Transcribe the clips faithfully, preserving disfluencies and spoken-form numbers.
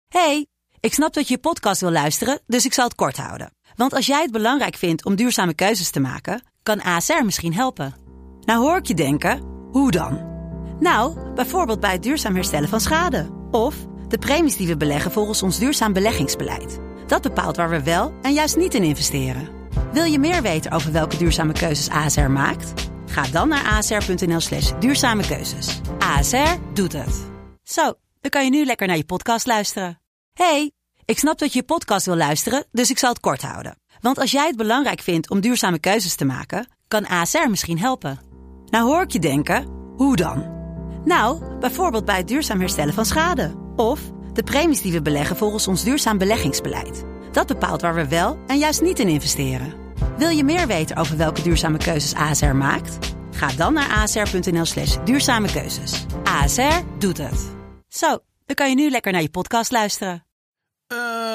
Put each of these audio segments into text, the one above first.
Hey, ik snap dat je je podcast wil luisteren, dus ik zal het kort houden. Want als jij het belangrijk vindt om duurzame keuzes te maken, kan A S R misschien helpen. Nou hoor ik je denken, hoe dan? Nou, bijvoorbeeld bij het duurzaam herstellen van schade. Of de premies die we beleggen volgens ons duurzaam beleggingsbeleid. Dat bepaalt waar we wel en juist niet in investeren. Wil je meer weten over welke duurzame keuzes A S R maakt? Ga dan naar asr.nl slash duurzame keuzes. A S R doet het. Zo, dan kan je nu lekker naar je podcast luisteren. Hey, ik snap dat je je podcast wil luisteren, dus ik zal het kort houden. Want als jij het belangrijk vindt om duurzame keuzes te maken, kan A S R misschien helpen. Nou hoor ik je denken, hoe dan? Nou, bijvoorbeeld bij het duurzaam herstellen van schade. Of de premies die we beleggen volgens ons duurzaam beleggingsbeleid. Dat bepaalt waar we wel en juist niet in investeren. Wil je meer weten over welke duurzame keuzes A S R maakt? Ga dan naar asr.nl slash duurzame keuzes. A S R doet het. Zo, dan kan je nu lekker naar je podcast luisteren. Uh,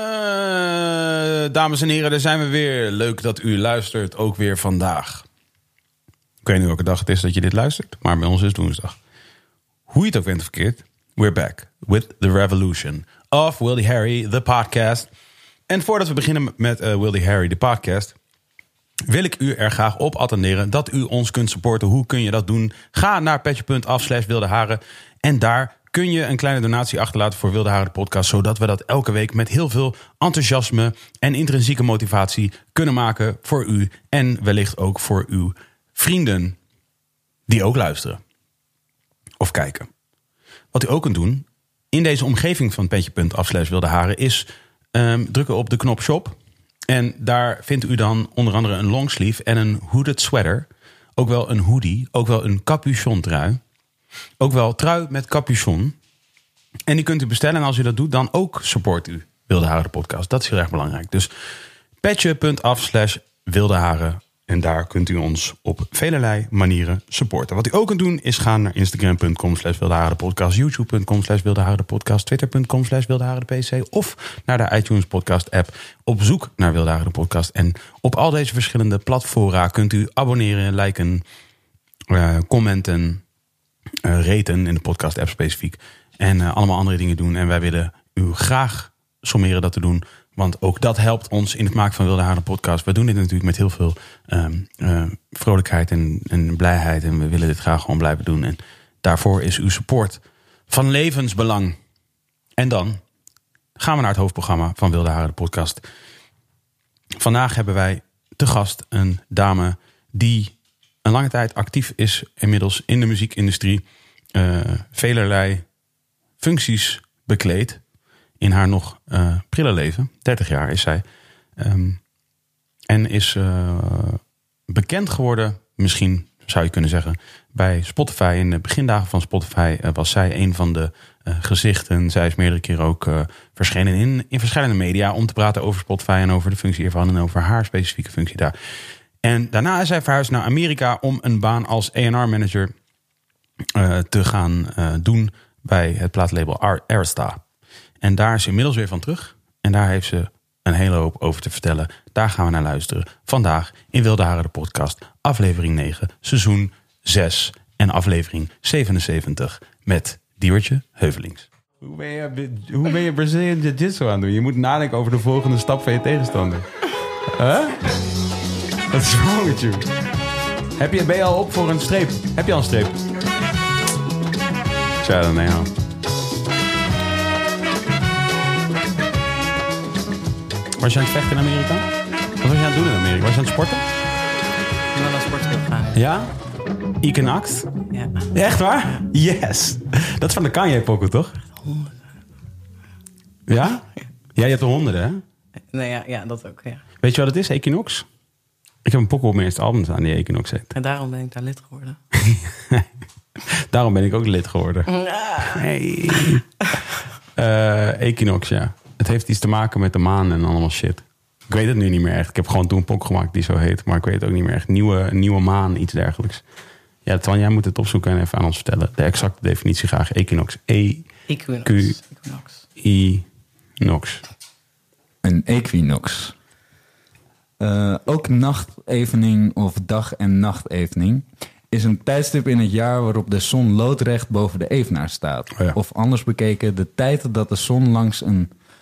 dames en heren, daar zijn we weer. Leuk dat u luistert, ook weer vandaag. Ik weet niet welke dag het is dat je dit luistert, maar bij ons is het woensdag. Hoe je het ook bent of verkeerd, we're back with the revolution of Wildy Harry, the podcast. En voordat we beginnen met uh, Wildy Harry, de podcast, wil ik u er graag op attenderen dat u ons kunt supporten. Hoe kun je dat doen? Ga naar petje.af slash Wilde Haren en daar kun je een kleine donatie achterlaten voor Wilde Haren de podcast, zodat we dat elke week met heel veel enthousiasme en intrinsieke motivatie kunnen maken voor u en wellicht ook voor uw vrienden die ook luisteren of kijken. Wat u ook kunt doen in deze omgeving van petje.af slash Wilde Haren is um, drukken op de knop shop. En daar vindt u dan onder andere een longsleeve en een hooded sweater. Ook wel een hoodie, ook wel een capuchon trui. Ook wel trui met capuchon. En die kunt u bestellen. En als u dat doet, dan ook support u Wilde Haren de podcast. Dat is heel erg belangrijk. Dus petje.af slash Wilde Haren. En daar kunt u ons op velelei manieren supporten. Wat u ook kunt doen is gaan naar instagram.com slash Wilde Haren de podcast, youtube.com slash Wilde Haren de podcast, twitter.com slash Wilde Haren de pc of naar de iTunes podcast app op zoek naar Wilde Haren de podcast. En op al deze verschillende platformen kunt u abonneren, liken, uh, commenten, uh, raten in de podcast app specifiek. En uh, allemaal andere dingen doen. En wij willen u graag sommeren dat te doen. Want ook dat helpt ons in het maken van Wilde Haren podcast. We doen dit natuurlijk met heel veel um, uh, vrolijkheid en, en blijheid. En we willen dit graag gewoon blijven doen. En daarvoor is uw support van levensbelang. En dan gaan we naar het hoofdprogramma van Wilde Haren podcast. Vandaag hebben wij te gast een dame die een lange tijd actief is inmiddels in de muziekindustrie. Uh, velerlei functies bekleedt. In haar nog uh, prille leven. dertig jaar is zij. Um, en is uh, bekend geworden, misschien zou je kunnen zeggen, bij Spotify. In de begindagen van Spotify uh, was zij een van de uh, gezichten. Zij is meerdere keren ook uh, verschenen in, in verschillende media om te praten over Spotify en over de functie ervan en over haar specifieke functie daar. En daarna is zij verhuisd naar Amerika om een baan als A en R manager uh, te gaan uh, doen bij het plaatlabel Arista. En daar is ze inmiddels weer van terug. En daar heeft ze een hele hoop over te vertellen. Daar gaan we naar luisteren. Vandaag in Wilde Haren de podcast. Aflevering negen, seizoen zes en aflevering zevenenzeventig. Met Diewertje Heuvelings. Hoe ben je, hoe ben je Brazilian Jiu-Jitsu aan het doen? Je moet nadenken over de volgende stap van je tegenstander. Huh? Wat is wrong with you? Heb je, ben je al op voor een streep? Heb je al een streep? Tja, dan nee, ja. Was je aan het vechten in Amerika? Wat was je aan het doen in Amerika? Was je aan het sporten? Ik ben naar sportschool gegaan. Ja? Equinox? Ja. Echt waar? Yes! Dat is van de Kanye-pokoe, toch? Honderden. Ja? Ja, je hebt er honderden, hè? Nee, ja, ja, dat ook, ja. Weet je wat het is, Equinox? Ik heb een pokoe op mijn eerste album aan die Equinox heet. En daarom ben ik daar lid geworden. Daarom ben ik ook lid geworden. Hey. Uh, Equinox, ja. Het heeft iets te maken met de maan en allemaal shit. Ik weet het nu niet meer echt. Ik heb gewoon toen een pok gemaakt die zo heet. Maar ik weet het ook niet meer echt. Nieuwe, nieuwe maan, iets dergelijks. Ja, Twan, jij moet het opzoeken en even aan ons vertellen. De exacte definitie graag. Equinox. E Equinox. Equinox. Een equinox. Uh, ook nachtevening of dag- en nachtevening is een tijdstip in het jaar waarop de zon loodrecht boven de evenaar staat. Oh ja. Of anders bekeken, de tijd dat de zon langs een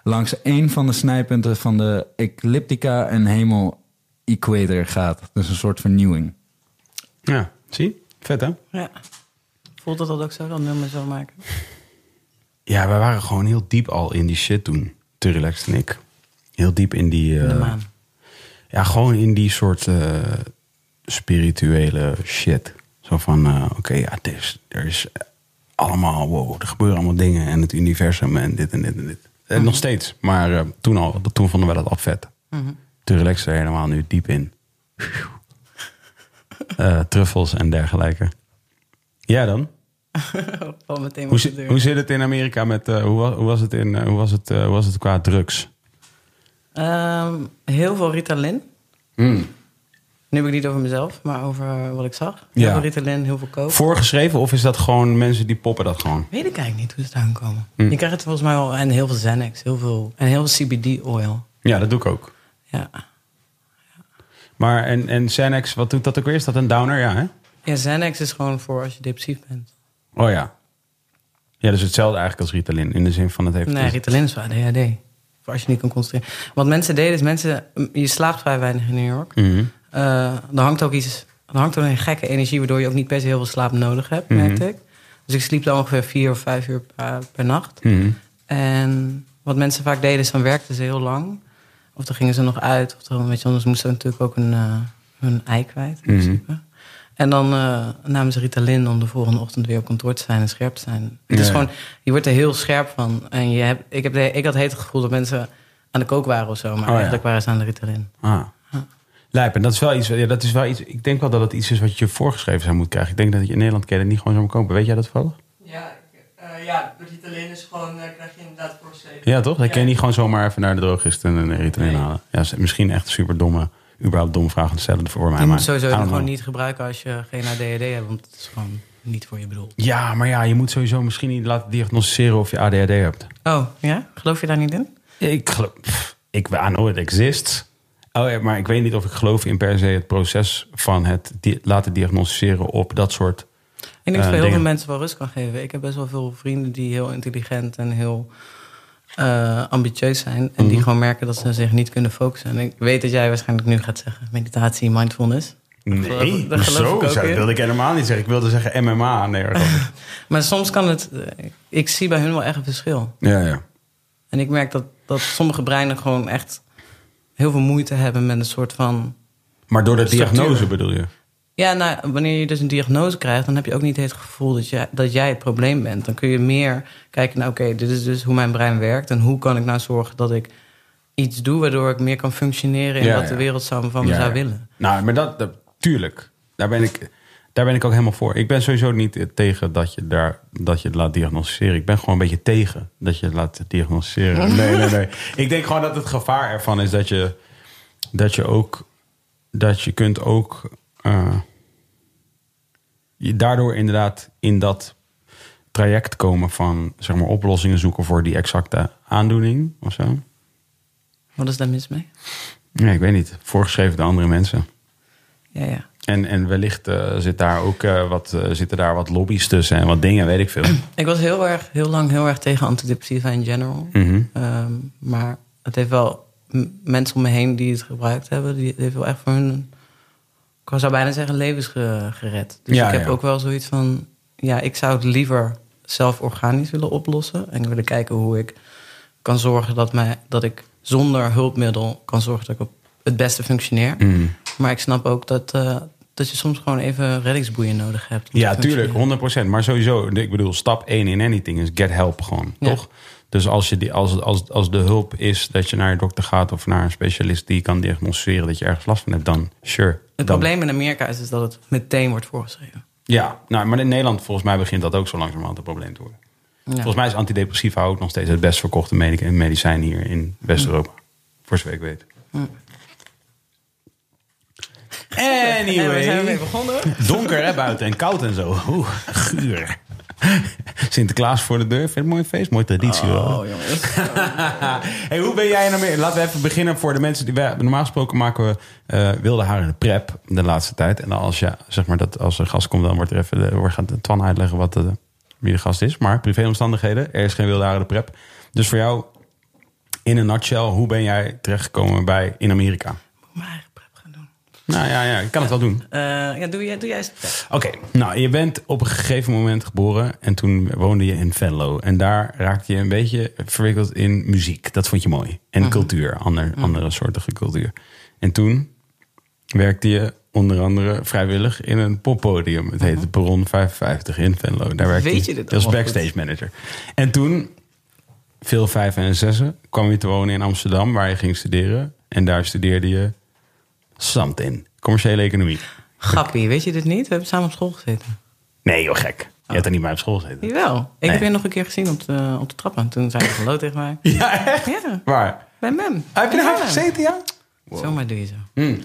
langs één van de snijpunten van de ecliptica en hemel-equator gaat. Dus een soort vernieuwing. Ja, zie? Vet, hè? Ja. Voelt dat dat ook zo, dat nummer zo maken? Ja, wij waren gewoon heel diep al in die shit toen. Te relaxed en ik. Heel diep in die... Uh, In de maan. Ja, gewoon in die soort uh, spirituele shit. Zo van, uh, oké, okay, ja, er is, er is allemaal... Wow, er gebeuren allemaal dingen. En het universum en dit en dit en dit. En mm-hmm. nog steeds. Maar uh, toen al, toen vonden we dat al vet. Mm-hmm. Te relaxed er helemaal nu diep in. uh, truffels en dergelijke. Ja, dan? Al meteen hoe, zi- hoe zit het in Amerika met... Uh, hoe, hoe, was het in, uh, hoe, was het, uh, hoe was het qua drugs? Um, heel veel Ritalin. Mm. Nu heb ik niet over mezelf, maar over wat ik zag. Heel Ja. veel Ritalin, heel veel coke. Voorgeschreven of is dat gewoon mensen die poppen dat gewoon? Weet ik eigenlijk niet hoe ze daar komen. Mm. Je krijgt het volgens mij wel... En heel veel Xanax, heel veel... En heel veel C B D-oil. Ja, dat doe ik ook. Ja. Maar en, en Xanax, wat doet dat ook weer? Is dat een downer? Ja, hè? Ja, Xanax is gewoon voor als je depressief bent. Oh ja. Ja, dus hetzelfde eigenlijk als Ritalin. In de zin van het heeft... Nee, Ritalin is voor A D H D. Voor als je niet kan concentreren. Wat mensen deden is mensen... Je slaapt vrij weinig in New York. Mm-hmm. Uh, er hangt ook iets... Er hangt ook een gekke energie... waardoor je ook niet per se heel veel slaap nodig hebt, Mm-hmm. merkte ik. Dus ik sliep dan ongeveer vier of vijf uur per, per nacht. Mm-hmm. En wat mensen vaak deden is... dan werkten ze heel lang. Of dan gingen ze nog uit. Of dan, weet je, anders moesten ze natuurlijk ook een, uh, hun ei kwijt. In Mm-hmm. principe. En dan uh, namen ze Ritalin om de volgende ochtend weer op kantoor te zijn en scherp te zijn. Het is Ja. gewoon, je wordt er heel scherp van. En je hebt, ik, heb de, ik had het gevoel dat mensen aan de kook waren of zo. Maar ja. eigenlijk waren ze aan de Ritalin. Ah. Lijp, en dat is wel iets... Ja, dat is wel iets. Ik denk wel dat het iets is wat je voorgeschreven zou moeten krijgen. Ik denk dat je in Nederland kan je dat niet gewoon zo moet kopen. Weet jij dat toevallig? Ja, uh, ja, Ritalin is gewoon, uh, krijg je inderdaad voorgeschreven. Ja, toch? Dan Ja. kan je niet gewoon zomaar even naar de drogist en een Ritalin Nee. halen. Ja, is misschien echt een super domme... überhaupt domme vragen te stellen voor mij. Je maar, moet sowieso I don't gewoon know. niet gebruiken als je geen A D H D hebt. Want het is gewoon niet voor je bedoeld. Ja, maar ja, je moet sowieso misschien niet laten diagnosticeren of je A D H D hebt. Oh, ja? Geloof je daar niet in? Ik geloof... pff, Ik I know it exists. Oh ja, maar ik weet niet of ik geloof in per se het proces van het di- laten diagnosticeren op dat soort... Ik denk dat Uh, het voor heel dingen. veel mensen wel rust kan geven. Ik heb best wel veel vrienden die heel intelligent en heel uh, ambitieus zijn. En Mhm. die gewoon merken dat ze zich niet kunnen focussen. En ik weet dat jij waarschijnlijk nu gaat zeggen meditatie, mindfulness. Nee, geloof- daar geloof zo ik ook dat in. wilde ik helemaal niet zeggen. Ik wilde zeggen M M A. Nee, hoor. Maar soms kan het... uh, Ik zie bij hun wel echt een verschil. ja, ja. En ik merk dat, dat sommige breinen gewoon echt heel veel moeite hebben met een soort van... Maar door de Structuur. diagnose bedoel je? Ja, nou, wanneer je dus een diagnose krijgt... dan heb je ook niet het gevoel dat jij, dat jij het probleem bent. Dan kun je meer kijken naar... oké, dit is dus hoe mijn brein werkt... en hoe kan ik nou zorgen dat ik iets doe... waardoor ik meer kan functioneren... in Ja, wat ja. de wereld zou, van me Ja, zou ja. willen. Nou, maar dat, dat tuurlijk. Daar ben ik... Daar ben ik ook helemaal voor. Ik ben sowieso niet tegen dat je, daar, dat je het laat diagnosticeren. Ik ben gewoon een beetje tegen dat je het laat diagnosticeren. Nee, nee, nee. Ik denk gewoon dat het gevaar ervan is dat je, dat je ook... dat je kunt ook... Uh, je daardoor inderdaad in dat traject komen van... zeg maar oplossingen zoeken voor die exacte aandoening of zo. Wat is daar mis mee? Nee, ik weet niet. Voorgeschreven door andere mensen. Ja, ja. En, en wellicht uh, zit daar ook, uh, wat, uh, zitten daar wat lobby's tussen en wat dingen, weet ik veel. Ik was heel, erg, heel lang heel erg tegen antidepressiva in general. Mm-hmm. Um, maar het heeft wel m- mensen om me heen die het gebruikt hebben... die het heeft wel echt voor hun... ik zou bijna zeggen levens ge- gered. Dus Ja, ik heb ja. ook wel zoiets van... ja, ik zou het liever zelf organisch willen oplossen... en willen kijken hoe ik kan zorgen dat, mij, dat ik zonder hulpmiddel... kan zorgen dat ik op het beste functioneer. Mm. Maar ik snap ook dat... Uh, dat je soms gewoon even reddingsboeien nodig hebt. om te Ja, tuurlijk, functioneren. honderd procent. Maar sowieso, ik bedoel, stap één in anything is get help gewoon, Ja. toch? Dus als, je die, als, als, als de hulp is dat je naar je dokter gaat... of naar een specialist die kan diagnosticeren dat je ergens last van hebt, dan sure. Het dan, probleem in Amerika is dus dat het meteen wordt voorgeschreven. Ja, nou, maar in Nederland volgens mij begint dat ook zo langzamerhand een probleem te worden. Ja. Volgens mij is antidepressiva ook nog steeds het best verkochte medic- medicijn hier in West-Europa. Voor zover ik weet. Anyway. En we zijn ermee begonnen. Donker hè, buiten en koud en zo. Oeh, guur. Sinterklaas voor de deur. Vind je het een mooi feest? Mooie traditie wel. Oh, jongens. Hey, hoe ben jij in Amerika? Laten we even beginnen voor de mensen die wij... Normaal gesproken maken we uh, wilde haren de prep de laatste tijd. En als, ja, zeg maar dat als er gast komt, dan wordt er even... De, gaat Twan uitleggen wat de, wie de gast is. Maar privéomstandigheden. Er is geen wilde haren de prep. Dus voor jou in een nutshell, hoe ben jij terechtgekomen bij in Amerika? Moet ik mijn eigen prep gaan doen? Nou ja, ja ik kan het wel doen. Uh, ja, doe jij, doe jij eens de prep. Oké, okay, nou, je bent op een gegeven moment geboren en toen woonde je in Venlo. En daar raakte je een beetje verwikkeld in muziek. Dat vond je mooi. En uh-huh. cultuur, ander, uh-huh. andere soortige cultuur. En toen werkte je onder andere vrijwillig in een poppodium. Het heette Perron vijfenvijftig in Venlo. Daar werkte Weet je dit je als backstage goed? Manager. En toen, veel vijven en zessen, kwam je te wonen in Amsterdam, waar je ging studeren. En daar studeerde je something. Commerciële economie. Grappie, weet je dit niet? We hebben samen op school gezeten. Nee joh, gek. Je oh. hebt er niet bij op school gezeten. Jawel. Ik nee. heb je nog een keer gezien op de, op de trappen. Toen zei je hallo tegen mij. Ja, echt? Ja. Waar? Bij Mem. Heb je daar gezeten, ja? Wow. Zomaar doe je zo. Mm.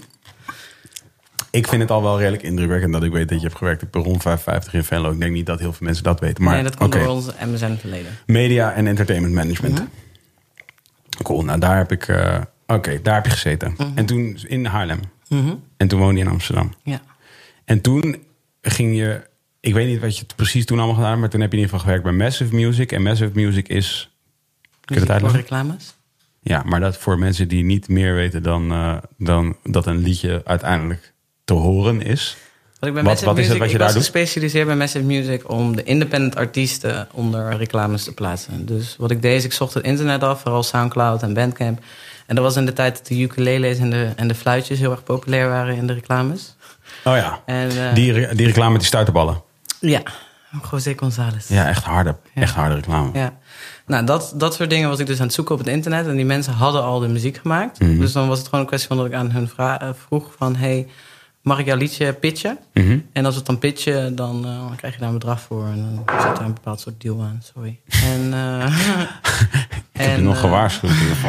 Ik vind het al wel redelijk indrukwekkend dat ik weet dat je hebt gewerkt op Perron vijfenvijftig in Venlo. Ik denk niet dat heel veel mensen dat weten. Maar, nee, dat komt okay. door ons M S N-verleden. Media en entertainment management. Mm-hmm. Cool, nou daar heb ik... Uh, Oké, okay, daar heb je gezeten. Mm-hmm. En toen in Haarlem. Mm-hmm. En toen woonde je in Amsterdam. Ja. En toen ging je... Ik weet niet wat je precies toen allemaal gedaan hebt, maar toen heb je in ieder geval gewerkt bij Massive Music. En Massive Music is... Kun je dat uitleggen? Voor reclames? Ja, maar dat voor mensen die niet meer weten dan, uh, dan dat een liedje uiteindelijk te horen is. Wat, ik bij wat, wat Music, is het wat je ik daar was doet? gespecialiseerd bij Massive Music om de independent artiesten onder reclames te plaatsen. Dus wat ik deed is, ik zocht het internet af, vooral Soundcloud en Bandcamp. En dat was in de tijd dat de ukuleles en de, en de fluitjes heel erg populair waren in de reclames. Oh ja, en, uh, die, die reclame met die stuiterballen. Ja, José González. Ja, echt harde, ja. echt harde reclame. Ja. Nou, dat, dat soort dingen was ik dus aan het zoeken op het internet. En die mensen hadden al de muziek gemaakt. Mm-hmm. Dus dan was het gewoon een kwestie van dat ik aan hun vra- vroeg van... hey, mag ik jouw liedje pitchen? Mm-hmm. En als we het dan pitchen, dan, uh, dan krijg je daar een bedrag voor. En dan zit daar een bepaald soort deal aan, sorry. En, uh, ik heb en, je nog uh, gewaarschuwd.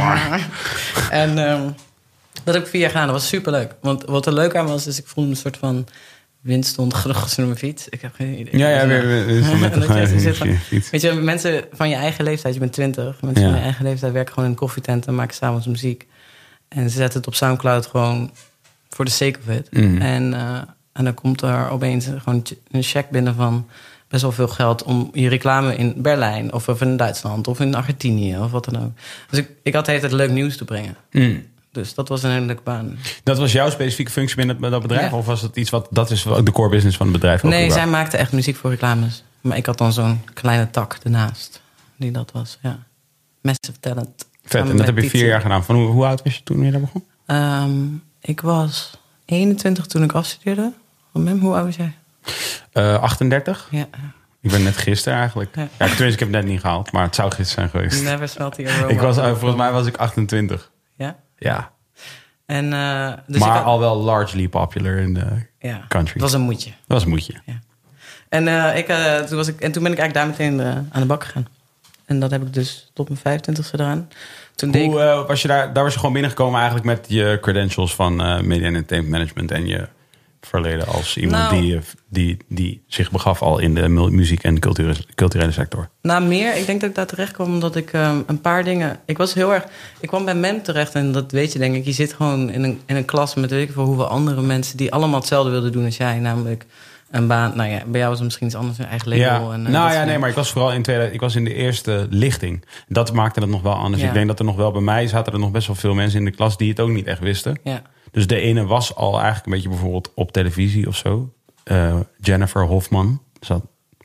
en um, dat heb ik vier jaar gedaan. Dat was superleuk. Want wat er leuk aan was, is ik voelde een soort van... Wind stond gelukkig in mijn fiets. Ik heb geen idee. Ja, ja, weer, weer, weer met de fiets. Weet je, mensen van je eigen leeftijd, je bent twintig. Mensen ja. van je eigen leeftijd werken gewoon in een koffietent en maken s'avonds muziek. En ze zetten het op Soundcloud gewoon voor de sake of it. Mm. En, uh, en dan komt er opeens gewoon een check binnen van best wel veel geld om je reclame in Berlijn of, of in Duitsland of in Argentinië of wat dan ook. Dus ik, ik had de hele tijd leuk nieuws te brengen. Mm. Dus dat was een hele leuke baan. Dat was jouw specifieke functie binnen dat bedrijf? Ja. Of was het iets wat... Dat is de core business van het bedrijf? Nee, zij maakte echt muziek voor reclames. Maar ik had dan zo'n kleine tak ernaast. Die dat was, ja. Massive Talent. Vet, en dat heb je vier jaar gedaan. Van hoe, hoe oud was je toen je daar begon? Um, ik was eenentwintig toen ik afstudeerde. Mem, hoe oud was jij? Uh, achtendertig. Ja. Ik ben net gisteren eigenlijk. Ja, ja tenminste, ik heb het net niet gehaald. Maar het zou gisteren zijn geweest. Never smelt the aroma. Ik was, uh, volgens mij was ik achtentwintig. Ja? Ja. En, uh, dus maar had... al wel largely popular in de ja, country. Het was een moedje. Dat was een moedje. Ja. En, uh, ik, uh, toen was ik, en toen ben ik eigenlijk daar meteen uh, aan de bak gegaan. En dat heb ik dus tot mijn vijfentwintigste gedaan. Toen Hoe deed ik... uh, was je daar? Daar was je gewoon binnengekomen eigenlijk met je credentials van uh, media en entertainment management en je verleden als iemand nou, die, die, die zich begaf al in de muziek en culturele, culturele sector? Nou, meer. Ik denk dat ik daar terecht kwam omdat ik um, een paar dingen... Ik was heel erg... Ik kwam bij Mem terecht en dat weet je denk ik. Je zit gewoon in een, in een klas met weet ik veel hoeveel andere mensen die allemaal hetzelfde wilden doen als jij. Namelijk een baan... Nou ja, bij jou was het misschien iets anders, een eigen label. Ja. En, nou ja, nee, maar ik was vooral in tweeduizend... Ik was in de eerste lichting. Dat maakte het nog wel anders. Ja. Ik denk dat er nog wel bij mij zaten er nog best wel veel mensen in de klas die het ook niet echt wisten. Ja. Dus de ene was al eigenlijk een beetje bijvoorbeeld op televisie of zo. Uh, Jennifer Hofman zat,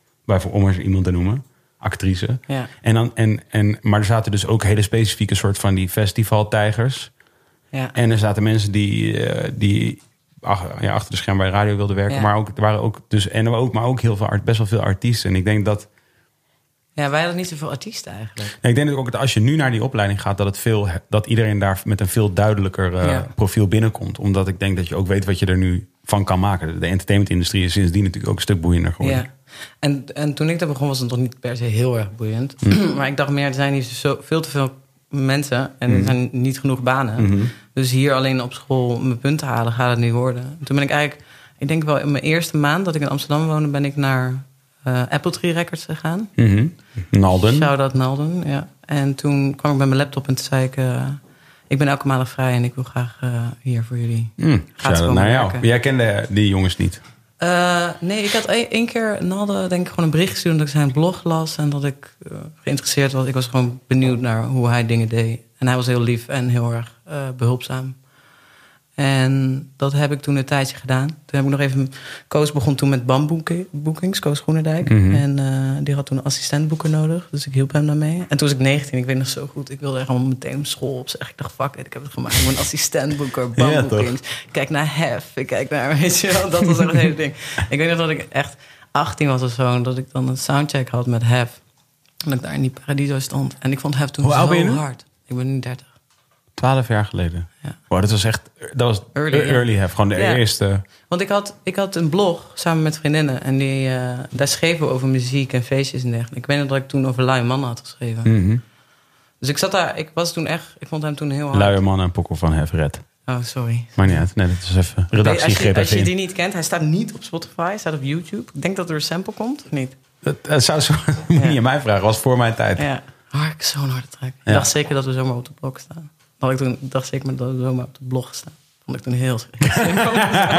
om er iemand te noemen, actrice. Ja. En dan, en, en, maar er zaten dus ook hele specifieke soort van die festivaltijgers. Ja. En er zaten mensen die, uh, die ach, ja, achter de scherm bij radio wilden werken. Ja. Maar ook, er waren ook, dus, en er waren ook, maar ook heel veel, best wel veel artiesten. En ik denk dat... Ja, wij hadden niet zoveel artiesten eigenlijk. Ik denk dat ook dat als je nu naar die opleiding gaat, dat, het veel, dat iedereen daar met een veel duidelijker uh, ja. profiel binnenkomt. Omdat ik denk dat je ook weet wat je er nu van kan maken. De entertainmentindustrie is sindsdien natuurlijk ook een stuk boeiender geworden. Ja. En, en toen ik daar begon was het nog niet per se heel erg boeiend. Mm. Maar ik dacht meer, er zijn hier zo, veel te veel mensen en er zijn niet genoeg banen. Mm-hmm. Dus hier alleen op school mijn punten halen gaat het niet worden. En toen ben ik eigenlijk, ik denk wel in mijn eerste maand dat ik in Amsterdam woonde, ben ik naar... Uh, Apple Tree Records gegaan. Mm-hmm. Nalden. Shout-out Nalden, ja. En toen kwam ik met mijn laptop en toen zei ik... Uh, ik ben elke maandag vrij en ik wil graag uh, hier voor jullie. Mm, shout-out naar jou. Jij kende die jongens niet? Uh, nee, ik had één keer Nalden denk ik gewoon een bericht gestuurd... dat ik zijn blog las en dat ik uh, geïnteresseerd was. Ik was gewoon benieuwd naar hoe hij dingen deed. En hij was heel lief en heel erg uh, behulpzaam. En dat heb ik toen een tijdje gedaan. Toen heb ik nog even... Koos begon toen met bamboekings, Koos Groenendijk. Mm-hmm. En uh, die had toen een assistentboeker nodig. Dus ik hielp hem daarmee. En toen was ik negentien, ik weet nog zo goed. Ik wilde echt al meteen op school opzeggen. Ik dacht, fuck it, ik heb het gemaakt. Ik ben een assistentboeker, bamboekings. Ja, ik kijk naar Hef, ik kijk naar... Weet je wel, dat was echt het hele ding. Ik weet nog dat ik echt achttien was of zo. Dat ik dan een soundcheck had met Hef. En dat ik daar in die Paradiso stond. En ik vond Hef toen Hoe zo oud ben je nu? hard. Ik ben nu dertig. Twaalf jaar geleden. Ja. Wow, dat was echt... Dat was early, early ja. Hef. Gewoon de ja. eerste... Want ik had, ik had een blog samen met vriendinnen. En die, uh, daar schreven we over muziek en feestjes en dergelijke. Ik weet nog dat ik toen over Luie Mannen had geschreven. Mm-hmm. Dus ik zat daar... Ik was toen echt... Ik vond hem toen heel hard. Luie Mannen en Pokkel van Hef Red. Oh, sorry. Maar niet uit. Nee, dat is even redactie. Als je, als je die niet kent, hij staat niet op Spotify. Hij staat op YouTube. Ik denk dat er een sample komt, of niet? Dat, dat zou zo... Moet je niet aan mij vragen. Was voor mijn tijd. Ja. Oh, ik zo'n harde track. Ja. Ik dacht zeker dat we zomaar op de blog staan. Had ik toen dacht zeker dat we zomaar op de blog staan. Vond ik toen heel heel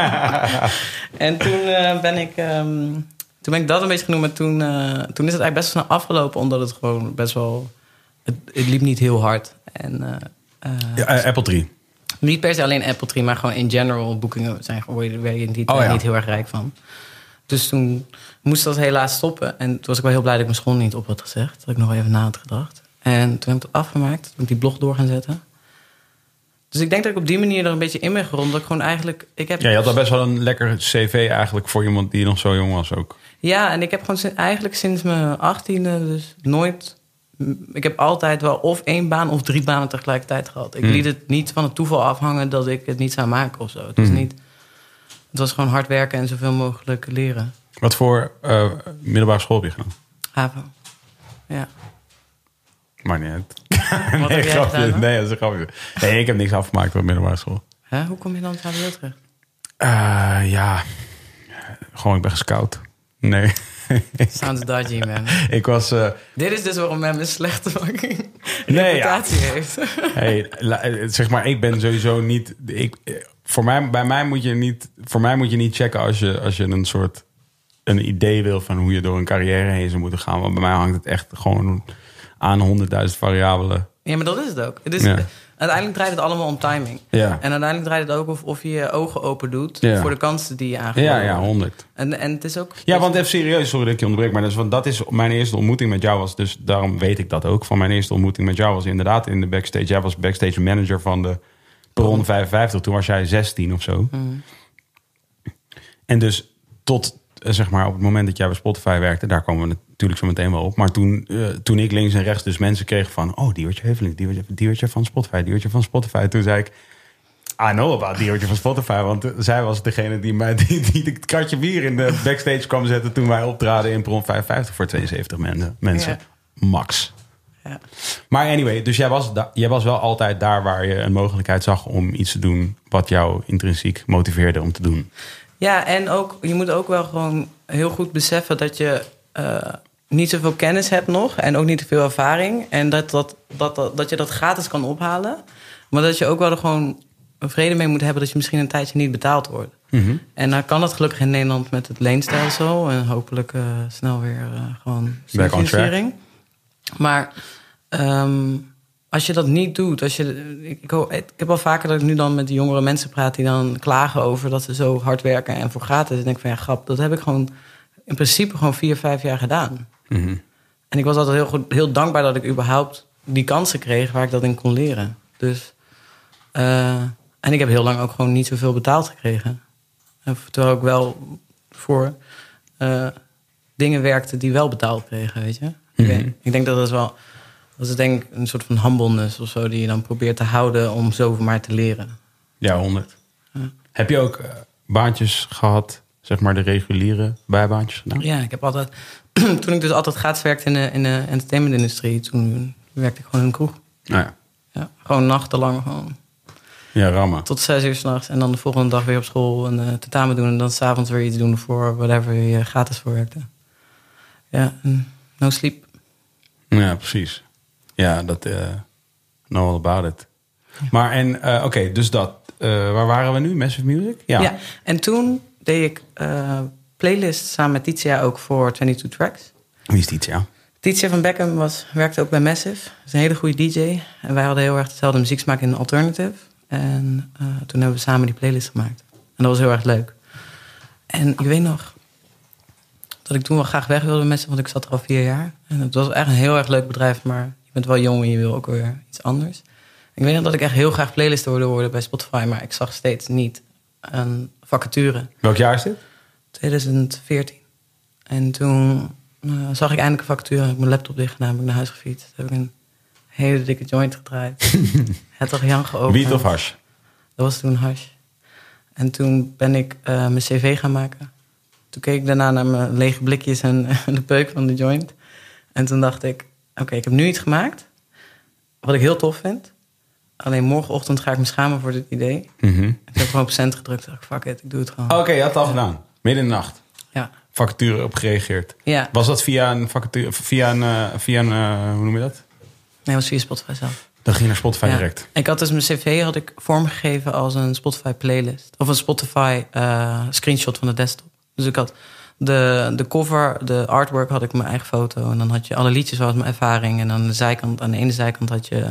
En toen uh, ben ik... Um, toen ben ik dat een beetje genoemd. Maar toen, uh, toen is het eigenlijk best wel snel afgelopen. Omdat het gewoon best wel... Het, het liep niet heel hard. En, uh, uh, ja, uh, Apple drie. Niet per se alleen Apple drie, maar gewoon in general boekingen zijn gewoon waar je in die tijd oh, ja. niet heel erg rijk van. Dus toen moest dat helaas stoppen. En toen was ik wel heel blij dat ik mijn school niet op had gezegd. Dat ik nog even na had gedacht. En toen heb ik dat afgemaakt. Toen heb ik die blog door gaan zetten. Dus ik denk dat ik op die manier er een beetje in ben gerond. Dat ik gewoon eigenlijk... Ik heb ja, je had al best wel een lekker cv eigenlijk voor iemand die nog zo jong was ook. Ja, en ik heb gewoon eigenlijk sinds mijn achttiende dus nooit... Ik heb altijd wel of één baan of drie banen tegelijkertijd gehad. Ik mm. liet het niet van het toeval afhangen dat ik het niet zou maken of zo. Het was, mm. niet, het was gewoon hard werken en zoveel mogelijk leren. Wat voor uh, middelbare school heb je gedaan? HAVO, ja. Maar niet uit. Wat nee, heb jij grapje. gedaan? Nee, dat is een grapje. Nee, ik heb niks afgemaakt op middelbare school. Huh? Hoe kom je dan het H B O terug? Uh, ja, gewoon ik ben gescout. Nee. Sounds dodgy, man. Ik was... Uh... Dit is dus waarom men een slechte fucking nee, reputatie ja. heeft. Hey, zeg maar, ik ben sowieso niet... Ik, voor mij, bij mij moet je niet... Voor mij moet je niet checken als je, als je een soort... Een idee wil van hoe je door een carrière heen zou moeten gaan. Want bij mij hangt het echt gewoon aan honderdduizend variabelen. Ja, maar dat is het ook. Het is, ja. Uiteindelijk draait het allemaal om timing. Ja. En uiteindelijk draait het ook of, of je je ogen open doet... Ja. voor de kansen die je aangeboden Ja, ja, honderd. En, en het is ook... Ja, want even serieus, sorry dat ik je onderbreek... maar dat is, want dat is mijn eerste ontmoeting met jou was... dus daarom weet ik dat ook. Van mijn eerste ontmoeting met jou was inderdaad in de backstage. Jij was backstage manager van de Perron vijfenvijftig. Toen was jij zestien of zo. Mm. En dus tot... zeg maar op het moment dat jij bij Spotify werkte... daar komen we natuurlijk zo meteen wel op. Maar toen, uh, toen ik links en rechts dus mensen kreeg van... oh, Diewertje Heuvelink, Diewertje, Diewertje van Spotify, Diewertje van Spotify. Toen zei ik, I know about Diewertje van Spotify. Want uh, zij was degene die mij die, die het kratje bier in de backstage kwam zetten... toen wij optraden in Bron vijfenvijftig voor tweeënzeventig mensen. mensen. Ja. Max. Ja. Maar anyway, dus jij was, da- jij was wel altijd daar waar je een mogelijkheid zag... om iets te doen wat jou intrinsiek motiveerde om te doen. Ja, en ook, je moet ook wel gewoon heel goed beseffen dat je uh, niet zoveel kennis hebt nog en ook niet veel ervaring. En dat, dat, dat, dat, dat je dat gratis kan ophalen. Maar dat je ook wel er gewoon vrede mee moet hebben dat je misschien een tijdje niet betaald wordt. Mm-hmm. En dan kan dat gelukkig in Nederland met het leenstelsel. En hopelijk uh, snel weer uh, gewoon financiering. Maar um, als je dat niet doet, als je, ik, ik, ik heb wel vaker dat ik nu dan met die jongere mensen praat die dan klagen over dat ze zo hard werken en voor gratis. En ik denk van ja, grap, dat heb ik gewoon in principe gewoon vier, vijf jaar gedaan. Mm-hmm. En ik was altijd heel goed, heel dankbaar dat ik überhaupt die kansen kreeg waar ik dat in kon leren. Dus uh, en ik heb heel lang ook gewoon niet zoveel betaald gekregen. Terwijl ik wel voor uh, dingen werkte die wel betaald kregen, weet je. Mm-hmm. Ik, ik denk dat dat wel... Dat is denk ik een soort van humbleness of zo... die je dan probeert te houden om zo maar te leren. Ja, honderd. Ja. Heb je ook uh, baantjes gehad, zeg maar de reguliere bijbaantjes gedaan? Ja, ik heb altijd... toen ik dus altijd gratis werkte in de, in de entertainmentindustrie... toen werkte ik gewoon in een kroeg. Nou ja. Ja, gewoon nachtenlang gewoon. Ja, rammen. Tot zes uur 's nachts. En dan de volgende dag weer op school een uh, tentamen doen... en dan 's avonds weer iets doen voor whatever je gratis voor werkte. Ja, no sleep. Ja, precies. Ja, dat... Uh, know all about it. Ja. Maar en, uh, oké, okay, dus dat. Uh, waar waren we nu? Massive Music? Ja. Ja, en toen deed ik uh, playlists samen met Titia ook voor tweeëntwintig Tracks. Wie is Titia? Titia van Beckham was, werkte ook bij Massive. Dat is een hele goede D J. En wij hadden heel erg dezelfde muzieksmaak in Alternative. En uh, toen hebben we samen die playlist gemaakt. En dat was heel erg leuk. En ik weet nog dat ik toen wel graag weg wilde met Massive, want ik zat er al vier jaar. En het was echt een heel erg leuk bedrijf, maar je bent wel jong en je wil ook weer iets anders. Ik weet nog dat ik echt heel graag playlist wilde worden bij Spotify, maar ik zag steeds niet een vacature. Welk jaar is dit? twintig veertien. En toen uh, zag ik eindelijk een vacature. Heb ik mijn laptop dicht gedaan, heb ik naar huis gefietst. Heb ik een hele dikke joint gedraaid. Het toch Jan geopend. Wiet of hash? Dat was toen hash. En toen ben ik uh, mijn cv gaan maken. Toen keek ik daarna naar mijn lege blikjes en de peuk van de joint. En toen dacht ik, oké, okay, ik heb nu iets gemaakt wat ik heel tof vind. Alleen morgenochtend ga ik me schamen voor dit idee. Mm-hmm. Ik heb gewoon op cent gedrukt. Dacht ik, fuck it, ik doe het gewoon. Oké, okay, je had het al gedaan. Midden in de nacht. Ja. Vacature op gereageerd. Ja. Was dat via een vacature, via een, uh, via een uh, hoe noem je dat? Nee, dat was via Spotify zelf. Dan ging je naar Spotify Ja. direct. Ik had dus mijn cv had ik vormgegeven als een Spotify playlist. Of een Spotify uh, screenshot van de desktop. Dus ik had de, de cover, de artwork had ik mijn eigen foto. En dan had je alle liedjes zoals mijn ervaring. En aan de zijkant, aan de ene zijkant had je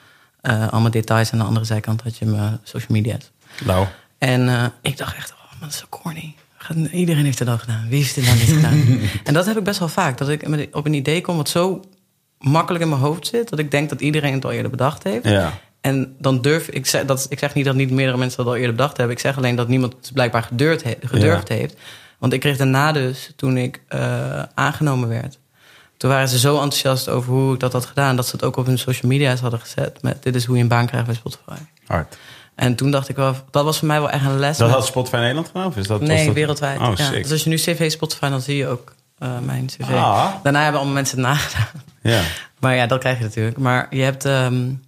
uh, allemaal details. En aan de andere zijkant had je mijn social media's. Lauw. En uh, ik dacht echt, oh, dat is zo corny. Iedereen heeft het al gedaan. Wie heeft het dan niet gedaan? En dat heb ik best wel vaak. Dat ik op een idee kom wat zo makkelijk in mijn hoofd zit, dat ik denk dat iedereen het al eerder bedacht heeft. Ja. En dan durf ik, zeg, dat, ik zeg niet dat niet meerdere mensen dat al eerder bedacht hebben. Ik zeg alleen dat niemand het blijkbaar gedurfd, he, gedurfd ja. heeft. Want ik kreeg daarna dus, toen ik uh, aangenomen werd, toen waren ze zo enthousiast over hoe ik dat had gedaan, dat ze het ook op hun social media's hadden gezet met dit is hoe je een baan krijgt bij Spotify. Hard. En toen dacht ik wel, dat was voor mij wel echt een les. Dat met... had Spotify in Nederland gedaan? Of is dat, nee, dat... wereldwijd. Oh, ja. Dus als je nu cv Spotify, dan zie je ook uh, mijn cv. Ah. Daarna hebben allemaal mensen het nagedaan. Ja. Maar ja, dat krijg je natuurlijk. Maar je hebt... Um,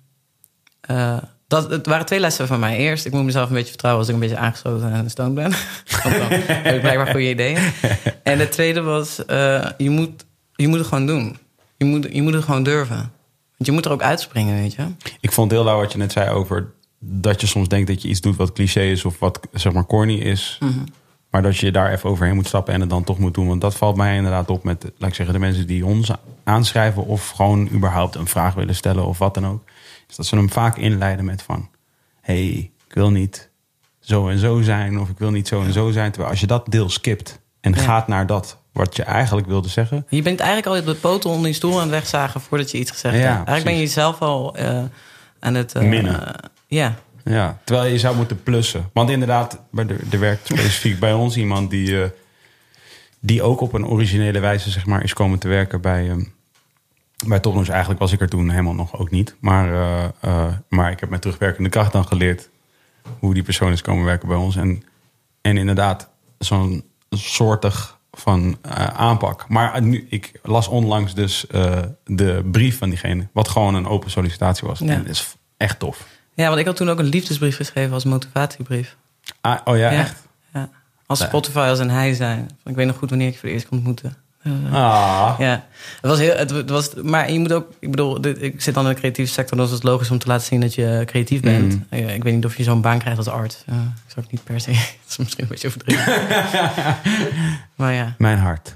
uh, dat, het waren twee lessen van mij. Eerst, ik moet mezelf een beetje vertrouwen als ik een beetje aangesloten en stoned ben. Want dan heb ik blijkbaar goede ideeën. En het tweede was, uh, je, moet, je moet het gewoon doen. Je moet, je moet het gewoon durven. Want je moet er ook uitspringen, weet je. Ik vond heel lauw wat je net zei over dat je soms denkt dat je iets doet wat cliché is of wat zeg maar corny is. Mm-hmm. Maar dat je daar even overheen moet stappen en het dan toch moet doen. Want dat valt mij inderdaad op met, laat ik zeggen, de mensen die ons aanschrijven of gewoon überhaupt een vraag willen stellen of wat dan ook. Is dat ze hem vaak inleiden met van, hé, hey, ik wil niet zo en zo zijn of ik wil niet zo en zo zijn. Terwijl als je dat deel skipt en ja. gaat naar dat wat je eigenlijk wilde zeggen. Je bent eigenlijk al de poten onder je stoel aan het wegzagen voordat je iets gezegd ja, hebt. Eigenlijk precies. ben je jezelf al uh, aan het... Uh, Minnen. Uh, ja. Ja, terwijl je zou moeten plussen. Want inderdaad, er werkt specifiek bij ons iemand die, uh, die ook op een originele wijze zeg maar, is komen te werken bij, um, bij Topnews. Eigenlijk was ik er toen helemaal nog ook niet. Maar, uh, uh, maar ik heb met terugwerkende kracht dan geleerd hoe die persoon is komen werken bij ons. En, en inderdaad, zo'n soortig van uh, aanpak. Maar nu, ik las onlangs dus uh, de brief van diegene, wat gewoon een open sollicitatie was. Ja. En dat is echt tof. Ja, want ik had toen ook een liefdesbrief geschreven als motivatiebrief. Ah, oh ja, ja, echt? Ja. Als Spotify als een hij zijn. Ik weet nog goed wanneer ik voor de eerst kon ontmoeten. Uh, ah. Ja, het was heel. Het, het was, maar je moet ook. Ik bedoel, dit, ik zit dan in de creatieve sector, dus het is logisch om te laten zien dat je creatief bent. Mm. Uh, ik weet niet of je zo'n baan krijgt als arts. Uh, ik zou het niet per se. Dat is misschien een beetje overdreven. Maar ja. Mijn hart.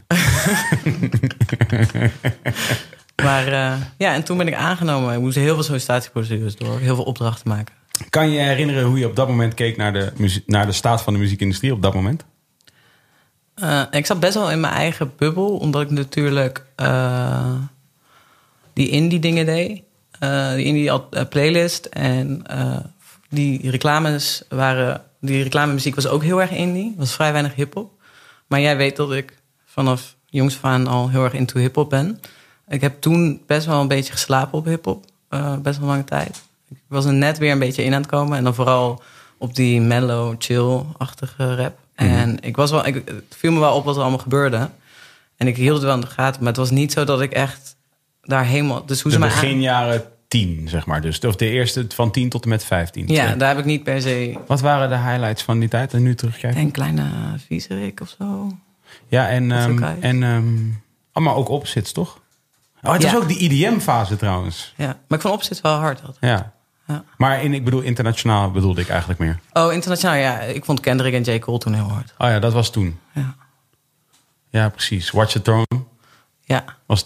Maar uh, ja, en toen ben ik aangenomen. Ik moest heel veel sollicitatieprocedures door, heel veel opdrachten maken. Kan je je herinneren hoe je op dat moment keek naar de, muzie- naar de staat van de muziekindustrie op dat moment? Uh, ik zat best wel in mijn eigen bubbel, omdat ik natuurlijk uh, die indie dingen deed. Uh, die indie uh, playlist en uh, die reclames waren... Die reclamemuziek was ook heel erg indie. Was vrij weinig hiphop. Maar jij weet dat ik vanaf jongs af aan al heel erg into hiphop ben. Ik heb toen best wel een beetje geslapen op hiphop. Uh, best wel lange tijd. Ik was er net weer een beetje in aan het komen. En dan vooral op die mellow, chill-achtige rap. Mm. En ik was wel, ik, het viel me wel op wat er allemaal gebeurde. En ik hield het wel in de gaten. Maar het was niet zo dat ik echt daar helemaal... Dus hoe de ze begin aan... jaren tien, zeg maar. Dus, of de eerste van tien tot en met vijftien. Ja, daar heb ik niet per se... Wat waren de highlights van die tijd en nu terugkijken? Een kleine viezerik of zo. Ja, en, um, en um, allemaal ook opzits, toch? Oh, het ja. was ook die I D M-fase trouwens. Ja, maar ik vond opzits wel hard. Altijd. Ja. Ja. Maar in, ik bedoel, internationaal bedoelde ik eigenlijk meer. Oh, internationaal, ja. Ik vond Kendrick en J. Cole toen heel hard. Oh ja, dat was toen. Ja, ja precies. Watch the Throne ja. was toen.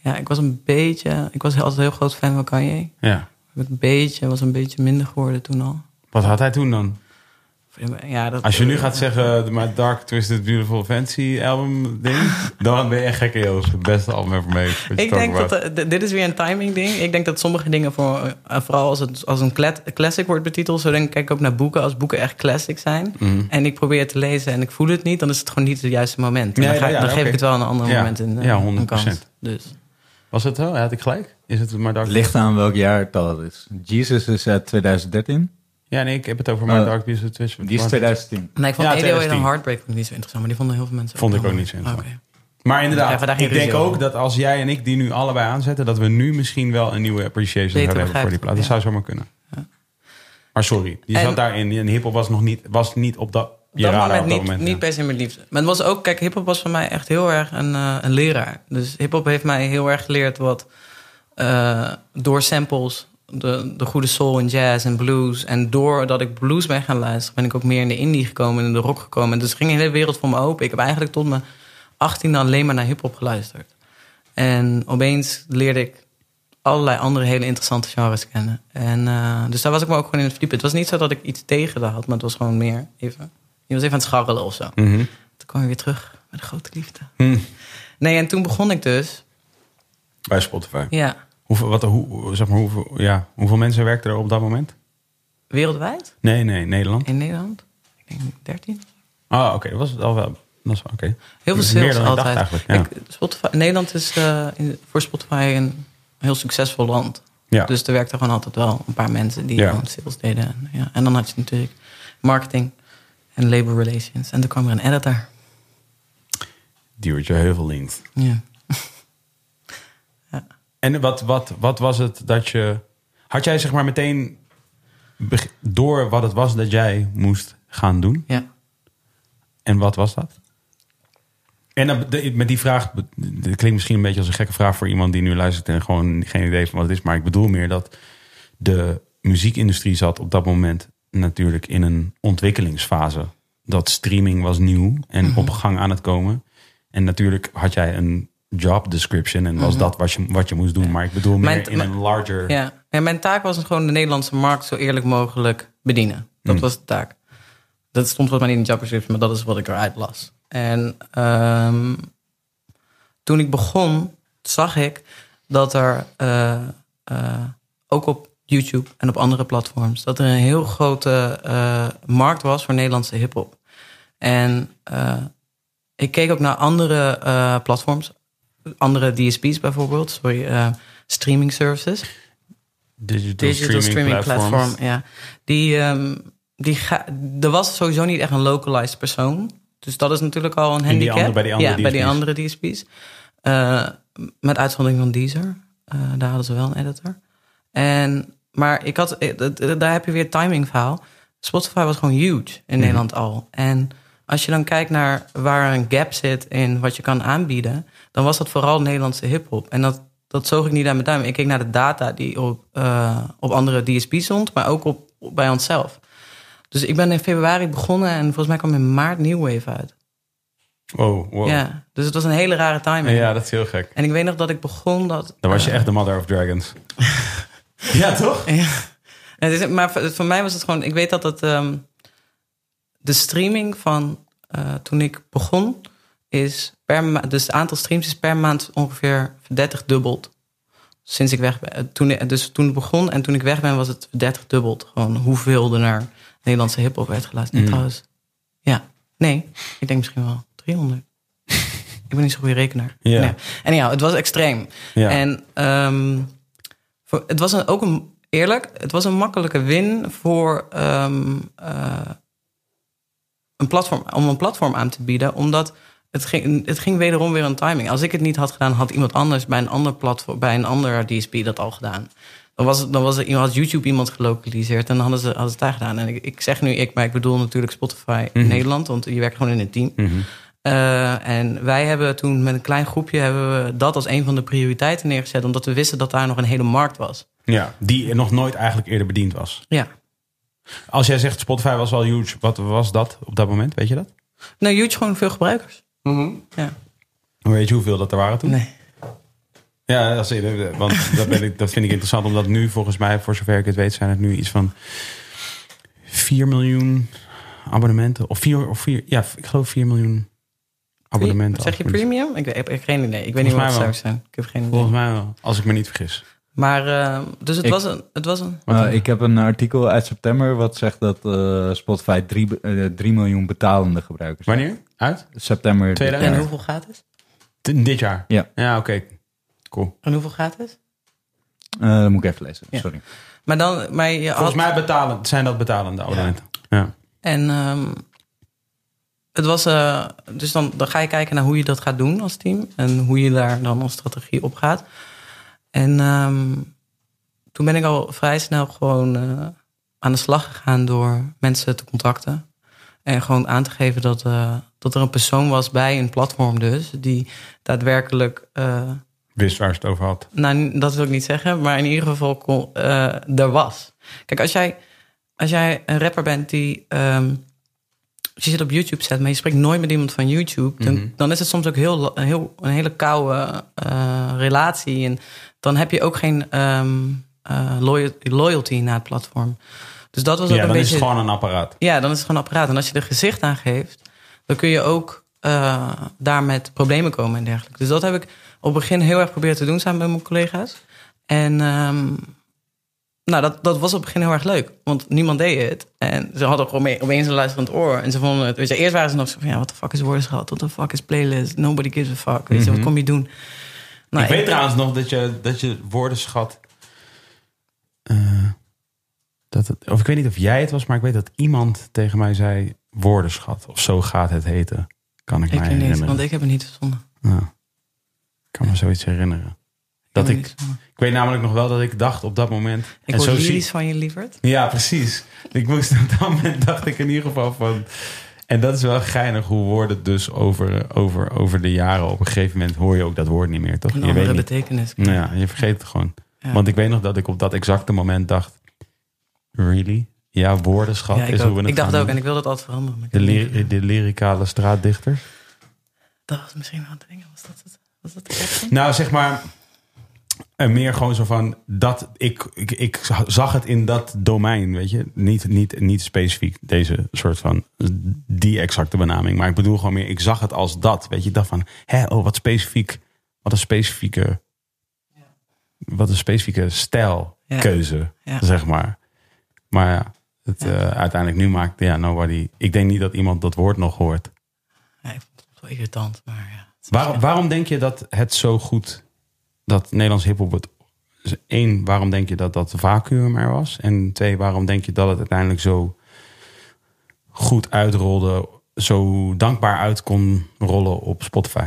Ja, ik was een beetje... Ik was altijd een heel groot fan van Kanye. Ja. Ik een beetje, was een beetje minder geworden toen al. Wat had hij toen dan? Ja, dat, Als je nu gaat zeggen, my Dark Twisted Beautiful Fancy album ding, dan ben je echt gekke Joost. Het beste album ever made. Ik denk dat, uh, dit is weer een timing ding. Ik denk dat sommige dingen, voor, uh, vooral als het als een cla- classic wordt betiteld, zo denk ik, kijk ik ook naar boeken, als boeken echt classic zijn. Mm. En ik probeer te lezen en ik voel het niet, dan is het gewoon niet het juiste moment. En ja, dan ga, ja, ja, dan geef okay. ik het wel een ander ja. moment in uh, ja, honderd procent. Een kans. Dus. Was het zo? Had ik gelijk? Is het maar Dark? Ligt aan welk jaartal het is. Jesus is uit twintig dertien. Ja, nee, ik heb het over My uh, Dark Twisted Twist. Die is twintig tien. Nee, ik vond ja, Adele en Heartbreak niet zo interessant, maar die vonden heel veel mensen Vond ook ik ook niet zo interessant. Okay. Maar inderdaad, ja, ik denk ook dat als jij en ik die nu allebei aanzetten, dat we nu misschien wel een nieuwe appreciation zouden hebben voor die plaat. Dat ja. zou zomaar kunnen. Ja. Maar sorry, die en, zat daarin. En hiphop was nog niet, was niet op dat, je dat radar moment op dat niet, moment. Niet per se mijn liefde. Maar het was ook, kijk, hiphop was voor mij echt heel erg een, uh, een leraar. Dus hiphop heeft mij heel erg geleerd wat uh, door samples, de, de goede soul en jazz en blues. En doordat ik blues ben gaan luisteren, ben ik ook meer in de indie gekomen en in de rock gekomen. En dus ging een hele wereld voor me open. Ik heb eigenlijk tot mijn achttiende alleen maar naar hiphop geluisterd. En opeens leerde ik allerlei andere hele interessante genres kennen. En uh, dus daar was ik me ook gewoon in het verdiepen. Het was niet zo dat ik iets tegen dat had, maar het was gewoon meer even... Je was even aan het scharrelen of zo. Mm-hmm. Toen kwam je weer terug met de grote liefde. Mm. Nee, en toen begon ik dus... Bij Spotify? Ja. Hoeveel, wat, hoe, zeg maar, hoeveel, ja, hoeveel mensen werkten er op dat moment? Wereldwijd? Nee, nee, Nederland. In Nederland? Ik denk dertien. Ah, oké. Okay. Dat was al wel... Dat is oké. Okay. Heel veel sales dan altijd. Eigenlijk, ja. ik, Spotify, Nederland is uh, in, voor Spotify een heel succesvol land. Ja. Dus er werkten gewoon altijd wel een paar mensen die ja. gewoon sales deden. En, ja. en dan had je natuurlijk marketing en labor relations. En toen kwam er een editor. Die wordt je heuvel linkt. Ja. ja. En wat, wat, wat was het dat je... Had jij zeg maar meteen door wat het was dat jij moest gaan doen? Ja. En wat was dat? En dan, de, met die vraag, het klinkt misschien een beetje als een gekke vraag voor iemand die nu luistert en gewoon geen idee van wat het is. Maar ik bedoel meer dat de muziekindustrie zat op dat moment natuurlijk in een ontwikkelingsfase. Dat streaming was nieuw en mm-hmm. op gang aan het komen. En natuurlijk had jij een job description en was mm-hmm. dat wat je, wat je moest doen. Ja. Maar ik bedoel meer mijn, in een larger... Ja. ja, mijn taak was gewoon de Nederlandse markt zo eerlijk mogelijk bedienen. Dat mm. was de taak. Dat stond volgens mij niet in de job description, maar dat is wat ik eruit las. En um, toen ik begon, zag ik dat er uh, uh, ook op YouTube en op andere platforms, dat er een heel grote uh, markt was voor Nederlandse hiphop. En uh, ik keek ook naar andere uh, platforms, andere D S P's bijvoorbeeld, sorry, uh, streaming services. Digital, Digital streaming, streaming platform, ja. Die, um, die ga, er was sowieso niet echt een localized persoon. Dus dat is natuurlijk al een handicap. Die andere, bij die andere ja, D S P's. bij die andere D S P's. Uh, met uitzondering van Deezer. Uh, daar hadden ze wel een editor. En, maar ik had, daar heb je weer het timing verhaal. Spotify was gewoon huge in mm. Nederland al. En als je dan kijkt naar waar een gap zit in wat je kan aanbieden, dan was dat vooral Nederlandse hiphop. En dat, dat zoog ik niet aan mijn duim. Ik keek naar de data die op, uh, op andere D S P's stond, maar ook op, op bij onszelf. Dus ik ben in februari begonnen en volgens mij kwam in maart New Wave uit. Wow, wow. Ja, dus het was een hele rare timing. Ja, dat is heel gek. En ik weet nog dat ik begon dat... Dan was je uh, echt de mother of dragons. Ja, toch? Ja. Het is, maar voor, voor mij was het gewoon... Ik weet dat het... Um, de streaming van uh, toen ik begon is per ma- dus het aantal streams is per maand ongeveer dertig dubbeld. Sinds ik weg ben. Toen, dus toen het begon en toen ik weg ben was het dertig dubbeld. Gewoon hoeveel er naar Nederlandse hiphop werd geluisterd. Mm. En trouwens, ja, nee, ik denk misschien wel driehonderd. Ik ben niet zo'n goede rekenaar. Ja. Nee. En ja, het was extreem. Ja. En um, voor, het was een, ook een, eerlijk, het was een makkelijke win voor um, uh, een platform, om een platform aan te bieden, omdat het ging, het ging wederom weer een timing. Als ik het niet had gedaan, had iemand anders bij een ander platform, bij een ander D S P dat al gedaan. Dan was, het, dan was er iemand, had YouTube iemand gelokaliseerd en dan hadden ze, hadden ze het daar gedaan. En ik, ik zeg nu ik, maar ik bedoel natuurlijk Spotify mm-hmm. Nederland, want je werkt gewoon in een team. Mm-hmm. Uh, en wij hebben toen met een klein groepje hebben we dat als een van de prioriteiten neergezet, omdat we wisten dat daar nog een hele markt was. Ja, die nog nooit eigenlijk eerder bediend was. Ja. Als jij zegt Spotify was wel huge, wat was dat op dat moment? Weet je dat? Nou, huge gewoon veel gebruikers. Mm-hmm. Ja. Weet je hoeveel dat er waren toen? Nee. Ja, als, want dat, ben ik, dat vind ik interessant. Omdat nu volgens mij, voor zover ik het weet... zijn het nu iets van vier miljoen abonnementen. Of vier, of vier ja, ik geloof vier miljoen abonnementen. Zeg je premium? Ik, ik, ik heb geen idee. Ik weet niet wat het zou zijn. Ik heb geen idee. Volgens mij wel, als ik me niet vergis. Maar, uh, dus het ik, was een... Het was een uh, ik heb een artikel uit september wat zegt dat uh, Spotify drie miljoen betalende gebruikers heeft. Wanneer? Uit? September. En hoeveel gaat het? T- dit jaar? Ja. Ja, oké. Okay. Cool. En hoeveel gaat het? Uh, dat moet ik even lezen, ja. sorry. Maar dan, maar je Volgens had... mij betalen, zijn dat betalende abonnementen. Ja. ja. En um, het was... Uh, dus dan, dan ga je kijken naar hoe je dat gaat doen als team. En hoe je daar dan als strategie op gaat. En um, toen ben ik al vrij snel gewoon uh, aan de slag gegaan door mensen te contacten. En gewoon aan te geven dat, uh, dat er een persoon was bij een platform dus... die daadwerkelijk... Uh, wist waar ze het over had. Nou, dat wil ik niet zeggen, maar in ieder geval kon, uh, er was. Kijk, als jij, als jij een rapper bent die... Um, als je zit op YouTube zet, maar je spreekt nooit met iemand van YouTube... Dan, mm-hmm. dan is het soms ook heel, heel, een hele koude uh, relatie. En dan heb je ook geen um, uh, loyalty naar het platform. Dus dat was ook ja, een dan beetje, is het gewoon een apparaat. Ja, dan is het gewoon een apparaat. En als je er gezicht aan geeft, dan kun je ook uh, daar met problemen komen en dergelijke. Dus dat heb ik op het begin heel erg proberen te doen samen met mijn collega's. En um, nou, dat, dat was op het begin heel erg leuk. Want niemand deed het. En ze hadden gewoon mee, opeens een luisterend oor. En ze vonden het, weet je, eerst waren ze nog zo van... ja, wat de fuck is woordenschat? Wat de fuck is playlist? Nobody gives a fuck. Weet je, mm-hmm. Wat kom je doen? Nou, ik weet ik, trouwens nog dat je, dat je woordenschat... Uh, dat het, of ik weet niet of jij het was, maar ik weet dat iemand tegen mij zei... woordenschat, of zo gaat het heten. Kan ik, ik mij herinneren. Niet, want ik heb het niet verzonnen. Ja. Ik kan me zoiets herinneren. Dat ik, ik, ik weet namelijk nog wel dat ik dacht op dat moment... Ik hoor lyrisch van je, lieverd. Ja, precies. Ik moest op dat moment dacht ik in ieder geval van... En dat is wel geinig hoe woorden dus over, over, over de jaren... op een gegeven moment hoor je ook dat woord niet meer, toch? Een je andere weet betekenis. Nou ja, je vergeet het gewoon. Ja. Want ik weet nog dat ik op dat exacte moment dacht... Really? Ja, woordenschat ja, is ook. hoe we het Ik dacht gaan ook, doen. en ik wil dat altijd veranderen. De, ly- de lyricale straatdichters? Dat was misschien wel dingen. Was dat het? Was dat de nou, zeg maar... En meer gewoon zo van... dat ik, ik, ik zag het in dat domein, weet je. Niet, niet, niet specifiek deze soort van... die exacte benaming. Maar ik bedoel gewoon meer... ik zag het als dat, weet je. Ik dacht van... Hè, oh, wat specifiek... wat een specifieke... Ja. wat een specifieke stijlkeuze, ja. Ja. zeg maar. Maar ja... Het, ja. Uh, uiteindelijk nu maakt... ja, nobody... Ik denk niet dat iemand dat woord nog hoort. Ja, ik vond het wel irritant, maar ja. Waar, waarom denk je dat het zo goed... dat Nederlands hiphop het... één, waarom denk je dat dat vacuüm er was? En twee, waarom denk je dat het uiteindelijk zo goed uitrolde... zo dankbaar uit kon rollen op Spotify?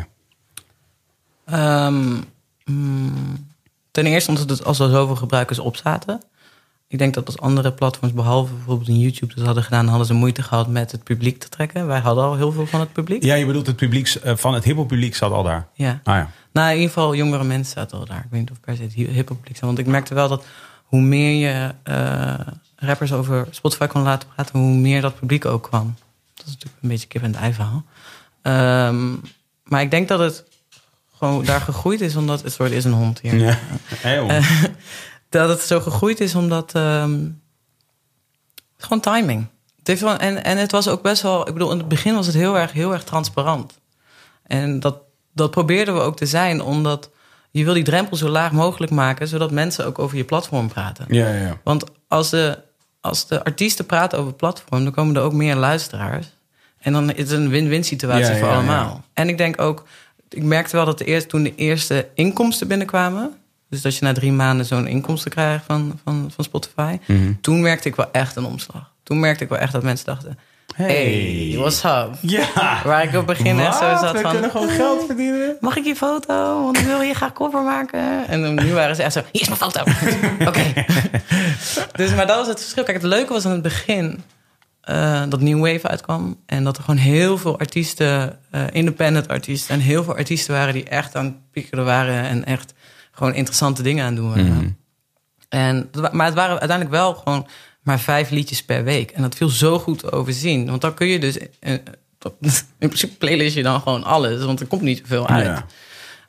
Um, mm, ten eerste omdat het als er zoveel gebruikers op zaten. Ik denk dat als andere platforms, behalve bijvoorbeeld in YouTube... dat hadden gedaan, hadden ze moeite gehad met het publiek te trekken. Wij hadden al heel veel van het publiek. Ja, je bedoelt het publiek van het hiphop publiek zat al daar? Ja. Ah, ja. Nou, in ieder geval jongere mensen zaten al daar. Ik weet niet of per se het hiphop publiek zijn. Want ik merkte wel dat hoe meer je uh, rappers over Spotify kon laten praten... hoe meer dat publiek ook kwam. Dat is natuurlijk een beetje kip en ei verhaal. Um, maar ik denk dat het gewoon daar gegroeid is... omdat het soort is een hond hier. Ja. Hey, hond. Uh, dat het zo gegroeid is omdat... Um, gewoon timing. Het heeft wel, en, en het was ook best wel... Ik bedoel, in het begin was het heel erg, heel erg transparant. En dat, dat probeerden we ook te zijn... omdat je wil die drempel zo laag mogelijk maken... zodat mensen ook over je platform praten. Ja, ja, ja. Want als de, als de artiesten praten over het platform... dan komen er ook meer luisteraars. En dan is het een win-win situatie ja, voor ja, allemaal. Ja. En ik denk ook... Ik merkte wel dat de eerste, toen de eerste inkomsten binnenkwamen... dus dat je na drie maanden zo'n inkomsten krijgt van, van, van Spotify... Mm-hmm. Toen merkte ik wel echt een omslag. Toen merkte ik wel echt dat mensen dachten... Hey, hey what's up? Ja. Waar ik op het begin echt zo zat we van... We kunnen gewoon geld verdienen. Mag ik je foto? Want ik wil je graag cover maken. En nu waren ze echt zo... Hier is mijn foto. Oké. Okay. Dus, maar dat was het verschil. Kijk, het leuke was aan het begin... Uh, dat New Wave uitkwam. En dat er gewoon heel veel artiesten... Uh, independent artiesten... en heel veel artiesten waren die echt aan het piekeren waren... en echt gewoon interessante dingen aan het doen waren. Mm-hmm. En, maar het waren uiteindelijk wel gewoon... maar vijf liedjes per week. En dat viel zo goed te overzien. Want dan kun je dus... In principe playlist je dan gewoon alles. Want er komt niet zoveel uit.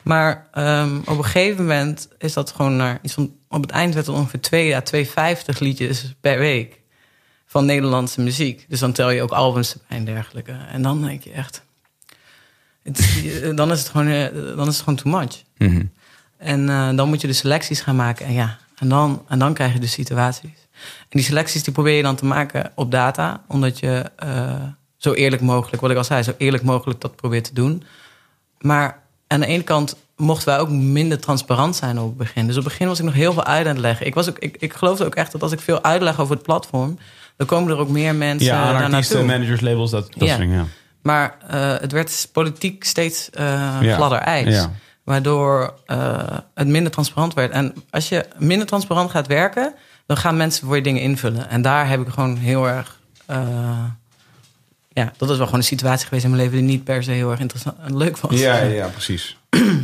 Maar um, op een gegeven moment is dat gewoon naar iets van... Op het eind werd het ongeveer twee à tweehonderdvijftig liedjes per week van Nederlandse muziek. Dus dan tel je ook albums erbij en dergelijke. En dan denk je echt... Het, dan, is het gewoon, dan is het gewoon too much. Mm-hmm. En uh, dan moet je de selecties gaan maken. En ja, en dan, en dan krijg je de situaties. En die selecties die probeer je dan te maken op data. Omdat je uh, zo eerlijk mogelijk, wat ik al zei... zo eerlijk mogelijk dat probeert te doen. Maar aan de ene kant mochten wij ook minder transparant zijn op het begin. Dus op het begin was ik nog heel veel uit aan het leggen. Ik, was ook, ik, ik geloofde ook echt dat als ik veel uitleg over het platform... dan komen er ook meer mensen ja, daar naartoe. Ja, managers, labels, dat, dat ja. soort dingen, ja. Maar uh, het werd politiek steeds uh, ja. gladder ijs. Ja. Waardoor uh, het minder transparant werd. En als je minder transparant gaat werken... dan gaan mensen voor je dingen invullen. En daar heb ik gewoon heel erg... Uh, ja, dat is wel gewoon een situatie geweest in mijn leven... die niet per se heel erg interessant en leuk was. Ja, ja, ja precies.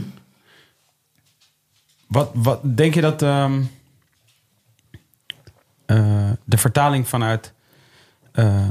wat, wat denk je dat... Um, uh, de vertaling vanuit... Uh,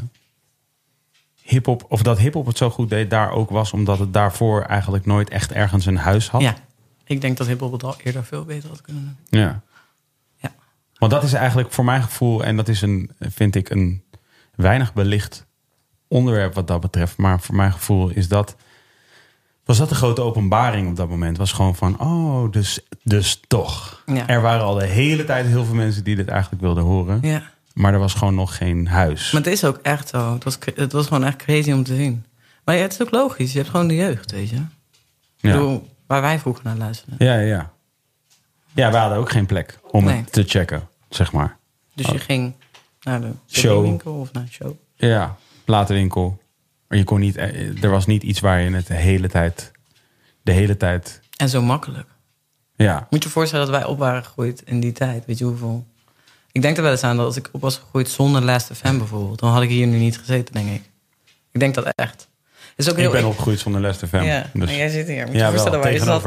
hiphop, of dat hiphop het zo goed deed, daar ook was... omdat het daarvoor eigenlijk nooit echt ergens een huis had? Ja, ik denk dat hiphop het al eerder veel beter had kunnen doen. Ja. Ja. Want dat is eigenlijk voor mijn gevoel... en dat is een, vind ik, een weinig belicht onderwerp wat dat betreft. Maar voor mijn gevoel is dat... was dat de grote openbaring op dat moment. Was gewoon van, oh, dus, dus toch. Ja. Er waren al de hele tijd heel veel mensen die dit eigenlijk wilden horen. Ja. Maar er was gewoon nog geen huis. Maar het is ook echt zo. Het was, het was gewoon echt crazy om te zien. Maar ja, het is ook logisch. Je hebt gewoon de jeugd, weet je. Ja. Ik bedoel, waar wij vroeger naar luisterden. Ja, ja. Ja, we hadden ook geen plek om nee. het te checken, zeg maar. Dus oh. je ging naar de show winkel of naar de show? Ja, platenwinkel. Maar je kon niet, er was niet iets waar je het de hele tijd... De hele tijd... En zo makkelijk. Ja. Moet je je voorstellen dat wij op waren gegroeid in die tijd. Weet je hoeveel... Ik denk er wel eens aan dat als ik op was gegroeid zonder Last F M bijvoorbeeld... dan had ik hier nu niet gezeten, denk ik. Ik denk dat echt. Is ook heel ik ben ik... opgegroeid zonder Last F M. Ja, dus... en jij zit hier. Moet je ja, voorstellen waar je zat.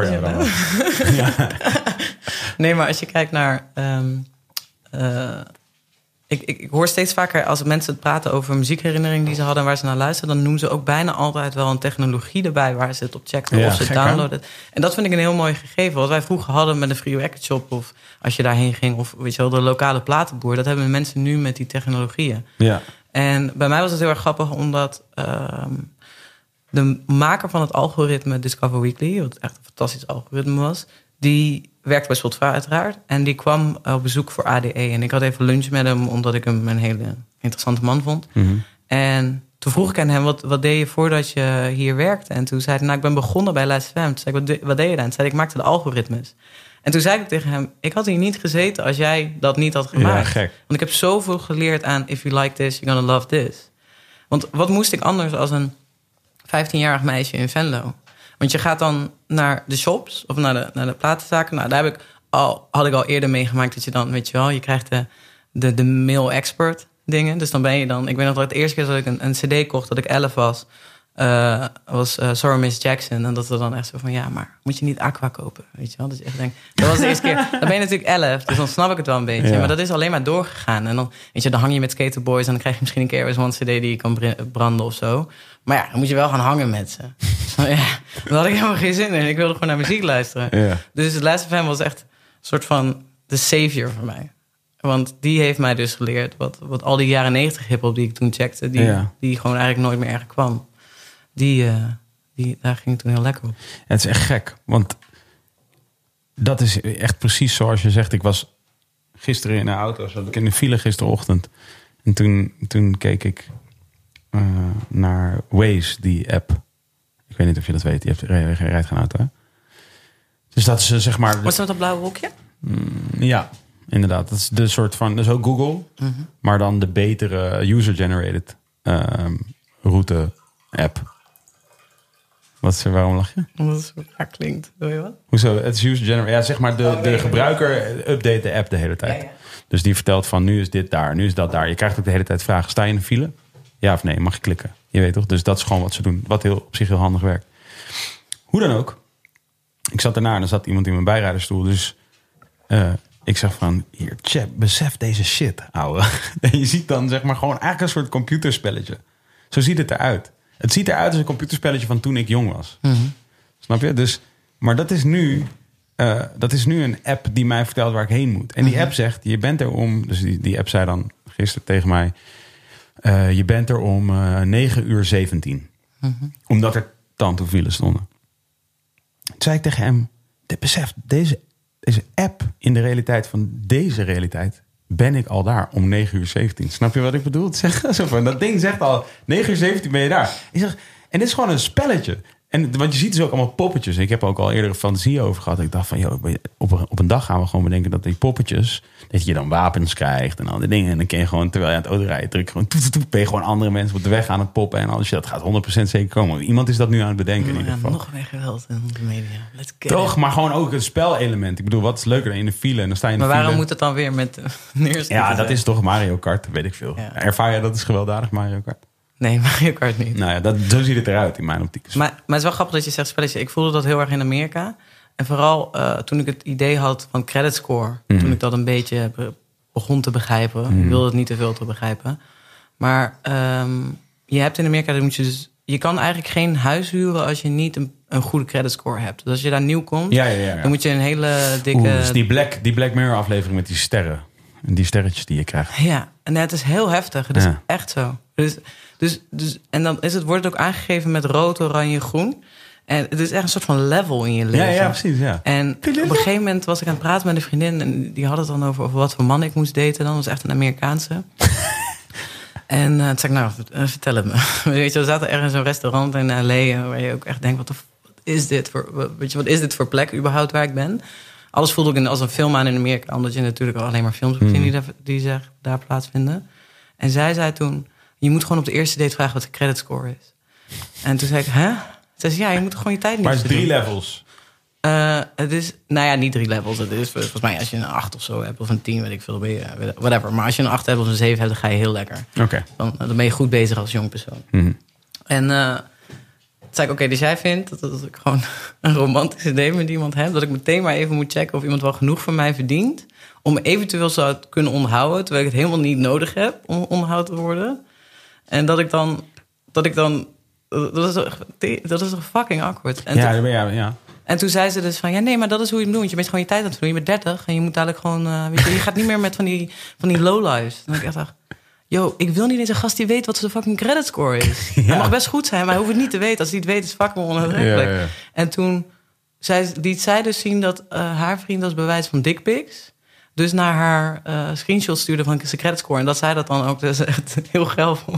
Je ja. Nee, maar als je kijkt naar... Um, uh, ik, ik, ik hoor steeds vaker als mensen het praten over muziekherinneringen die ze hadden... en waar ze naar luisteren... dan noemen ze ook bijna altijd wel een technologie erbij... waar ze het op checken ja, of ze het downloaden. En dat vind ik een heel mooi gegeven. Wat wij vroeger hadden met een free record shop... of als je daarheen ging, of weet je wel, de lokale platenboer... dat hebben mensen nu met die technologieën. Ja. En bij mij was het heel erg grappig, omdat... Uh, de maker van het algoritme Discover Weekly... wat echt een fantastisch algoritme was... die werkte bij Spotify uiteraard. En die kwam op bezoek voor A D E. En ik had even lunch met hem, omdat ik hem een hele interessante man vond. Mm-hmm. En toen vroeg ik aan hem, wat, wat deed je voordat je hier werkte? En toen zei hij, nou, ik ben begonnen bij Last F M. Toen zei ik, wat, de, wat deed je dan? Toen zei ik, ik maakte de algoritmes. En toen zei ik tegen hem, ik had hier niet gezeten als jij dat niet had gemaakt. Ja, gek. Want ik heb zoveel geleerd aan if you like this, you're gonna love this. Want wat moest ik anders als een vijftienjarig meisje in Venlo? Want je gaat dan naar de shops of naar de, naar de platenzaken. Nou, daar heb ik al, had ik al eerder meegemaakt dat je dan, weet je wel, je krijgt de, de, de mail expert dingen. Dus dan ben je dan, ik weet nog dat het eerste keer dat ik een, een cd kocht, dat ik elf was, uh, was uh, Sorry Miss Jackson. En dat er dan echt zo van, ja, maar moet je niet Aqua kopen? Weet je wel, dat je echt denkt, dat was de eerste keer. Dan ben je natuurlijk elf, dus dan snap ik het wel een beetje. Ja. Maar dat is alleen maar doorgegaan. En dan, weet je, dan hang je met Skaterboys en dan krijg je misschien een keer eens een cd die je kan branden of zo. Maar ja, dan moet je wel gaan hangen met ze. Dus dan, ja, daar had ik helemaal geen zin in. Ik wilde gewoon naar muziek luisteren. Ja. Dus het Last F M was echt een soort van de savior voor mij. Want die heeft mij dus geleerd wat, wat al die jaren negentig hiphop die ik toen checkte, die, ja. die gewoon eigenlijk nooit meer erg kwam. Die, uh, die, daar ging ik toen heel lekker op. Ja, het is echt gek, want dat is echt precies zoals je zegt. Ik was gisteren in de auto, zat ik in de file gisterochtend. En toen, toen keek ik uh, naar Waze, die app. Ik weet niet of je dat weet. Je hebt, je rijdt geen auto, hè? Dus dat is uh, zeg maar... Was dat dat blauwe wolkje? Mm, ja, inderdaad. Dat is de soort van... Dat is ook Google, mm-hmm. maar dan de betere user-generated uh, route-app. Wat is er, waarom lach je? Omdat het zo raar klinkt. Wil je wat? Hoezo? Het is user-generated. Ja, zeg maar, de, oh, nee, de gebruiker update de app de hele tijd. Ja, ja. Dus die vertelt van, nu is dit daar, nu is dat daar. Je krijgt ook de hele tijd vragen. Sta je in de file? Ja of nee? Mag je klikken? Je weet toch? Dus dat is gewoon wat ze doen. Wat heel, op zich heel handig werkt. Hoe dan ook. Ik zat ernaar en er zat iemand in mijn bijrijderstoel. Dus uh, ik zeg van, hier, chat, besef deze shit, ouwe. En je ziet dan zeg maar gewoon eigenlijk een soort computerspelletje. Zo ziet het eruit. Het ziet eruit als een computerspelletje van toen ik jong was. Mm-hmm. Snap je? Dus Maar dat is nu... Uh, dat is nu een app die mij vertelt waar ik heen moet. En die app zegt, je bent er om... Dus die, die app zei dan gisteren tegen mij... Uh, je bent er om uh, negen uur zeventien. Mm-hmm. Omdat er tandtoevielen stonden. Toen zei ik tegen hem... Dit besef, deze, deze app in de realiteit van deze realiteit... ben ik al daar om negen uur zeventien. Snap je wat ik bedoel? Zeg, zo van, dat ding zegt al, negen uur zeventien ben je daar. Ik zeg, en dit is gewoon een spelletje. En, want je ziet dus ook allemaal poppetjes. Ik heb er ook al eerder fantasie over gehad. Ik dacht van, joh, op een, op een dag gaan we gewoon bedenken dat die poppetjes... dat je dan wapens krijgt en al die dingen. En dan kun je gewoon, terwijl je aan het auto rijdt... druk gewoon, toet, toet, toet, ben je gewoon andere mensen op de weg aan het poppen. En alles. Dat gaat honderd procent zeker komen. Iemand is dat nu aan het bedenken in oh, ieder geval. Ja, nog meer geweld in de media. Let's get Toch, it. maar gewoon ook het spelelement. Ik bedoel, wat is leuker dan in de file? En dan sta je in de maar waarom file. moet het dan weer met uh, neerzetten? Ja, dat is toch Mario Kart, weet ik veel. Ja. Ervaar jij dat is gewelddadig, Mario Kart? Nee, Mario Kart niet. Nou ja, dat, zo ziet het eruit in mijn optiek. Maar, maar het is wel grappig dat je zegt spelletje. Ik voelde dat heel erg in Amerika. En vooral uh, toen ik het idee had van credit score. Mm-hmm. Toen ik dat een beetje be- begon te begrijpen. Mm-hmm. Ik wilde het niet te veel te begrijpen. Maar um, je hebt in Amerika... Dan moet je, dus, je kan eigenlijk geen huis huren als je niet een, een goede credit score hebt. Dus als je daar nieuw komt... Ja, ja, ja, ja. Dan moet je een hele dikke... Oeh, dus die Black, die Black Mirror aflevering met die sterren. En die sterretjes die je krijgt. Ja, en het is heel heftig. Het is ja. echt zo. Dus, dus, dus, en dan is het, wordt het ook aangegeven met rood, oranje, groen. En het is echt een soort van level in je leven. Ja, ja, precies. Ja. En op een gegeven moment was ik aan het praten met een vriendin... en die had het dan over, over wat voor man ik moest daten. Dan was echt een Amerikaanse. En uh, toen zei ik, nou, vertel het me. Weet je, we zaten ergens in zo'n restaurant in L A... waar je ook echt denkt, wat, de, wat is dit voor, weet je, wat is dit voor plek überhaupt waar ik ben? Alles voelde ik als een film aan in Amerika... omdat je natuurlijk alleen maar films hebt gezien die, daar, die zich daar plaatsvinden. En zij zei toen... je moet gewoon op de eerste date vragen wat de credit score is. En toen zei ik, hè? Ze zei, ja, je moet gewoon je tijd niet maar het is drie doen. levels? Uh, het is, nou ja, niet drie levels. Het is volgens mij als je een acht of zo hebt... of een tien, weet ik veel, ben je, whatever. Maar als je een acht hebt of een zeven hebt, dan ga je heel lekker. Oké. Okay. Dan, dan ben je goed bezig als jong persoon. Mm-hmm. En... Uh, zei ik, oké, okay, dus jij vindt dat, dat ik gewoon een romantische date met iemand heb... dat ik meteen maar even moet checken of iemand wel genoeg van mij verdient... om me eventueel zou kunnen onderhouden... terwijl ik het helemaal niet nodig heb om onderhouden te worden. En dat ik dan... Dat ik dan dat, is toch, dat is toch fucking awkward. En ja, toen, ja, ja. En toen zei ze dus van... ja, nee, maar dat is hoe je het doet. Want je bent gewoon je tijd aan het doen. Je bent dertig en je moet dadelijk gewoon... Uh, weet je, je gaat niet meer met van die, van die lowlives. En ik echt dacht... yo, ik wil niet eens een gast die weet wat zijn fucking credit score is. Ja. Hij mag best goed zijn, maar hij hoeft het niet te weten. Als hij het weet, is het fucking onaantrekkelijk. Ja, ja. En toen zij, liet zij dus zien dat uh, haar vriend als bewijs van dickpics... dus naar haar uh, screenshot stuurde van zijn credit score. En dat zij dat dan ook dus echt heel geil vond.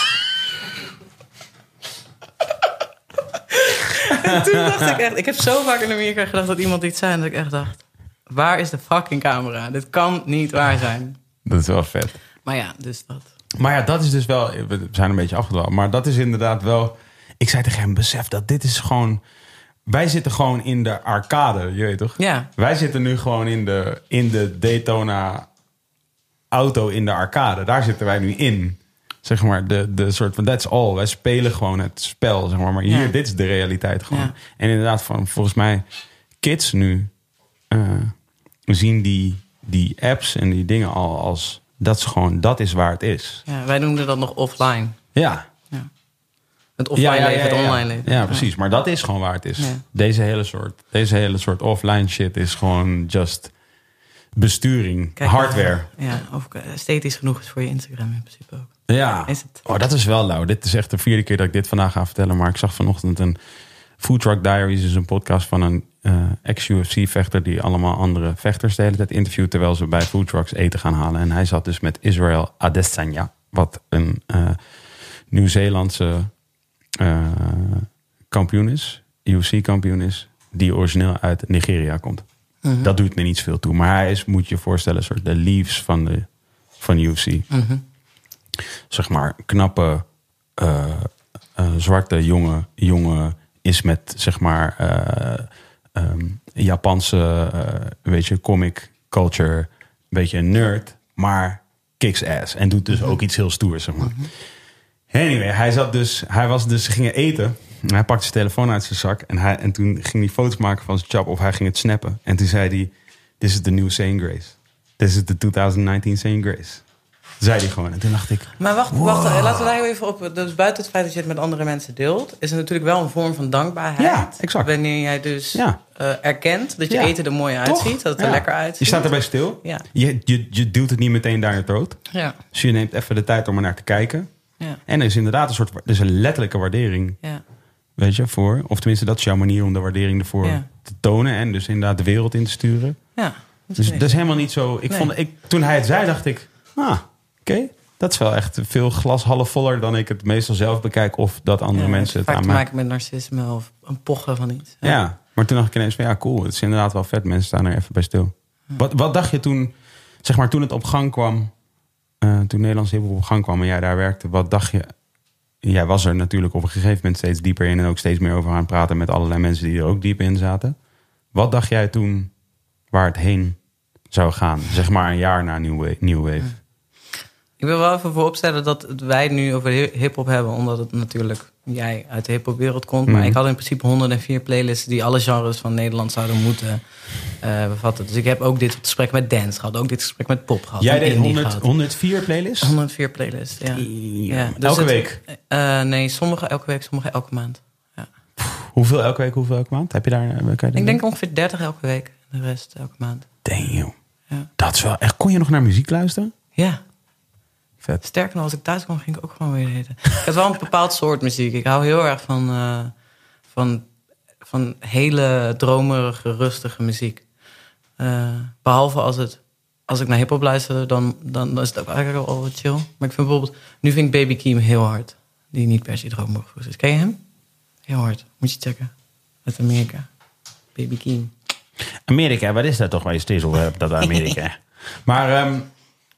En toen dacht ik echt... Ik heb zo vaak in Amerika gedacht dat iemand iets zei... en dat ik echt dacht... waar is de fucking camera? Dit kan niet waar zijn. Dat is wel vet. Maar ja, dus dat. Maar ja, dat is dus wel... We zijn een beetje afgedwaald. Maar dat is inderdaad wel... Ik zei tegen hem, besef dat dit is gewoon... Wij zitten gewoon in de arcade, je weet toch? Ja. Wij zitten nu gewoon in de, in de Daytona auto in de arcade. Daar zitten wij nu in. Zeg maar, de, de soort van that's all. Wij spelen gewoon het spel, zeg maar. Maar hier, ja. Dit is de realiteit gewoon. Ja. En inderdaad, van, volgens mij... Kids nu uh, zien die, die apps en die dingen al als... Dat is gewoon, dat is waar het is. Ja, wij noemden dat nog offline. Ja. ja. Het offline ja, ja, leven, ja, ja, het ja. online leven. Ja, precies. Ja. Maar dat is gewoon waar het is. Ja. Deze, hele soort, deze hele soort offline shit is gewoon just besturing. Kijk, hardware. Ja, of esthetisch genoeg is voor je Instagram in principe ook. Ja. Is het? Oh, dat is wel lauw. Dit is echt de vierde keer dat ik dit vandaag ga vertellen. Maar ik zag vanochtend een Food Truck Diaries. Is een podcast van een uh, ex-U F C-vechter... die allemaal andere vechters de hele tijd interviewt... terwijl ze bij food trucks eten gaan halen. En hij zat dus met Israel Adesanya... wat een uh, Nieuw-Zeelandse uh, kampioen is. U F C-kampioen is. Die origineel uit Nigeria komt. Mm-hmm. Dat doet me niet zoveel toe. Maar hij is, moet je je voorstellen... een soort de Leafs van de van U F C. Mm-hmm. Zeg maar, knappe... Uh, uh, zwarte jonge, jonge is met, zeg maar... Uh, um, Japanse, uh, weet je, comic culture... een beetje een nerd, maar kicks ass. En doet dus mm-hmm. ook iets heel stoers, zeg maar. Mm-hmm. Anyway, hij zat dus... Hij was dus, ze gingen eten... Hij pakte zijn telefoon uit zijn zak... en, hij, en toen ging hij foto's maken van zijn chap... of hij ging het snappen. En toen zei hij... This is the new Saying Grace. This is the twenty nineteen Saying Grace. Zei hij gewoon. En toen dacht ik... Maar wacht, wow. wacht laten we daar heel even op... Dus buiten het feit dat je het met andere mensen deelt... is er natuurlijk wel een vorm van dankbaarheid. Ja, exact. Wanneer jij dus Ja. uh, erkent dat je Ja. eten er mooi uitziet. Toch? Dat het er Ja. lekker uitziet. Je staat erbij stil. Ja. Je, je, je duwt het niet meteen daar in het rood. Ja. Dus je neemt even de tijd om er naar te kijken. Ja. En er is inderdaad een soort... Er is een letterlijke waardering... Ja. Weet je, voor... Of tenminste, dat is jouw manier om de waardering ervoor Ja. te tonen. En dus inderdaad de wereld in te sturen. Ja. Dat Dus is dat is helemaal niet zo... Ik Nee. vond, ik, toen hij het zei, dacht ik... Ah, oké. Okay, dat is wel echt veel glas half voller dan ik het meestal zelf bekijk. Of dat andere ja, mensen het vaak aan te mij... maken met narcisme of een pochen van iets. Ja. ja, maar toen dacht ik ineens van... Ja, cool. Het is inderdaad wel vet. Mensen staan er even bij stil. Ja. Wat, wat dacht je toen... Zeg maar, toen het op gang kwam... Uh, toen Nederlands hiphop op gang kwam en jij daar werkte... Wat dacht je... Jij was er natuurlijk op een gegeven moment steeds dieper in... en ook steeds meer over aan het praten met allerlei mensen die er ook diep in zaten. Wat dacht jij toen waar het heen zou gaan? Zeg maar een jaar na New Wave. New Wave. Ik wil wel even vooropstellen dat wij het nu over hiphop hebben... omdat het natuurlijk jij uit de hiphopwereld komt. Maar Mm. ik had in principe honderdvier playlists... die alle genres van Nederland zouden moeten uh, bevatten. Dus ik heb ook dit gesprek met dance gehad. Ook dit gesprek met pop gehad. Jij en deed indie honderd, gehad. honderdvier playlists? honderdvier playlists, ja. ja dus elke het, week? Uh, nee, sommige elke week, sommige elke maand. Ja. Hoeveel elke week, hoeveel elke maand? Heb je daar... Kan je dat ik denk ongeveer dertig elke week. De rest elke maand. Damn. Ja. Dat is wel echt... Kon je nog naar muziek luisteren? Ja. Vet. Sterker nog, als ik thuis kwam, ging ik ook gewoon weer eten. Ik had wel een bepaald soort muziek. Ik hou heel erg van, uh, van, van hele dromerige, rustige muziek. Uh, behalve als, het, als ik naar hiphop luister, dan, dan, dan is het ook eigenlijk al wat chill. Maar ik vind bijvoorbeeld... Nu vind ik Baby Keem heel hard. Die niet per se dromerig is. Ken je hem? Heel hard. Moet je checken. Uit Amerika. Baby Keem. Amerika, wat is dat toch waar je steeds over hebt, dat Amerika? Maar... Um,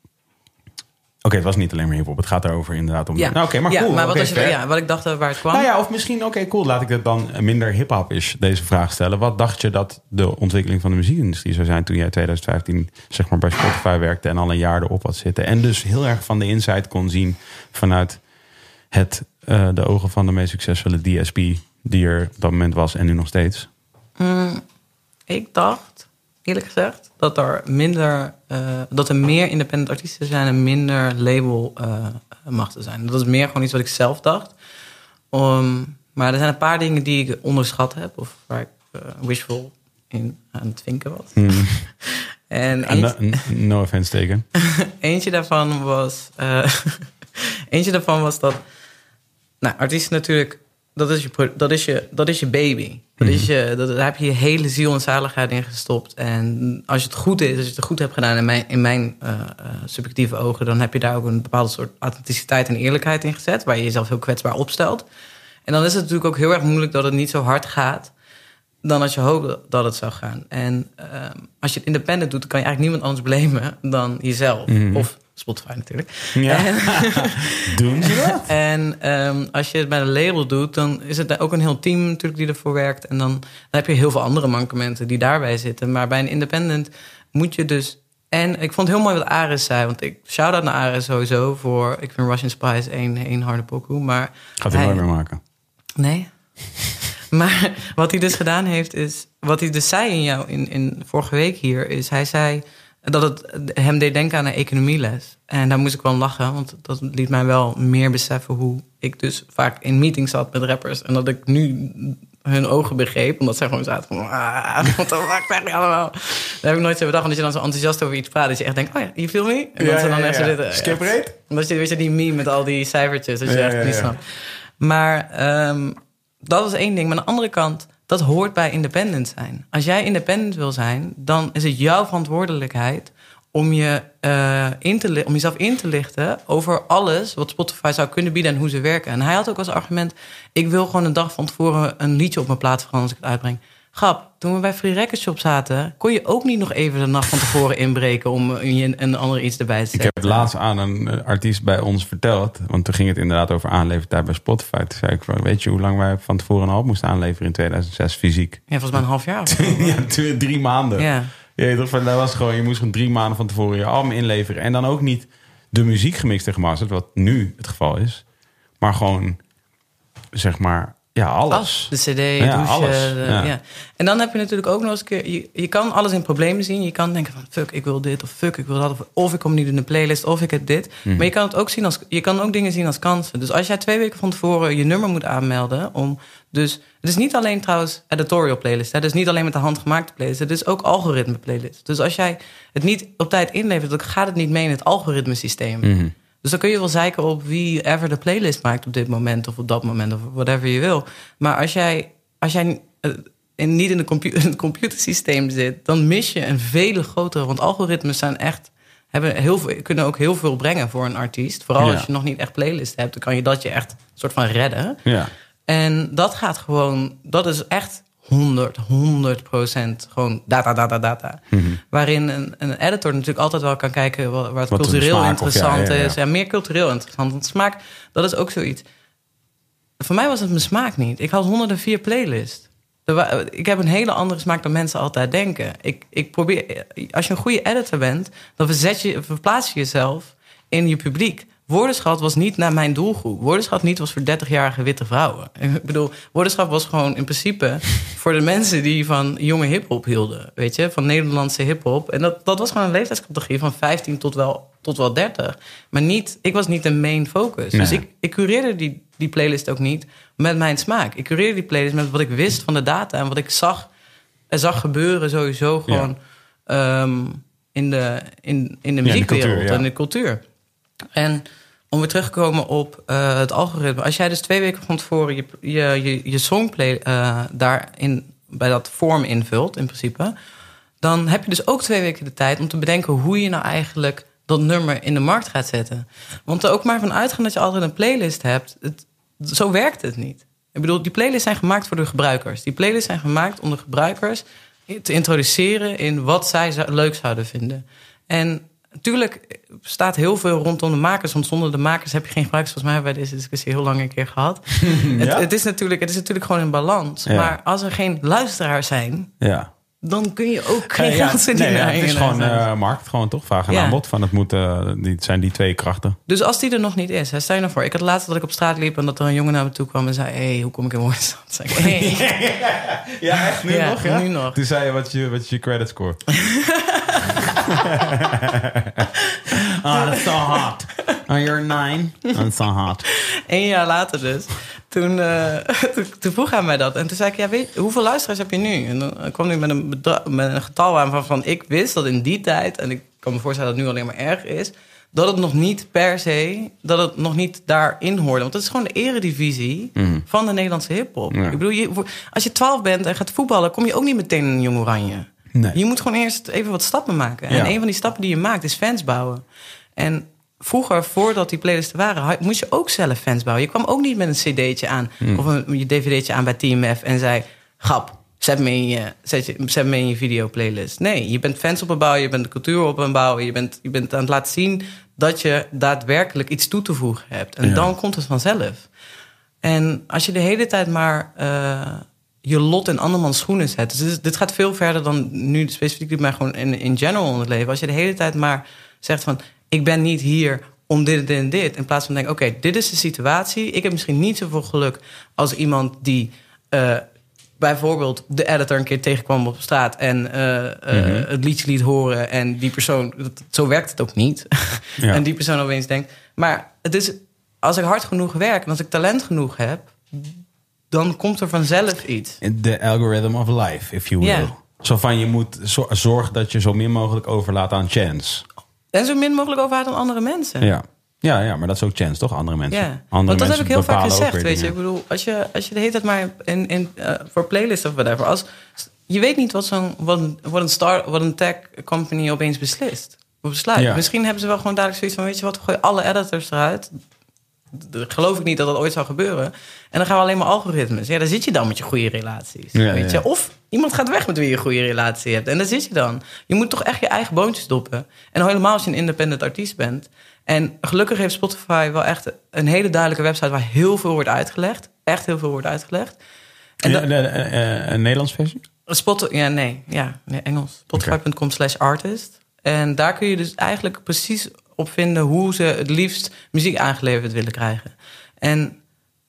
Oké, okay, het was niet alleen maar hiphop. Het gaat erover inderdaad om... Ja, nou, okay, maar ja, cool. maar wat, okay, als je, ja, wat ik dacht waar het kwam... Nou ja, of misschien, oké, okay, cool. Laat ik het dan minder hip-hop is, deze vraag stellen. Wat dacht je dat de ontwikkeling van de muziekindustrie zou zijn... toen jij twintig vijftien zeg maar, bij Spotify werkte... en al een jaar erop had zitten. En dus heel erg van de inside kon zien... vanuit het, uh, de ogen van de meest succesvolle D S P... die er op dat moment was en nu nog steeds. Mm, ik dacht... eerlijk gezegd, dat er minder, uh, dat er meer independent artiesten zijn en minder label uh, machten zijn. Dat is meer gewoon iets wat ik zelf dacht. Um, maar er zijn een paar dingen die ik onderschat heb, of waar ik uh, wishful in aan het vinken was. Hmm. en eentje, no, no offense taken. eentje daarvan was, uh, eentje daarvan was dat, nou, artiesten natuurlijk. Dat is je, dat is je, dat is je baby. Dat is je, dat, daar heb je je hele ziel en zaligheid in gestopt. En als je het goed is, als je het goed hebt gedaan... in mijn, in mijn uh, uh, subjectieve ogen... dan heb je daar ook een bepaalde soort authenticiteit en eerlijkheid in gezet... waar je jezelf heel kwetsbaar opstelt. En dan is het natuurlijk ook heel erg moeilijk... dat het niet zo hard gaat... dan als je hoopt dat het zou gaan. En uh, als je het independent doet... dan kan je eigenlijk niemand anders blamen dan jezelf. Mm. Of Spotify natuurlijk. Ja. En, doen ze dat? En um, als je het bij een label doet... dan is het ook een heel team natuurlijk die ervoor werkt. En dan, dan heb je heel veel andere mankementen die daarbij zitten. Maar bij een independent moet je dus... En ik vond het heel mooi wat Aris zei. Want ik shout-out naar Aris sowieso voor... Ik vind Russian Spice één, één harde pokoe. Maar gaat hij nooit meer maken? Nee. Maar wat hij dus gedaan heeft is... Wat hij dus zei in jou in, in vorige week hier... is hij zei dat het hem deed denken aan een economieles. En daar moest ik wel lachen. Want dat liet mij wel meer beseffen... hoe ik dus vaak in meetings zat met rappers. En dat ik nu hun ogen begreep. Omdat zij gewoon zaten van... Ah, wat zeg je allemaal? Daar heb ik nooit zo bedacht. Omdat je dan zo enthousiast over iets praat. Dat je echt denkt... Oh ja, you feel me? En ja, dat ze dan ja, echt ja. zo zitten. Skip rate? Omdat je, weet je, die meme met al die cijfertjes. Dat je ja, echt ja, niet ja. snapt. Maar um, dat is één ding. Maar aan de andere kant... Dat hoort bij independent zijn. Als jij independent wil zijn, dan is het jouw verantwoordelijkheid om, je, uh, in te, om jezelf in te lichten over alles wat Spotify zou kunnen bieden en hoe ze werken. En hij had ook als argument, ik wil gewoon een dag van tevoren een liedje op mijn plaat veranderen als ik het uitbreng. Grap, toen we bij Free Record Shop zaten, kon je ook niet nog even de nacht van tevoren inbreken om je een ander iets erbij te zetten. Ik heb het laatst aan een artiest bij ons verteld, want toen ging het inderdaad over aanlevertijd bij Spotify. Toen zei ik, weet je hoe lang wij van tevoren een album moesten aanleveren in tweeduizend zes fysiek? Ja, volgens mij een half jaar. Of zo. Ja, twee, drie maanden. Ja. Ja, dat was gewoon, je moest gewoon drie maanden van tevoren je album inleveren. En dan ook niet de muziek gemixt en gemasterd, wat nu het geval is. Maar gewoon, zeg maar, Ja, alles. De cd, Ja, douche. alles. De, Ja. ja. En dan heb je natuurlijk ook nog eens een keer... Je, je kan alles in problemen zien. Je kan denken van, fuck, ik wil dit of fuck, ik wil dat. Of, of ik kom niet in de playlist, of ik heb dit. Mhm. Maar je kan het ook zien als... Je kan ook dingen zien als kansen. Dus als jij twee weken van tevoren je nummer moet aanmelden... om dus... Het is niet alleen trouwens editorial playlist. Hè, dus niet alleen met de handgemaakte playlist. Het is ook algoritme playlist. Dus als jij het niet op tijd inlevert... dan gaat het niet mee in het algoritme systeem. Mhm. Dus dan kun je wel zeiken op wie ever de playlist maakt op dit moment... of op dat moment, of whatever je wil. Maar als jij, als jij uh, in, niet in, de compu- in het computersysteem zit... dan mis je een vele grotere... want algoritmes zijn echt, hebben heel veel, kunnen ook heel veel brengen voor een artiest. Vooral Ja. als je nog niet echt playlist hebt... dan kan je dat je echt een soort van redden. Ja. En dat gaat gewoon... dat is echt honderd, honderd procent gewoon data, data, data. Mm-hmm. Waarin een, een editor natuurlijk altijd wel kan kijken... waar waar het Wat de cultureel smaak of interessant ja, ja, ja. is. Ja, meer cultureel interessant. Want smaak, dat is ook zoiets. Voor mij was het mijn smaak niet. Ik had honderdvier playlists. Er wa- Ik heb een hele andere smaak dan mensen altijd denken. Ik, ik probeer, als je een goede editor bent... dan verzet je, verplaats je jezelf in je publiek. Woordenschat was niet naar mijn doelgroep. Woordenschat niet was voor dertigjarige witte vrouwen. Ik bedoel, woordenschat was gewoon in principe... voor de mensen die van jonge hiphop hielden. Weet je, van Nederlandse hiphop. En dat, dat was gewoon een leeftijdscategorie van vijftien tot wel, tot wel dertig. Maar niet, ik was niet de main focus. Nee. Dus ik, ik cureerde die, die playlist ook niet met mijn smaak. Ik cureerde die playlist met wat ik wist van de data... en wat ik zag, zag gebeuren sowieso gewoon... Ja. Um, in de, in, in de muziekwereld ja, in de cultuur, ja. en de cultuur. En om weer terug te komen op uh, het algoritme. Als jij dus twee weken van tevoren je, je, je, je songplay uh, daarin bij dat vorm invult, in principe... dan heb je dus ook twee weken de tijd om te bedenken... hoe je nou eigenlijk dat nummer in de markt gaat zetten. Want er ook maar van uitgaan dat je altijd een playlist hebt... Het, zo werkt het niet. Ik bedoel, die playlists zijn gemaakt voor de gebruikers. Die playlists zijn gemaakt om de gebruikers te introduceren... in wat zij leuk zouden vinden. En natuurlijk staat heel veel rondom de makers. Want zonder de makers heb je geen gebruikers. Volgens mij hebben wij deze discussie heel lang een keer gehad. ja? het, het, is natuurlijk, het is natuurlijk gewoon in balans. Ja. Maar als er geen luisteraars zijn... Ja. dan kun je ook geen ja, geld ja, nee, ja, het is gewoon uh, markt, gewoon toch? Vraag en ja. aanbod. Van het moet, uh, die, zijn die twee krachten. Dus als die er nog niet is, hè, stel je nou voor. Ik had laatst dat ik op straat liep en dat er een jongen naar me toe kwam en zei: hé, hey, hoe kom ik in Woensdag? Zei ik: hey. Ja, echt nu ja, nog? Ja? Nu nog. Toen zei je: wat is je, wat is je credit score? Oh, that's so hot. Oh, you're nine. That's so hot. Eén jaar later dus. Toen, uh, toen, toen vroeg hij mij dat. En toen zei ik, ja, weet je, hoeveel luisteraars heb je nu? En dan kwam hij met een, bedra- met een getal aan van, van... ik wist dat in die tijd, en ik kan me voorstellen dat het nu alleen maar erger is... dat het nog niet per se, dat het nog niet daarin hoorde. Want dat is gewoon de eredivisie mm. van de Nederlandse hiphop. Ja. Ik bedoel, je, als je twaalf bent en gaat voetballen... kom je ook niet meteen in een Jong Oranje. Nee. Je moet gewoon eerst even wat stappen maken. Ja. En een van die stappen die je maakt is fans bouwen. En vroeger, voordat die playlists er waren... moest je ook zelf fans bouwen. Je kwam ook niet met een cd'tje aan... Mm. of een je dvd'tje aan bij T M F en zei... Gap, zet me in je, zet je, zet me in je videoplaylist. Nee, je bent fans op het bouwen, je bent de cultuur op het bouwen... je bent, je bent aan het laten zien dat je daadwerkelijk iets toe te voegen hebt. En ja. dan komt het vanzelf. En als je de hele tijd maar... Uh, je lot in andermans schoenen zet. Dus dit, dit gaat veel verder dan nu specifiek... maar gewoon in, in general in het leven. Als je de hele tijd maar zegt van... ik ben niet hier om dit en dit en dit. In plaats van denken, oké, okay, dit is de situatie. Ik heb misschien niet zoveel geluk als iemand die... Uh, bijvoorbeeld de editor een keer tegenkwam op straat... en uh, mm-hmm. uh, het liedje liet horen en die persoon... Dat, zo werkt het ook niet. Ja. En die persoon opeens denkt... maar het is, als ik hard genoeg werk en als ik talent genoeg heb... dan komt er vanzelf iets. The algorithm of life, if you will. Yeah. Zo van, je moet zorgen dat je zo min mogelijk overlaat aan chance. En zo min mogelijk overlaat aan andere mensen. Ja. Ja, ja, maar dat is ook chance, toch? Andere mensen. Ja. Andere Want dat mensen heb ik heel vaak gezegd, weet dingen. je. Ik bedoel, als je, als je de hele tijd maar in, in, uh, voor playlists of whatever... Als, je weet niet wat, zo'n, wat, een, wat, een star, wat een tech company opeens beslist. Of besluit. Ja. Misschien hebben ze wel gewoon dadelijk zoiets van... weet je wat, gooi alle editors eruit... Dat geloof ik niet dat dat ooit zou gebeuren. En dan gaan we alleen maar algoritmes. Ja, daar zit je dan met je goede relaties. Ja, weet je? Ja. Of iemand gaat weg met wie je een goede relatie hebt. En daar zit je dan. Je moet toch echt je eigen boontjes doppen. En helemaal als je een independent artiest bent. En gelukkig heeft Spotify wel echt een hele duidelijke website... waar heel veel wordt uitgelegd. Echt heel veel wordt uitgelegd. En da- de, de, uh, een Nederlands versie? Spot- ja, nee. Ja, nee, Engels. Spotify punt com slash artist. En daar kun je dus eigenlijk precies... op vinden hoe ze het liefst muziek aangeleverd willen krijgen. En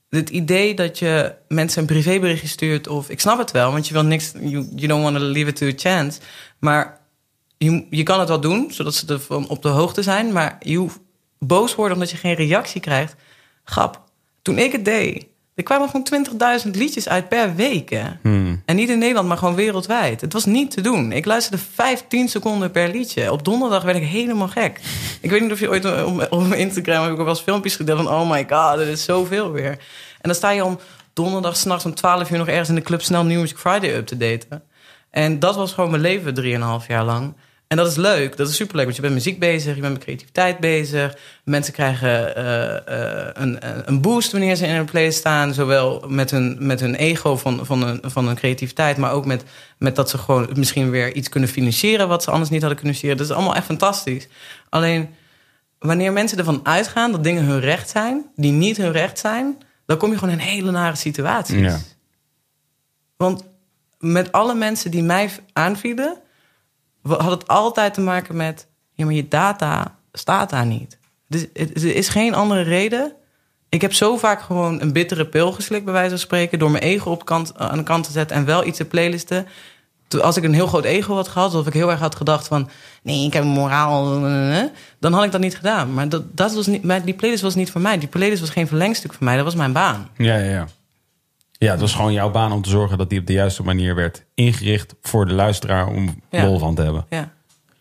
het idee dat je mensen een privéberichtje stuurt... of ik snap het wel, want je wil niks... You, you don't want to leave it to a chance. Maar je, je kan het wel doen, zodat ze ervan op de hoogte zijn... maar je hoeft boos worden omdat je geen reactie krijgt. Grap, toen ik het deed... er kwamen gewoon twintigduizend liedjes uit per week. Hè? Hmm. En niet in Nederland, maar gewoon wereldwijd. Het was niet te doen. Ik luisterde vijftien seconden per liedje. Op donderdag werd ik helemaal gek. Ik weet niet of je ooit op, op mijn Instagram... heb ik ook wel eens filmpjes gedeeld van... oh my god, dit is zoveel weer. En dan sta je om donderdag 's nachts om twaalf uur... nog ergens in de club snel New Music Friday up te daten. En dat was gewoon mijn leven drieënhalf jaar lang. En dat is leuk, dat is superleuk. Want je bent met muziek bezig, je bent met creativiteit bezig. Mensen krijgen uh, uh, een, een boost wanneer ze in een playlist staan. Zowel met hun, met hun ego van, van, hun, van hun creativiteit... maar ook met, met dat ze gewoon misschien weer iets kunnen financieren... wat ze anders niet hadden kunnen financieren. Dat is allemaal echt fantastisch. Alleen, wanneer mensen ervan uitgaan dat dingen hun recht zijn... die niet hun recht zijn... dan kom je gewoon in hele nare situaties. Ja. Want met alle mensen die mij aanvielen... had het altijd te maken met... ja, maar je data staat daar niet. Dus er is geen andere reden. Ik heb zo vaak gewoon een bittere pil geslikt... bij wijze van spreken, door mijn ego op kant, aan de kant te zetten... en wel iets te playlisten. Als ik een heel groot ego had gehad... of ik heel erg had gedacht van... nee, ik heb een moraal... dan had ik dat niet gedaan. Maar dat, dat was niet, maar die playlist was niet voor mij. Die playlist was geen verlengstuk voor mij. Dat was mijn baan. Ja, ja, ja. Ja, het was gewoon jouw baan om te zorgen dat die op de juiste manier werd ingericht... voor de luisteraar om Ja. lol van te hebben. Ja.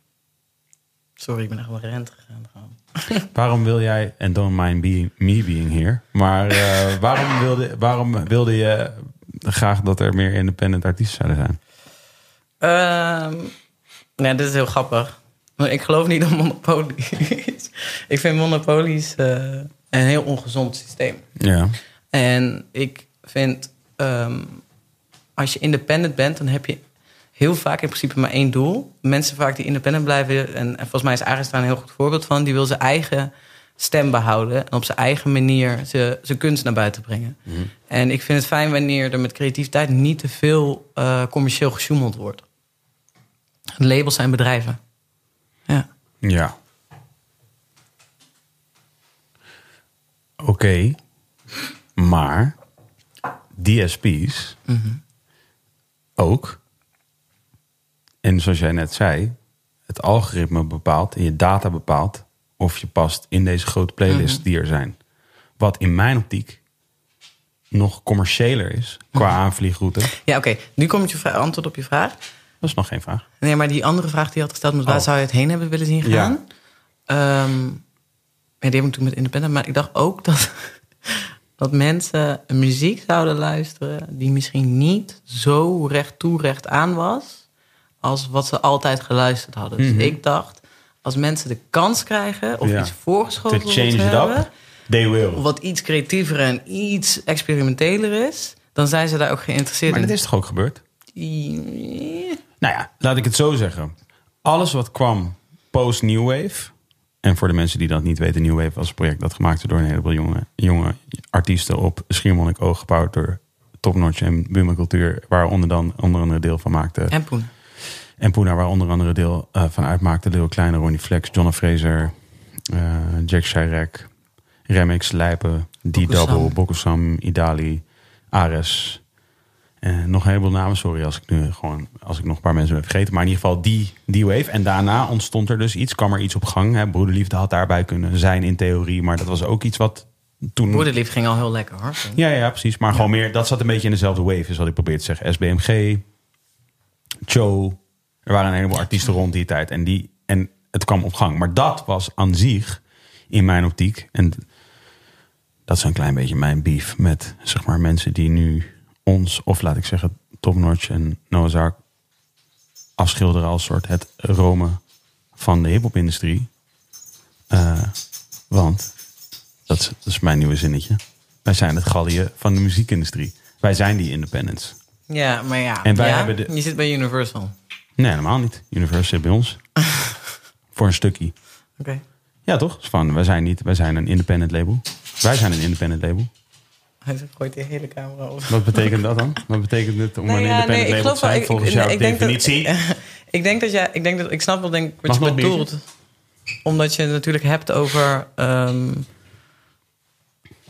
Sorry, ik ben echt wel rent gegaan. Waarom wil jij, en don't mind being, me being here... maar uh, waarom, wilde, waarom wilde je graag dat er meer independent artiesten zouden zijn? Um, nee, dit is heel grappig. Maar ik geloof niet in monopolies. Ik vind monopolies uh, een heel ongezond systeem. Ja. En ik vind, um, als je independent bent... dan heb je heel vaak in principe maar één doel. Mensen vaak die independent blijven... en, en volgens mij is Aris daar een heel goed voorbeeld van... die wil zijn eigen stem behouden... en op zijn eigen manier zijn, zijn kunst naar buiten brengen. Mm. En ik vind het fijn wanneer er met creativiteit... niet te veel uh, commercieel gesjoemeld wordt. Labels zijn bedrijven. Ja. Ja. Oké. Okay. Maar D S P's mm-hmm. ook... En zoals jij net zei, het algoritme bepaalt en je data bepaalt of je past in deze grote playlists mm-hmm. die er zijn. Wat in mijn optiek nog commerciëler is qua mm-hmm. aanvliegroute. Ja, oké. Okay. Nu komt je vraag, antwoord op je vraag. Dat is nog geen vraag. Nee, maar die andere vraag die je had gesteld, met waar oh. zou je het heen hebben willen zien gaan? Ja. Um, ja, die heb ik toen met independent, maar ik dacht ook dat, dat mensen muziek zouden luisteren die misschien niet zo recht toe recht aan was als wat ze altijd geluisterd hadden. Mm-hmm. Dus ik dacht, als mensen de kans krijgen... of ja. iets voorgeschoten to change te it hebben... up, they will. Wat iets creatiever en iets experimenteler is... dan zijn ze daar ook geïnteresseerd maar in. Maar dat is toch ook gebeurd? Yeah. Nou ja, laat ik het zo zeggen. Alles wat kwam post-New Wave... en voor de mensen die dat niet weten... New Wave was een project dat gemaakt werd door een heleboel jonge, jonge artiesten... op Schiermonnikoog, gebouwd door Top Notch en Buma Cultuur... waar onder dan onder andere deel van maakte... En Poen. En Poena, waar onder andere deel uh, van uitmaakte... Leo Kleine, Ronnie Flex, John Fraser, uh, Jack Chirac... Remix, Lijpen, D-Double, Bokusam, Idali, Ares. Uh, nog een heleboel namen, sorry als ik nu gewoon... als ik nog een paar mensen heb vergeten. Maar in ieder geval die, die wave. En daarna ontstond er dus iets, kwam er iets op gang. Hè. Broederliefde had daarbij kunnen zijn in theorie... maar dat was ook iets wat toen... Broederliefde ging al heel lekker, hoor. Ja, ja, precies. Maar ja. gewoon meer, dat zat een beetje in dezelfde wave... is wat ik probeer te zeggen. S B M G, Cho... Er waren een heleboel artiesten rond die tijd. En, die, en het kwam op gang. Maar dat was aan zich, in mijn optiek... en dat is een klein beetje mijn beef... met zeg maar mensen die nu ons... of laat ik zeggen Top Notch en Noah's Ark... afschilderen als soort het Rome van de hiphop-industrie. Uh, want, dat is, dat is mijn nieuwe zinnetje... wij zijn het Gallië van de muziekindustrie. Wij zijn die independents. Ja, maar ja, en wij ja? hebben de, je zit bij Universal... Nee, helemaal niet. Universal zit bij ons. Voor een stukje. Oké. Okay. Ja, toch? Van, wij zijn niet, wij zijn een independent label. Wij zijn een independent label. Hij gooit die hele camera over. Wat betekent dat dan? Wat betekent het om nou, een ja, independent nee, label te zijn? Volgens jouw ik definitie? Denk dat, ik denk dat jij, ik denk dat ik snap wel denk wat Mag je bedoelt. Beetje? Omdat je het natuurlijk hebt over um,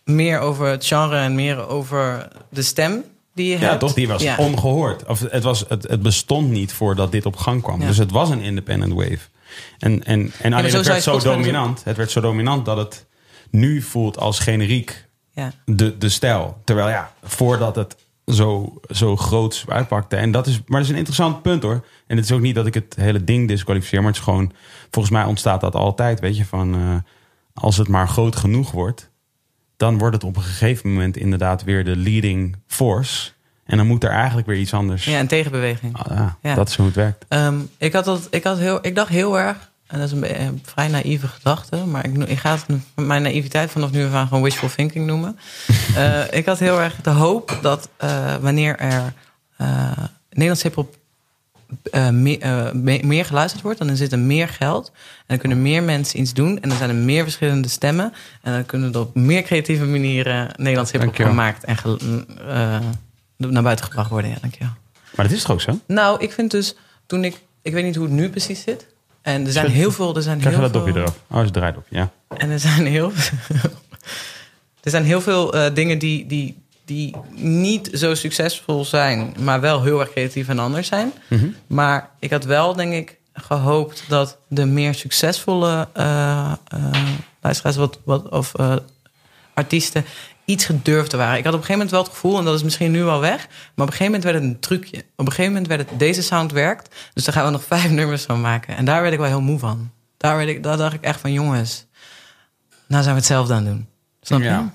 meer over het genre en meer over de stem die je Ja, hebt. toch? Die was Ja. ongehoord. Of het, was, het, het bestond niet voordat dit op gang kwam. Ja. Dus het was een independent wave. En, en, en alleen zo het zou werd je zo volgens mij dominant. Het werd zo dominant dat het nu voelt als generiek Ja. de, de stijl. Terwijl ja, voordat het zo, zo groots uitpakte. En dat is, maar dat is een interessant punt hoor. En het is ook niet dat ik het hele ding disqualificeer. Maar het is gewoon, volgens mij ontstaat dat altijd. Weet je, van uh, als het maar groot genoeg wordt, dan wordt het op een gegeven moment inderdaad weer de leading force. En dan moet er eigenlijk weer iets anders. Ja, een tegenbeweging. Ah, ja, Ja. Dat is hoe het werkt. Um, ik, had dat, ik, had heel, ik dacht heel erg, en dat is een, be- een vrij naïeve gedachte, maar ik, ik ga het, mijn naïviteit vanaf nu af aan gewoon wishful thinking noemen. uh, ik had heel erg de hoop dat uh, wanneer er uh, Nederlands hiphop uh, meer, uh, me, meer geluisterd wordt, dan zit er meer geld en dan kunnen meer mensen iets doen en dan zijn er meer verschillende stemmen en dan kunnen er op meer creatieve manieren Nederlands hiphop Dankjewel. gemaakt en ge, uh, naar buiten gebracht worden. Ja, dankjewel. Maar dat is toch ook zo? Nou, ik vind dus, toen ik... Ik weet niet hoe het nu precies zit. En er zijn heel veel... Er zijn Krijg je heel dat veel, dopje eraf? Oh, is het draaidopje, ja. En er zijn heel veel... er zijn heel veel uh, dingen die, die, die niet zo succesvol zijn... maar wel heel erg creatief en anders zijn. Mm-hmm. Maar ik had wel, denk ik, gehoopt... dat de meer succesvolle uh, uh, luisteraars wat, wat, of uh, artiesten... iets gedurfder waren. Ik had op een gegeven moment wel het gevoel, en dat is misschien nu al weg... maar op een gegeven moment werd het een trucje. Op een gegeven moment werd het, deze sound werkt... dus daar gaan we nog vijf nummers van maken. En daar werd ik wel heel moe van. Daar, werd ik, daar dacht ik echt van, jongens... nou zijn we hetzelfde aan het doen. Snap je? Ja.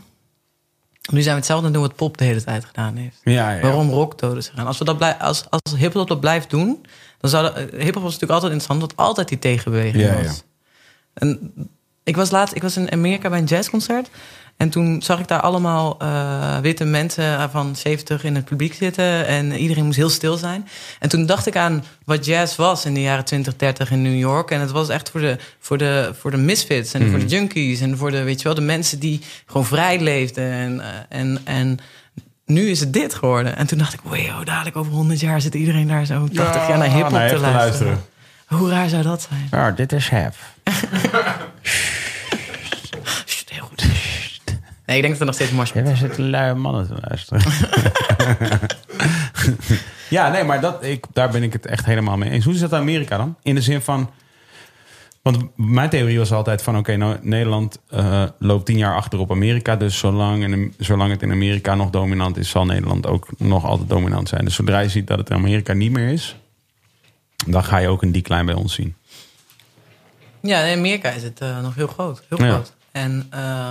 Nu zijn we hetzelfde aan het doen wat pop de hele tijd gedaan heeft. Ja, ja, ja. Waarom rock dood is gegaan. Als, we dat blij, als, als hiphop dat blijft doen... dan zou dat... Hiphop was natuurlijk altijd interessant... omdat altijd die tegenbeweging Ja, was. ja. En ik was laatst... Ik was in Amerika bij een jazzconcert... En toen zag ik daar allemaal uh, witte mensen van zeventig in het publiek zitten. En iedereen moest heel stil zijn. En toen dacht ik aan wat jazz was in de jaren twintig, dertig in New York. En het was echt voor de, voor de, voor de misfits en mm. voor de junkies. En voor de, weet je wel, de mensen die gewoon vrij leefden. En, uh, en, en nu is het dit geworden. En toen dacht ik, wow, dadelijk over honderd jaar zit iedereen daar zo tachtig jaar naar hiphop naar te te luisteren. luisteren. Hoe raar zou dat zijn? Ja, dit is hef. Heel goed. Nee, ik denk dat er nog steeds mars Ja, wij zitten lui mannen te luisteren. Ja, nee, maar dat, ik, daar ben ik het echt helemaal mee eens. Hoe is dat in Amerika dan? In de zin van... Want mijn theorie was altijd van... Oké, okay, nou, Nederland uh, loopt tien jaar achter op Amerika. Dus zolang, in, zolang het in Amerika nog dominant is... zal Nederland ook nog altijd dominant zijn. Dus zodra je ziet dat het in Amerika niet meer is... dan ga je ook een decline bij ons zien. Ja, in Amerika is het uh, nog heel groot. Heel Ja. groot. En... Uh...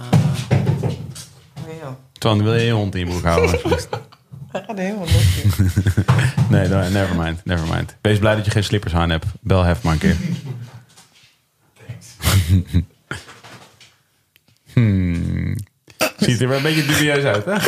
Twan, wil je je hond in je broek houden? Hij gaat helemaal los hier. Nee, no, never mind, never mind. Wees blij dat je geen slippers aan hebt. Bel Hef maar een keer. Hmm. Ziet er wel een beetje dubieus uit, hè?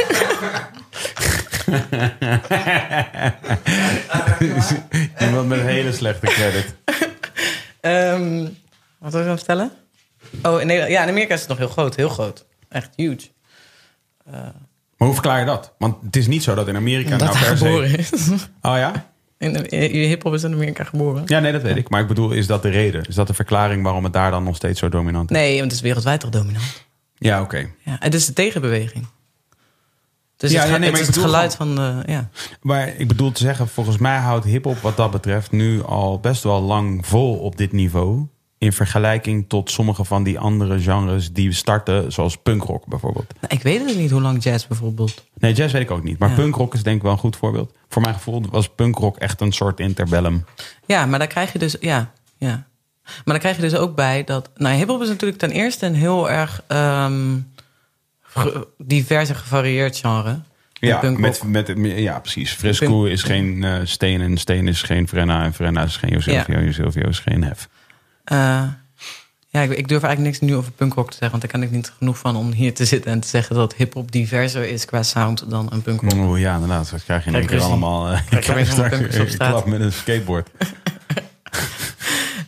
Iemand met een hele slechte credit. Um, wat wil ik nou vertellen? Oh, in Nederland, ja, in Amerika is het nog heel groot. Heel groot. Echt huge. Uh, Maar hoe verklaar je dat? Want het is niet zo dat in Amerika dat nou hij per se... geboren is. Oh ja? In, in, hiphop is in Amerika geboren. Ja, nee, dat weet ik. Maar ik bedoel, is dat de reden? Is dat de verklaring waarom het daar dan nog steeds zo dominant is? Nee, want het is wereldwijd toch dominant. Ja, oké. Okay. Ja, het is de tegenbeweging. Dus Ja, het, ja, nee, het maar is ik het bedoel geluid van de... Ja. Maar ik bedoel te zeggen, volgens mij houdt hiphop wat dat betreft nu al best wel lang vol op dit niveau. In vergelijking tot sommige van die andere genres die starten, zoals punkrock bijvoorbeeld. Nou, ik weet het niet hoe lang jazz bijvoorbeeld. Nee, jazz weet ik ook niet. Maar Ja. punkrock is denk ik wel een goed voorbeeld. Voor mijn gevoel was punkrock echt een soort interbellum. Ja, maar daar krijg je dus... Ja, ja. Maar dan krijg je dus ook bij dat... Nou, hiphop is natuurlijk ten eerste een heel erg um, ge- divers en gevarieerd genre. Ja, punkrock. met, met, ja, precies. Frisco is geen uh, Steen en Steen is geen Frenna en Frenna is geen Josilvio. Ja. Josilvio is geen Hef. Uh, ja, ik, ik durf eigenlijk niks nu over punkrock te zeggen, want daar kan ik niet genoeg van om hier te zitten en te zeggen dat hiphop diverser is qua sound dan een punkrock. Oh ja, inderdaad. Dat krijg je in één keer Kijk, allemaal... Uh, krijg je opeens allemaal punkers op straat. klap met een skateboard.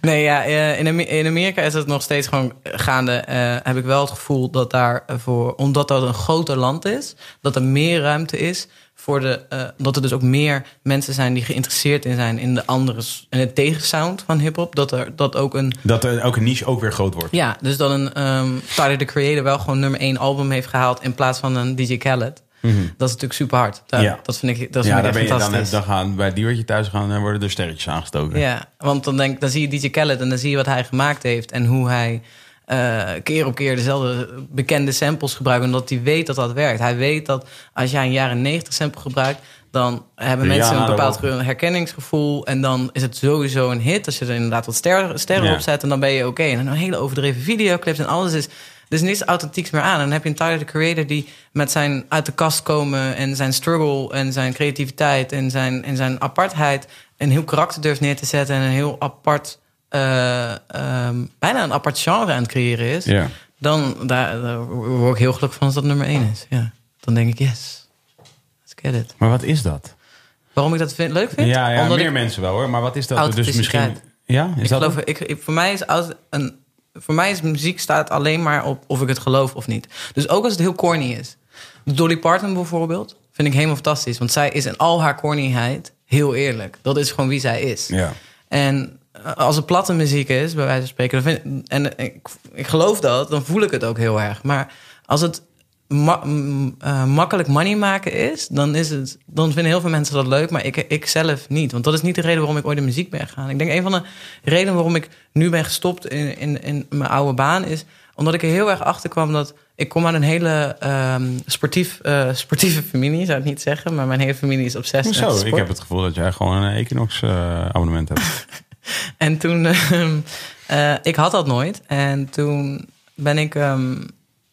Nee, ja, eh, in, Amer- in Amerika is het nog steeds gewoon gaande. Eh, heb ik wel het gevoel dat daar voor, omdat dat een groter land is, dat er meer ruimte is voor de, uh, dat er dus ook meer mensen zijn die geïnteresseerd in zijn in de andere, in het tegensound van hip-hop. Dat er dat ook een. Dat er ook een niche ook weer groot wordt. Ja, dus dat een um, Tyler the Creator wel gewoon nummer één album heeft gehaald in plaats van een D J Khaled. Mm-hmm. Dat is natuurlijk super hard. Dat, Ja. dat vind ik, dat Ja, vind daar ik ben echt je dan, fantastisch. dan gaan bij Diewertje thuis gaan, dan worden er sterretjes aangestoken. Ja, want dan, denk, dan zie je D J Khaled en dan zie je wat hij gemaakt heeft en hoe hij uh, keer op keer dezelfde bekende samples gebruikt, omdat hij weet dat dat werkt. Hij weet dat als jij een jaren negentig sample gebruikt, dan hebben Ja, mensen een nou, bepaald dat herkenningsgevoel en dan is het sowieso een hit als je er inderdaad wat sterren, sterren Ja. op zet en dan ben je oké. Okay. En een hele overdreven videoclips en alles is. Er is niks authentieks meer aan. En dan heb je een Tyler the Creator die met zijn uit de kast komen en zijn struggle en zijn creativiteit en zijn, en zijn apartheid een heel karakter durft neer te zetten en een heel apart, uh, um, bijna een apart genre aan het creëren is. Ja. Dan daar, daar word ik heel gelukkig van als dat nummer één is. Ja. Dan denk ik, yes, let's get it. Maar wat is dat? Waarom ik dat vind, leuk vind? Ja, ja Omdat meer ik, mensen wel hoor. Maar wat is dat? Dus Authenticiteit. misschien. Ja, is ik dat geloof, het? ik, ik, voor mij is oud- een Voor mij is muziek staat alleen maar op of ik het geloof of niet. Dus ook als het heel corny is. Dolly Parton bijvoorbeeld vind ik helemaal fantastisch. Want zij is in al haar cornyheid heel eerlijk. Dat is gewoon wie zij is. Ja. En als het platte muziek is, bij wijze van spreken, dan vind, en ik, ik geloof dat, dan voel ik het ook heel erg. Maar als het ma- m- uh, makkelijk money maken is, dan is het, dan vinden heel veel mensen dat leuk, maar ik, ik zelf niet. Want dat is niet de reden waarom ik ooit in muziek ben gegaan. Ik denk een van de redenen waarom ik nu ben gestopt in, in, in mijn oude baan is omdat ik er heel erg achter kwam dat ik kom uit een hele um, sportief, uh, sportieve familie, zou ik niet zeggen, maar mijn hele familie is obsessief met Hoezo? sport. Ik heb het gevoel dat jij gewoon een Equinox uh, abonnement hebt. En toen, uh, uh, ik had dat nooit. En toen ben ik, um,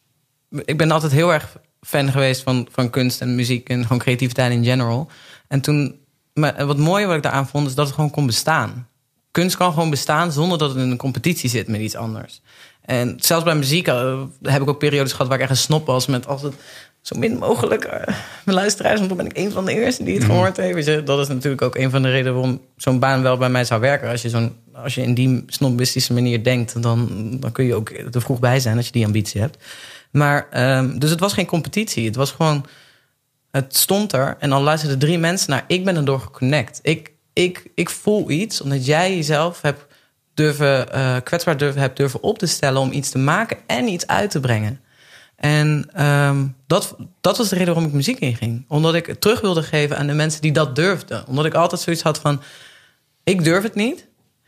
ik ben altijd heel erg fan geweest van, van kunst en muziek en gewoon creativiteit in general. En toen, maar wat mooie wat ik daaraan vond, is dat het gewoon kon bestaan. Kunst kan gewoon bestaan zonder dat het in een competitie zit met iets anders. En zelfs bij muziek uh, heb ik ook periodes gehad waar ik echt een snop was met als het zo min mogelijk uh, mijn luisteraars, want dan ben ik een van de eerste die het gehoord heeft. Weet je? Dat is natuurlijk ook een van de redenen waarom zo'n baan wel bij mij zou werken. Als je, zo'n, als je in die snobistische manier denkt, dan, dan kun je ook er vroeg bij zijn als je die ambitie hebt. Maar, um, dus het was geen competitie. Het was gewoon, het stond er en dan luisterden drie mensen naar. Ik ben erdoor geconnect. Ik, ik, ik voel iets, omdat jij jezelf hebt durven, uh, kwetsbaar durven, hebt durven op te stellen om iets te maken en iets uit te brengen. En um, dat, dat was de reden waarom ik muziek inging. Omdat ik het terug wilde geven aan de mensen die dat durfden. Omdat ik altijd zoiets had van, ik durf het niet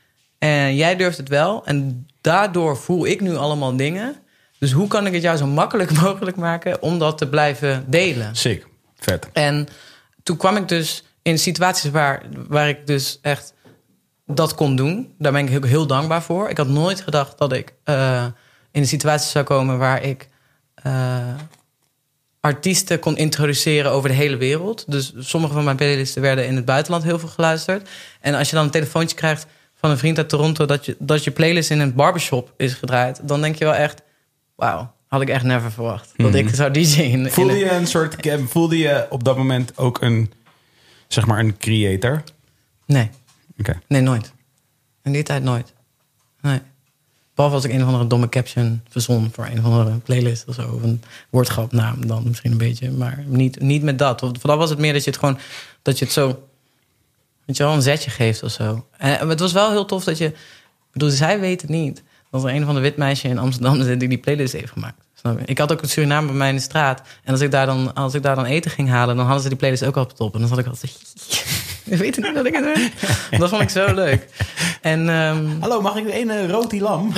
en jij durft het wel. En daardoor voel ik nu allemaal dingen. Dus hoe kan ik het jou zo makkelijk mogelijk maken om dat te blijven delen? Sick, vet. En toen kwam ik dus in situaties waar, waar ik dus echt dat kon doen. Daar ben ik heel, heel dankbaar voor. Ik had nooit gedacht dat ik uh, in een situatie zou komen waar ik uh, artiesten kon introduceren over de hele wereld. Dus sommige van mijn playlisten werden in het buitenland heel veel geluisterd. En als je dan een telefoontje krijgt van een vriend uit Toronto dat je, dat je playlist in een barbershop is gedraaid, dan denk je wel echt, wauw, had ik echt never verwacht. Dat Mm-hmm. ik zou D J'en. Voelde je een soort, voelde je op dat moment ook een, zeg maar, een creator? Nee. Okay. Nee, nooit. In die tijd nooit. Nee. Behalve als ik een of andere domme caption verzon voor een of andere playlist of zo. Of een woordgrapnaam dan misschien een beetje. Maar niet, niet met dat. Vooral was het meer dat je het gewoon, dat je het zo, weet je wel, een zetje geeft of zo. En het was wel heel tof dat je, ik bedoel, zij weet het niet, dat er een van de wit meisje in Amsterdam zit die die playlist heeft gemaakt. Snap je? Ik had ook een Suriname bij mij in de straat. En als ik daar dan, als ik daar dan eten ging halen, dan hadden ze die playlist ook al op de top. En dan zat ik altijd, je weet niet dat ik het ben. Dat vond ik zo leuk. En, um... hallo, mag ik de ene roti lam?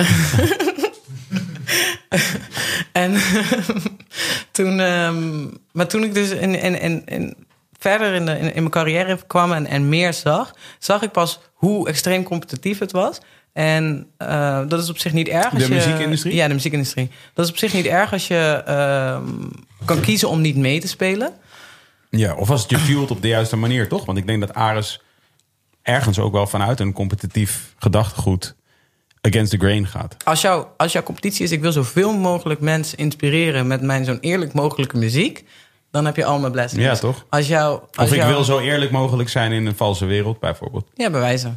en toen, um... maar toen ik dus in, in, in, in verder in, de, in, in mijn carrière kwam en, en meer zag, zag ik pas hoe extreem competitief het was. En uh, dat is op zich niet erg. Als de je, muziekindustrie? Ja, de muziekindustrie. Dat is op zich niet erg als je uh, kan kiezen om niet mee te spelen. Ja, of als het je fuelt op de juiste manier, toch? Want ik denk dat Ares ergens ook wel vanuit een competitief gedachtegoed against the grain gaat. Als, jou, als jouw competitie is, ik wil zoveel mogelijk mensen inspireren met mijn zo'n eerlijk mogelijke muziek, dan heb je al mijn blessings. Ja, toch? Als jou, als of ik jou, wil zo eerlijk mogelijk zijn in een valse wereld, bijvoorbeeld. Ja, bewijzen.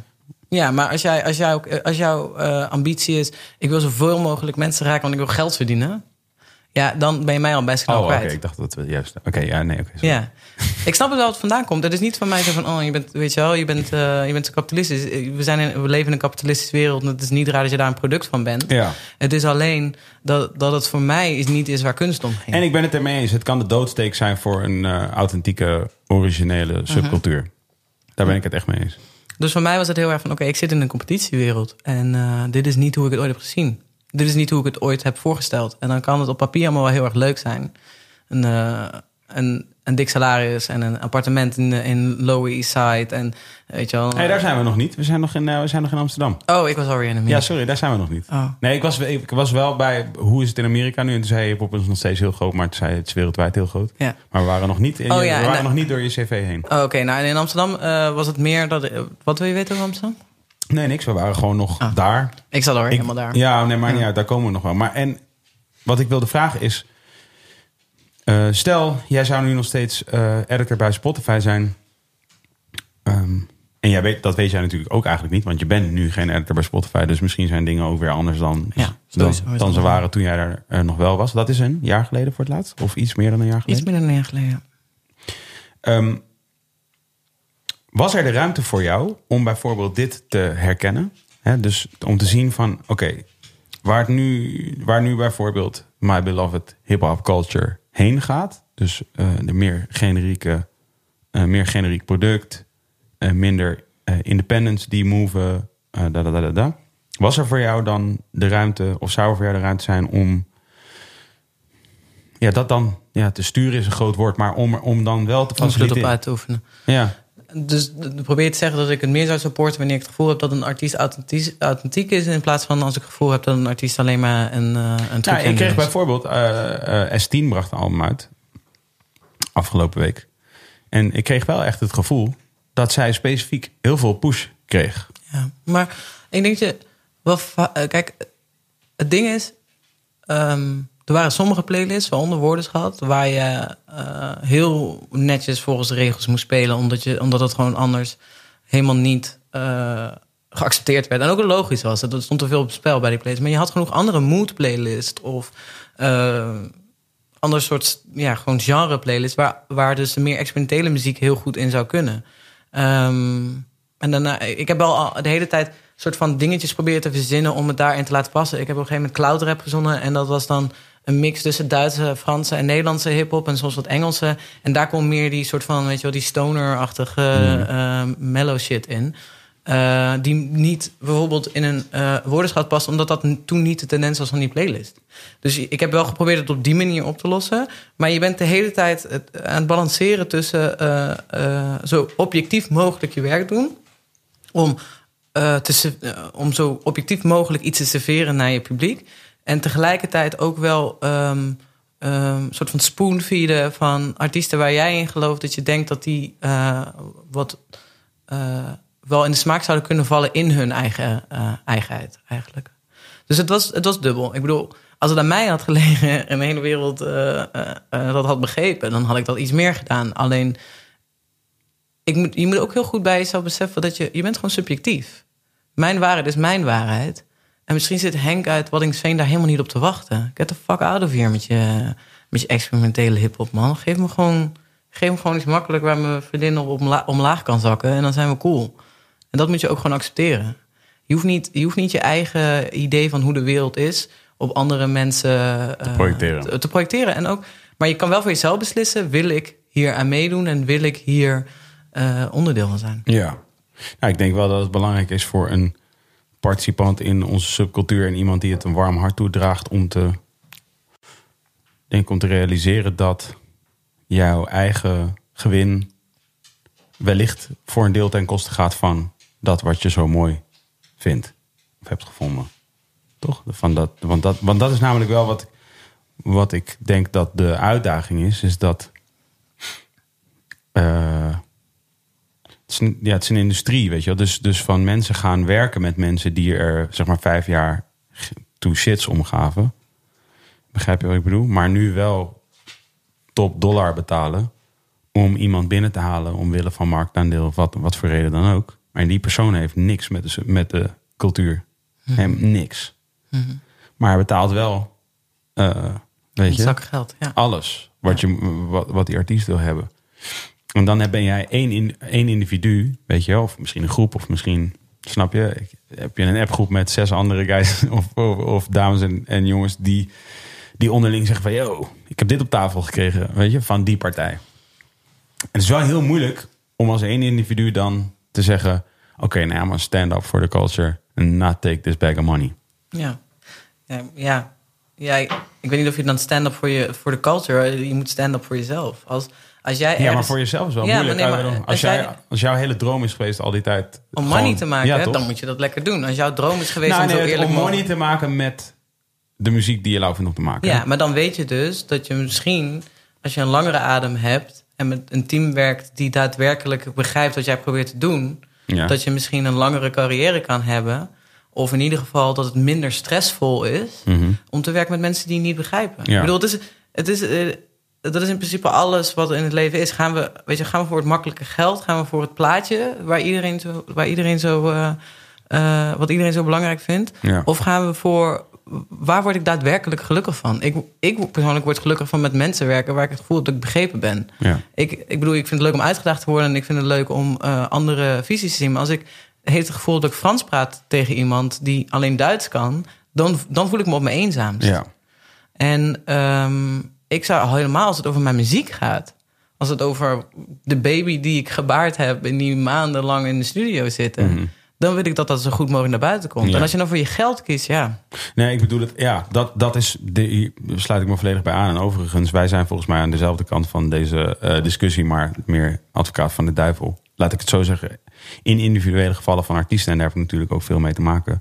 Ja, maar als, jij, als, jij ook, als jouw uh, ambitie is... ik wil zoveel mogelijk mensen raken, want ik wil geld verdienen... ja, dan ben je mij al best snel oh, kwijt. oké, okay, ik dacht dat we juist... Oké, okay, ja, nee, oké. Okay, ja. Ik snap het wel wat het vandaan komt. Het is niet van mij zo van... oh, je bent, weet je wel, je bent, uh, je bent zo kapitalistisch. We, zijn in, we leven in een kapitalistische wereld... en het is niet raar dat je daar een product van bent. Ja. Het is alleen dat, dat het voor mij is niet is waar kunst om ging. En ik ben het ermee eens. Het kan de doodsteek zijn voor een uh, authentieke, originele subcultuur. Uh-huh. Daar ben ik het echt mee eens. Dus voor mij was het heel erg van... oké, okay, ik zit in een competitiewereld... en uh, dit is niet hoe ik het ooit heb gezien. Dit is niet hoe ik het ooit heb voorgesteld. En dan kan het op papier allemaal wel heel erg leuk zijn. Een, uh, een, een dik salaris en een appartement in, in Lower East Side. En, weet je wel, nee, daar zijn we nog niet. We zijn nog in, uh, we zijn nog in Amsterdam. Oh, ik was alweer in Amerika. Ja, sorry, daar zijn we nog niet. Oh. Nee, ik was, ik was wel bij... hoe is het in Amerika nu? En toen zei je, hip-hop is nog steeds heel groot... maar toen zei je, het is wereldwijd heel groot. Ja. Maar we waren nog niet, in oh, je, ja, we waren nou, nog niet door je cv heen. Oh, Oké, okay, nou in Amsterdam uh, was het meer... dat. Uh, wat wil je weten over Amsterdam? Nee, niks. We waren gewoon nog ah. daar. Ik zat er ik, helemaal daar. Ja, nee, maar ja. niet uit. Daar komen we nog wel. Maar en wat ik wilde vragen is... Uh, stel, jij zou nu nog steeds uh, editor bij Spotify zijn. Um, en jij weet, dat weet jij natuurlijk ook eigenlijk niet. Want je bent nu geen editor bij Spotify. Dus misschien zijn dingen ook weer anders dan, ja, dan, dan ze waren toen jij er uh, nog wel was. Dat is een jaar geleden voor het laatst? Of iets meer dan een jaar geleden? Iets meer dan een jaar geleden, ja. Um, was er de ruimte voor jou om bijvoorbeeld dit te herkennen? Hè? Dus om te zien van, oké, okay, waar, waar nu bijvoorbeeld My Beloved Hip-Hop Culture heen gaat. Dus uh, de meer generieke, uh, meer generiek product, uh, minder uh, independence die move, uh, da, da, da, da. Was er voor jou dan de ruimte, of zou er voor jou de ruimte zijn om... Ja, dat dan, ja, te sturen is een groot woord, maar om, om dan wel te faciliteren. Om het op uit te oefenen. Ja. Dus probeer te zeggen dat ik het meer zou supporten wanneer ik het gevoel heb dat een artiest authentiek is, in plaats van als ik het gevoel heb dat een artiest alleen maar een, uh, een truc ja, ik kreeg is. bijvoorbeeld uh, uh, S tien bracht een album uit afgelopen week. En ik kreeg wel echt het gevoel dat zij specifiek heel veel push kreeg. Ja, maar ik denk dat je wel va- kijk, het ding is, um, er waren sommige playlists, waaronder Woordenschat, waar je uh, heel netjes volgens de regels moest spelen, omdat, je, omdat het gewoon anders helemaal niet uh, geaccepteerd werd. En ook logisch was. Er stond te veel op het spel bij die playlist. Maar je had genoeg andere mood playlist of uh, ander soort, ja, gewoon genre playlist, waar, waar dus de meer experimentele muziek heel goed in zou kunnen. Um, en daarna, ik heb wel al de hele tijd soort van dingetjes proberen te verzinnen om het daarin te laten passen. Ik heb op een gegeven moment cloud rap verzonnen en dat was dan een mix tussen Duitse, Franse en Nederlandse hiphop en soms wat Engelse. En daar komt meer die soort van, weet je wel, die stoner-achtige mm. uh, mellow shit in. Uh, die niet bijvoorbeeld in een uh, woordenschat past, omdat dat toen niet de tendens was van die playlist. Dus ik heb wel geprobeerd het op die manier op te lossen. Maar je bent de hele tijd het, aan het balanceren tussen uh, uh, zo objectief mogelijk je werk doen, om, uh, te, uh, om zo objectief mogelijk iets te serveren naar je publiek. En tegelijkertijd ook wel um, um, soort van spoonfeeden van artiesten waar jij in gelooft, dat je denkt dat die uh, wat uh, wel in de smaak zouden kunnen vallen in hun eigen uh, eigenheid eigenlijk. Dus het was, het was dubbel. Ik bedoel, als het aan mij had gelegen en de hele wereld uh, uh, uh, dat had begrepen, dan had ik dat iets meer gedaan. Alleen, ik moet, je moet ook heel goed bij jezelf beseffen dat je, je bent gewoon subjectief. Mijn waarheid is mijn waarheid. En misschien zit Henk uit Waddinxveen daar helemaal niet op te wachten. Get the fuck out of here met je, met je experimentele hiphop, man. Geef me gewoon, geef me gewoon iets makkelijk waar mijn vriendin op omla- omlaag kan zakken. En dan zijn we cool. En dat moet je ook gewoon accepteren. Je hoeft niet je, hoeft niet je eigen idee van hoe de wereld is op andere mensen uh, te projecteren. Te, te projecteren. En ook, maar je kan wel voor jezelf beslissen, wil ik hier aan meedoen en wil ik hier uh, onderdeel van zijn. Ja, nou, ik denk wel dat het belangrijk is voor een participant in onze subcultuur en iemand die het een warm hart toedraagt om te, denk om te realiseren dat jouw eigen gewin wellicht voor een deel ten koste gaat van dat wat je zo mooi vindt of hebt gevonden. Toch? Van dat, want, dat, want dat is namelijk wel wat, wat ik denk dat de uitdaging is, is dat uh, het is, een, ja, het is een industrie, weet je wel. Dus, dus van mensen gaan werken met mensen die er zeg maar vijf jaar toe shits omgaven. Begrijp je wat ik bedoel? Maar nu wel top dollar betalen om iemand binnen te halen omwille van marktaandeel of wat, wat voor reden dan ook. Maar die persoon heeft niks met de, met de cultuur. Mhm. Hem niks. Mm-hmm. Maar hij betaalt wel uh, weet Een je, zak geld, ja. alles wat, je, wat, wat die artiest wil hebben. En dan ben jij één, in, één individu, weet je wel, of misschien een groep, of misschien, snap je, heb je een appgroep met zes andere guys of, of, of dames en, en jongens die, die onderling zeggen van, yo, ik heb dit op tafel gekregen, weet je, van die partij. En het is wel heel moeilijk om als één individu dan te zeggen, oké, okay, nou, I'm gonna stand up for the culture and not take this bag of money. Ja, ja, ja. ja ik, ik weet niet of je dan stand-up voor je voor de culture. Je moet stand-up voor jezelf. Als, als jij Ja, ergens... maar voor jezelf is wel ja, moeilijk. Maar nee, maar als, als, jij, jij... als jouw hele droom is geweest al die tijd... Om gewoon, money te maken, ja, hè, dan moet je dat lekker doen. Als jouw droom is geweest nou, om nee, zo eerlijk om mogelijk... money te maken met de muziek die je lauw vindt om te maken. Ja, maar dan weet je dus dat je misschien, als je een langere adem hebt en met een team werkt die daadwerkelijk begrijpt wat jij probeert te doen, Ja. dat je misschien een langere carrière kan hebben. Of in ieder geval dat het minder stressvol is Mm-hmm. om te werken met mensen die je niet begrijpen. Ja. Ik bedoel, het is, het is, uh, dat is in principe alles wat er in het leven is. Gaan we, weet je, gaan we voor het makkelijke geld? Gaan we voor het plaatje waar iedereen zo, waar iedereen zo, uh, uh, wat iedereen zo belangrijk vindt? Ja. Of gaan we voor, waar word ik daadwerkelijk gelukkig van? Ik, ik persoonlijk word gelukkig van met mensen werken waar ik het gevoel heb dat ik begrepen ben. Ja. Ik, ik bedoel, ik vind het leuk om uitgedaagd te worden en ik vind het leuk om uh, andere visies te zien. Maar als ik heeft het gevoel dat ik Frans praat tegen iemand die alleen Duits kan, dan, dan voel ik me op mijn eenzaamst. Ja. En um, ik zou helemaal, als het over mijn muziek gaat, als het over de baby die ik gebaard heb en die maandenlang in de studio zitten, Mm-hmm. dan wil ik dat dat zo goed mogelijk naar buiten komt. Ja. En als je dan voor je geld kiest, ja. Nee, ik bedoel het, ja, dat, dat is, de, hier sluit ik me volledig bij aan. En overigens, wij zijn volgens mij aan dezelfde kant van deze uh, discussie, maar meer advocaat van de duivel. Laat ik het zo zeggen. In individuele gevallen van artiesten, en daar heb ik natuurlijk ook veel mee te maken,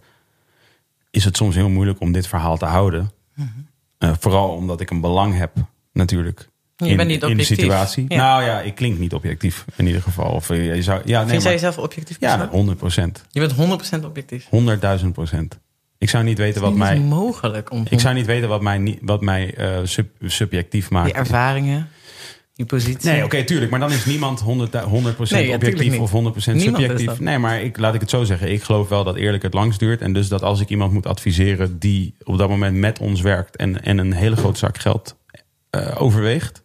is het soms heel moeilijk om dit verhaal te houden. Mm-hmm. Uh, vooral omdat ik een belang heb, natuurlijk. Je in, bent niet in de objectief. situatie. Ja. Nou ja, ik klink niet objectief in ieder geval. Of, uh, je zou, ja, nee, Vind jij maar, jezelf objectief? ja, persoon? honderd procent. Je bent honderd procent objectief. honderdduizend procent. Ik zou niet weten wat Het is mij... niet mogelijk om Ik zou niet weten wat mij, niet- wat mij uh, sub, subjectief maakt. die ervaringen, je positie. Nee, oké, okay, tuurlijk. Maar dan is niemand honderd procent Nee, ja, objectief niet. of honderd procent Niemand is subjectief. dat. Nee, maar ik, laat ik het zo zeggen. Ik geloof wel dat eerlijk het langst duurt. En dus dat als ik iemand moet adviseren die op dat moment met ons werkt en, en een hele grote zak geld uh, overweegt,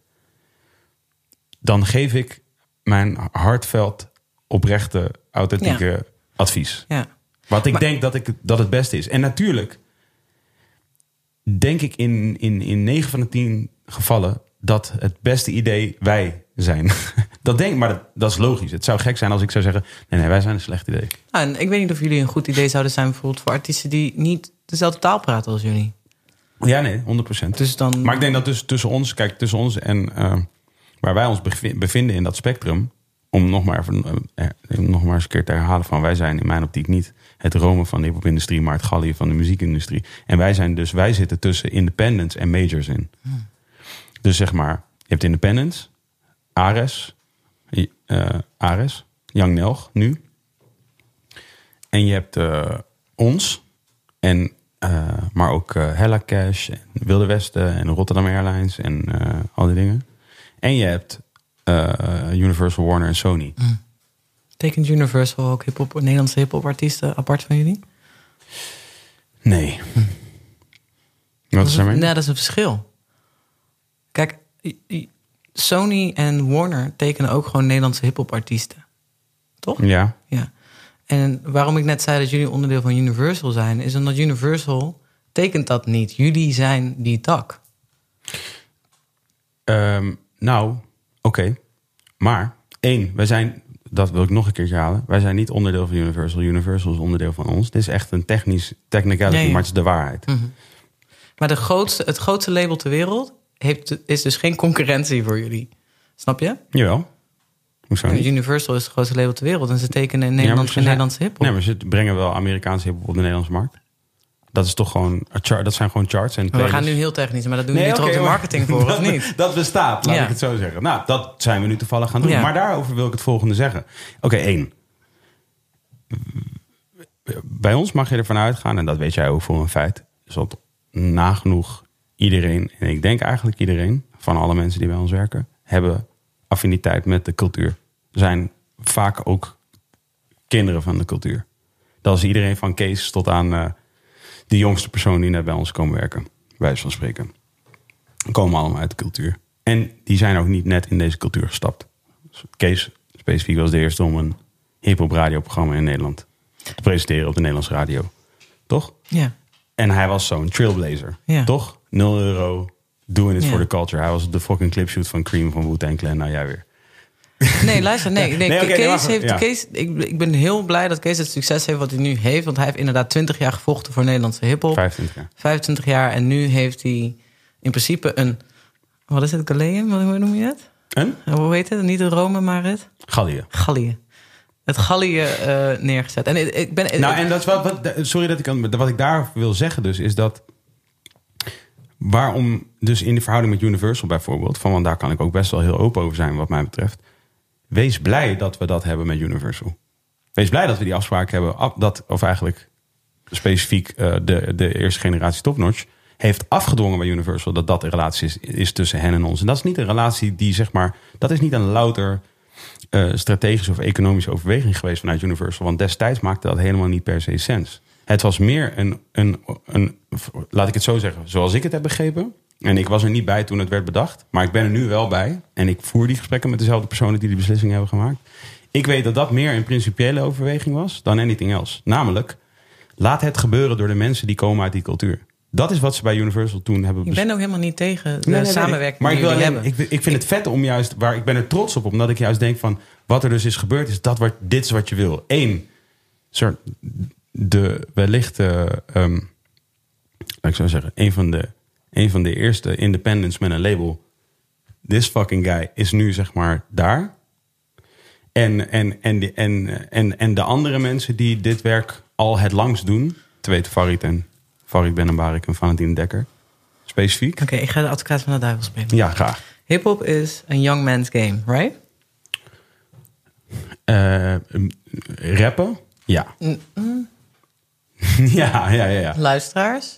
dan geef ik mijn hartveld oprechte, authentieke Ja. advies. Ja. Wat ik Maar- denk dat, ik, dat het beste is. En natuurlijk denk ik in, in, in negen van de tien gevallen dat het beste idee wij zijn. Dat denk ik, maar dat, dat is logisch. Het zou gek zijn als ik zou zeggen, nee, nee, wij zijn een slecht idee. Nou, en ik weet niet of jullie een goed idee zouden zijn bijvoorbeeld voor artiesten die niet dezelfde taal praten als jullie. Ja, nee, honderd procent. Dus dan... Maar ik denk dat dus tussen ons, kijk, tussen ons en uh, waar wij ons bevi- bevinden in dat spectrum, om nog maar, even, uh, nog maar eens een keer te herhalen van, wij zijn in mijn optiek niet het Rome van de hip-hop-industrie, maar het Gallië van de muziekindustrie. En wij zijn dus, wij zitten tussen independents en majors in. Hmm. Dus zeg maar, je hebt independents, Ares, uh, Ares, Young Nelg nu. En je hebt uh, ons, en, uh, maar ook uh, Hella Cash, en Wilde Westen en Rotterdam Airlines en uh, al die dingen. En je hebt uh, Universal, Warner en Sony. Mm. Tekent Universal ook hip-hop, Nederlandse hip-hop artiesten apart van jullie? Nee. Hm. Wat is er mee? Nee, dat is een verschil. Kijk, Sony en Warner tekenen ook gewoon Nederlandse hip-hop artiesten. Toch? Ja. Ja. En waarom ik net zei dat jullie onderdeel van Universal zijn, is omdat Universal tekent dat niet. Jullie zijn die tak. Um, nou, oké. Okay. Maar, één, wij zijn, dat wil ik nog een keertje halen, wij zijn niet onderdeel van Universal. Universal is onderdeel van ons. Dit is echt een technisch technicality, nee, ja. Maar het is de waarheid. Mm-hmm. Maar de grootste, het grootste label ter wereld heeft, is dus geen concurrentie voor jullie. Snap je? Jawel. Hoezo niet? Universal is het grootste label ter wereld en ze tekenen in Nederland ja, geen Nederlandse hiphop. Nee, maar ze brengen wel Amerikaanse hiphop op de Nederlandse markt. Dat is toch gewoon, dat zijn gewoon charts en we gaan nu heel technisch, maar dat doen nee, jullie okay, toch ook de marketing voor, dat, of niet? Dat bestaat, laat ja. ik het zo zeggen. Nou, dat zijn we nu toevallig gaan doen. Ja. Maar daarover wil ik het volgende zeggen. Oké, okay, één. Bij ons mag je ervan uitgaan, en dat weet jij ook voor een feit, is dat nagenoeg iedereen, en ik denk eigenlijk iedereen, van alle mensen die bij ons werken, hebben affiniteit met de cultuur. Zijn vaak ook kinderen van de cultuur. Dat is iedereen van Kees tot aan uh, de jongste persoon die net bij ons komen werken. Bij wijze van spreken. Komen allemaal uit de cultuur. En die zijn ook niet net in deze cultuur gestapt. Dus Kees specifiek was de eerste om een hip-hop radioprogramma in Nederland te presenteren op de Nederlandse radio. Toch? Ja. En hij was zo'n trailblazer. Ja. Toch? Nul euro. Doing it Ja. for the culture. Hij was de fucking clipshoot van Cream van Wu-Tang Clan. Nou, jij weer. Nee, luister, nee. nee, Nee, oké, nee, Kees wacht, heeft, ja. Kees, ik, ik ben heel blij dat Kees het succes heeft wat hij nu heeft. Want hij heeft inderdaad twintig jaar gevochten voor Nederlandse hiphop. vijfentwintig jaar. vijfentwintig jaar. En nu heeft hij in principe een... Wat is het? Galeum? Wat hoe noem je het? En? Hoe heet het? Niet de Rome, maar het... Gallië. Gallië. Het Gallië uh, neergezet. En ik, ik ben... Nou, en dat is wat, wat, sorry dat ik aan, wat ik daar wil zeggen dus, is dat waarom dus in de verhouding met Universal bijvoorbeeld, van want daar kan ik ook best wel heel open over zijn wat mij betreft. Wees blij dat we dat hebben met Universal. Wees blij dat we die afspraak hebben, af- dat, of eigenlijk specifiek uh, de, de eerste generatie Topnotch heeft afgedwongen bij Universal dat dat een relatie is, is tussen hen en ons. En dat is niet een relatie die, zeg maar, dat is niet een louter uh, strategische of economische overweging geweest vanuit Universal. Want destijds maakte dat helemaal niet per se sens. Het was meer een, een, een, laat ik het zo zeggen, zoals ik het heb begrepen. En ik was er niet bij toen het werd bedacht. Maar ik ben er nu wel bij. En ik voer die gesprekken met dezelfde personen die die beslissing hebben gemaakt. Ik weet dat dat meer een principiële overweging was dan anything else. Namelijk, laat het gebeuren door de mensen die komen uit die cultuur. Dat is wat ze bij Universal toen hebben Ik besloten. ben ook helemaal niet tegen de Nee, nee, nee. samenwerking Maar ik, die wil jullie alleen, hebben. ik, ik vind het vet om juist, waar ik ben er trots op, omdat ik juist denk van, wat er dus is gebeurd, is dat wat, dit is wat je wil. Eén, soort de wellicht, uh, um, laat ik zo zeggen, een van de, een van de eerste independents met een label. This fucking guy is nu zeg maar daar. En, en, en, de, en, en, en de andere mensen die dit werk al het langst doen, te weten Farid en Farid Benenbarik en Valentine Dekker, specifiek. Oké, ik ga de advocaat van de duivel spelen. Ja, graag. Hip-hop is een young man's game, right? Uh, rappen? Ja. Mm-mm. ja, ja, ja, ja. Luisteraars?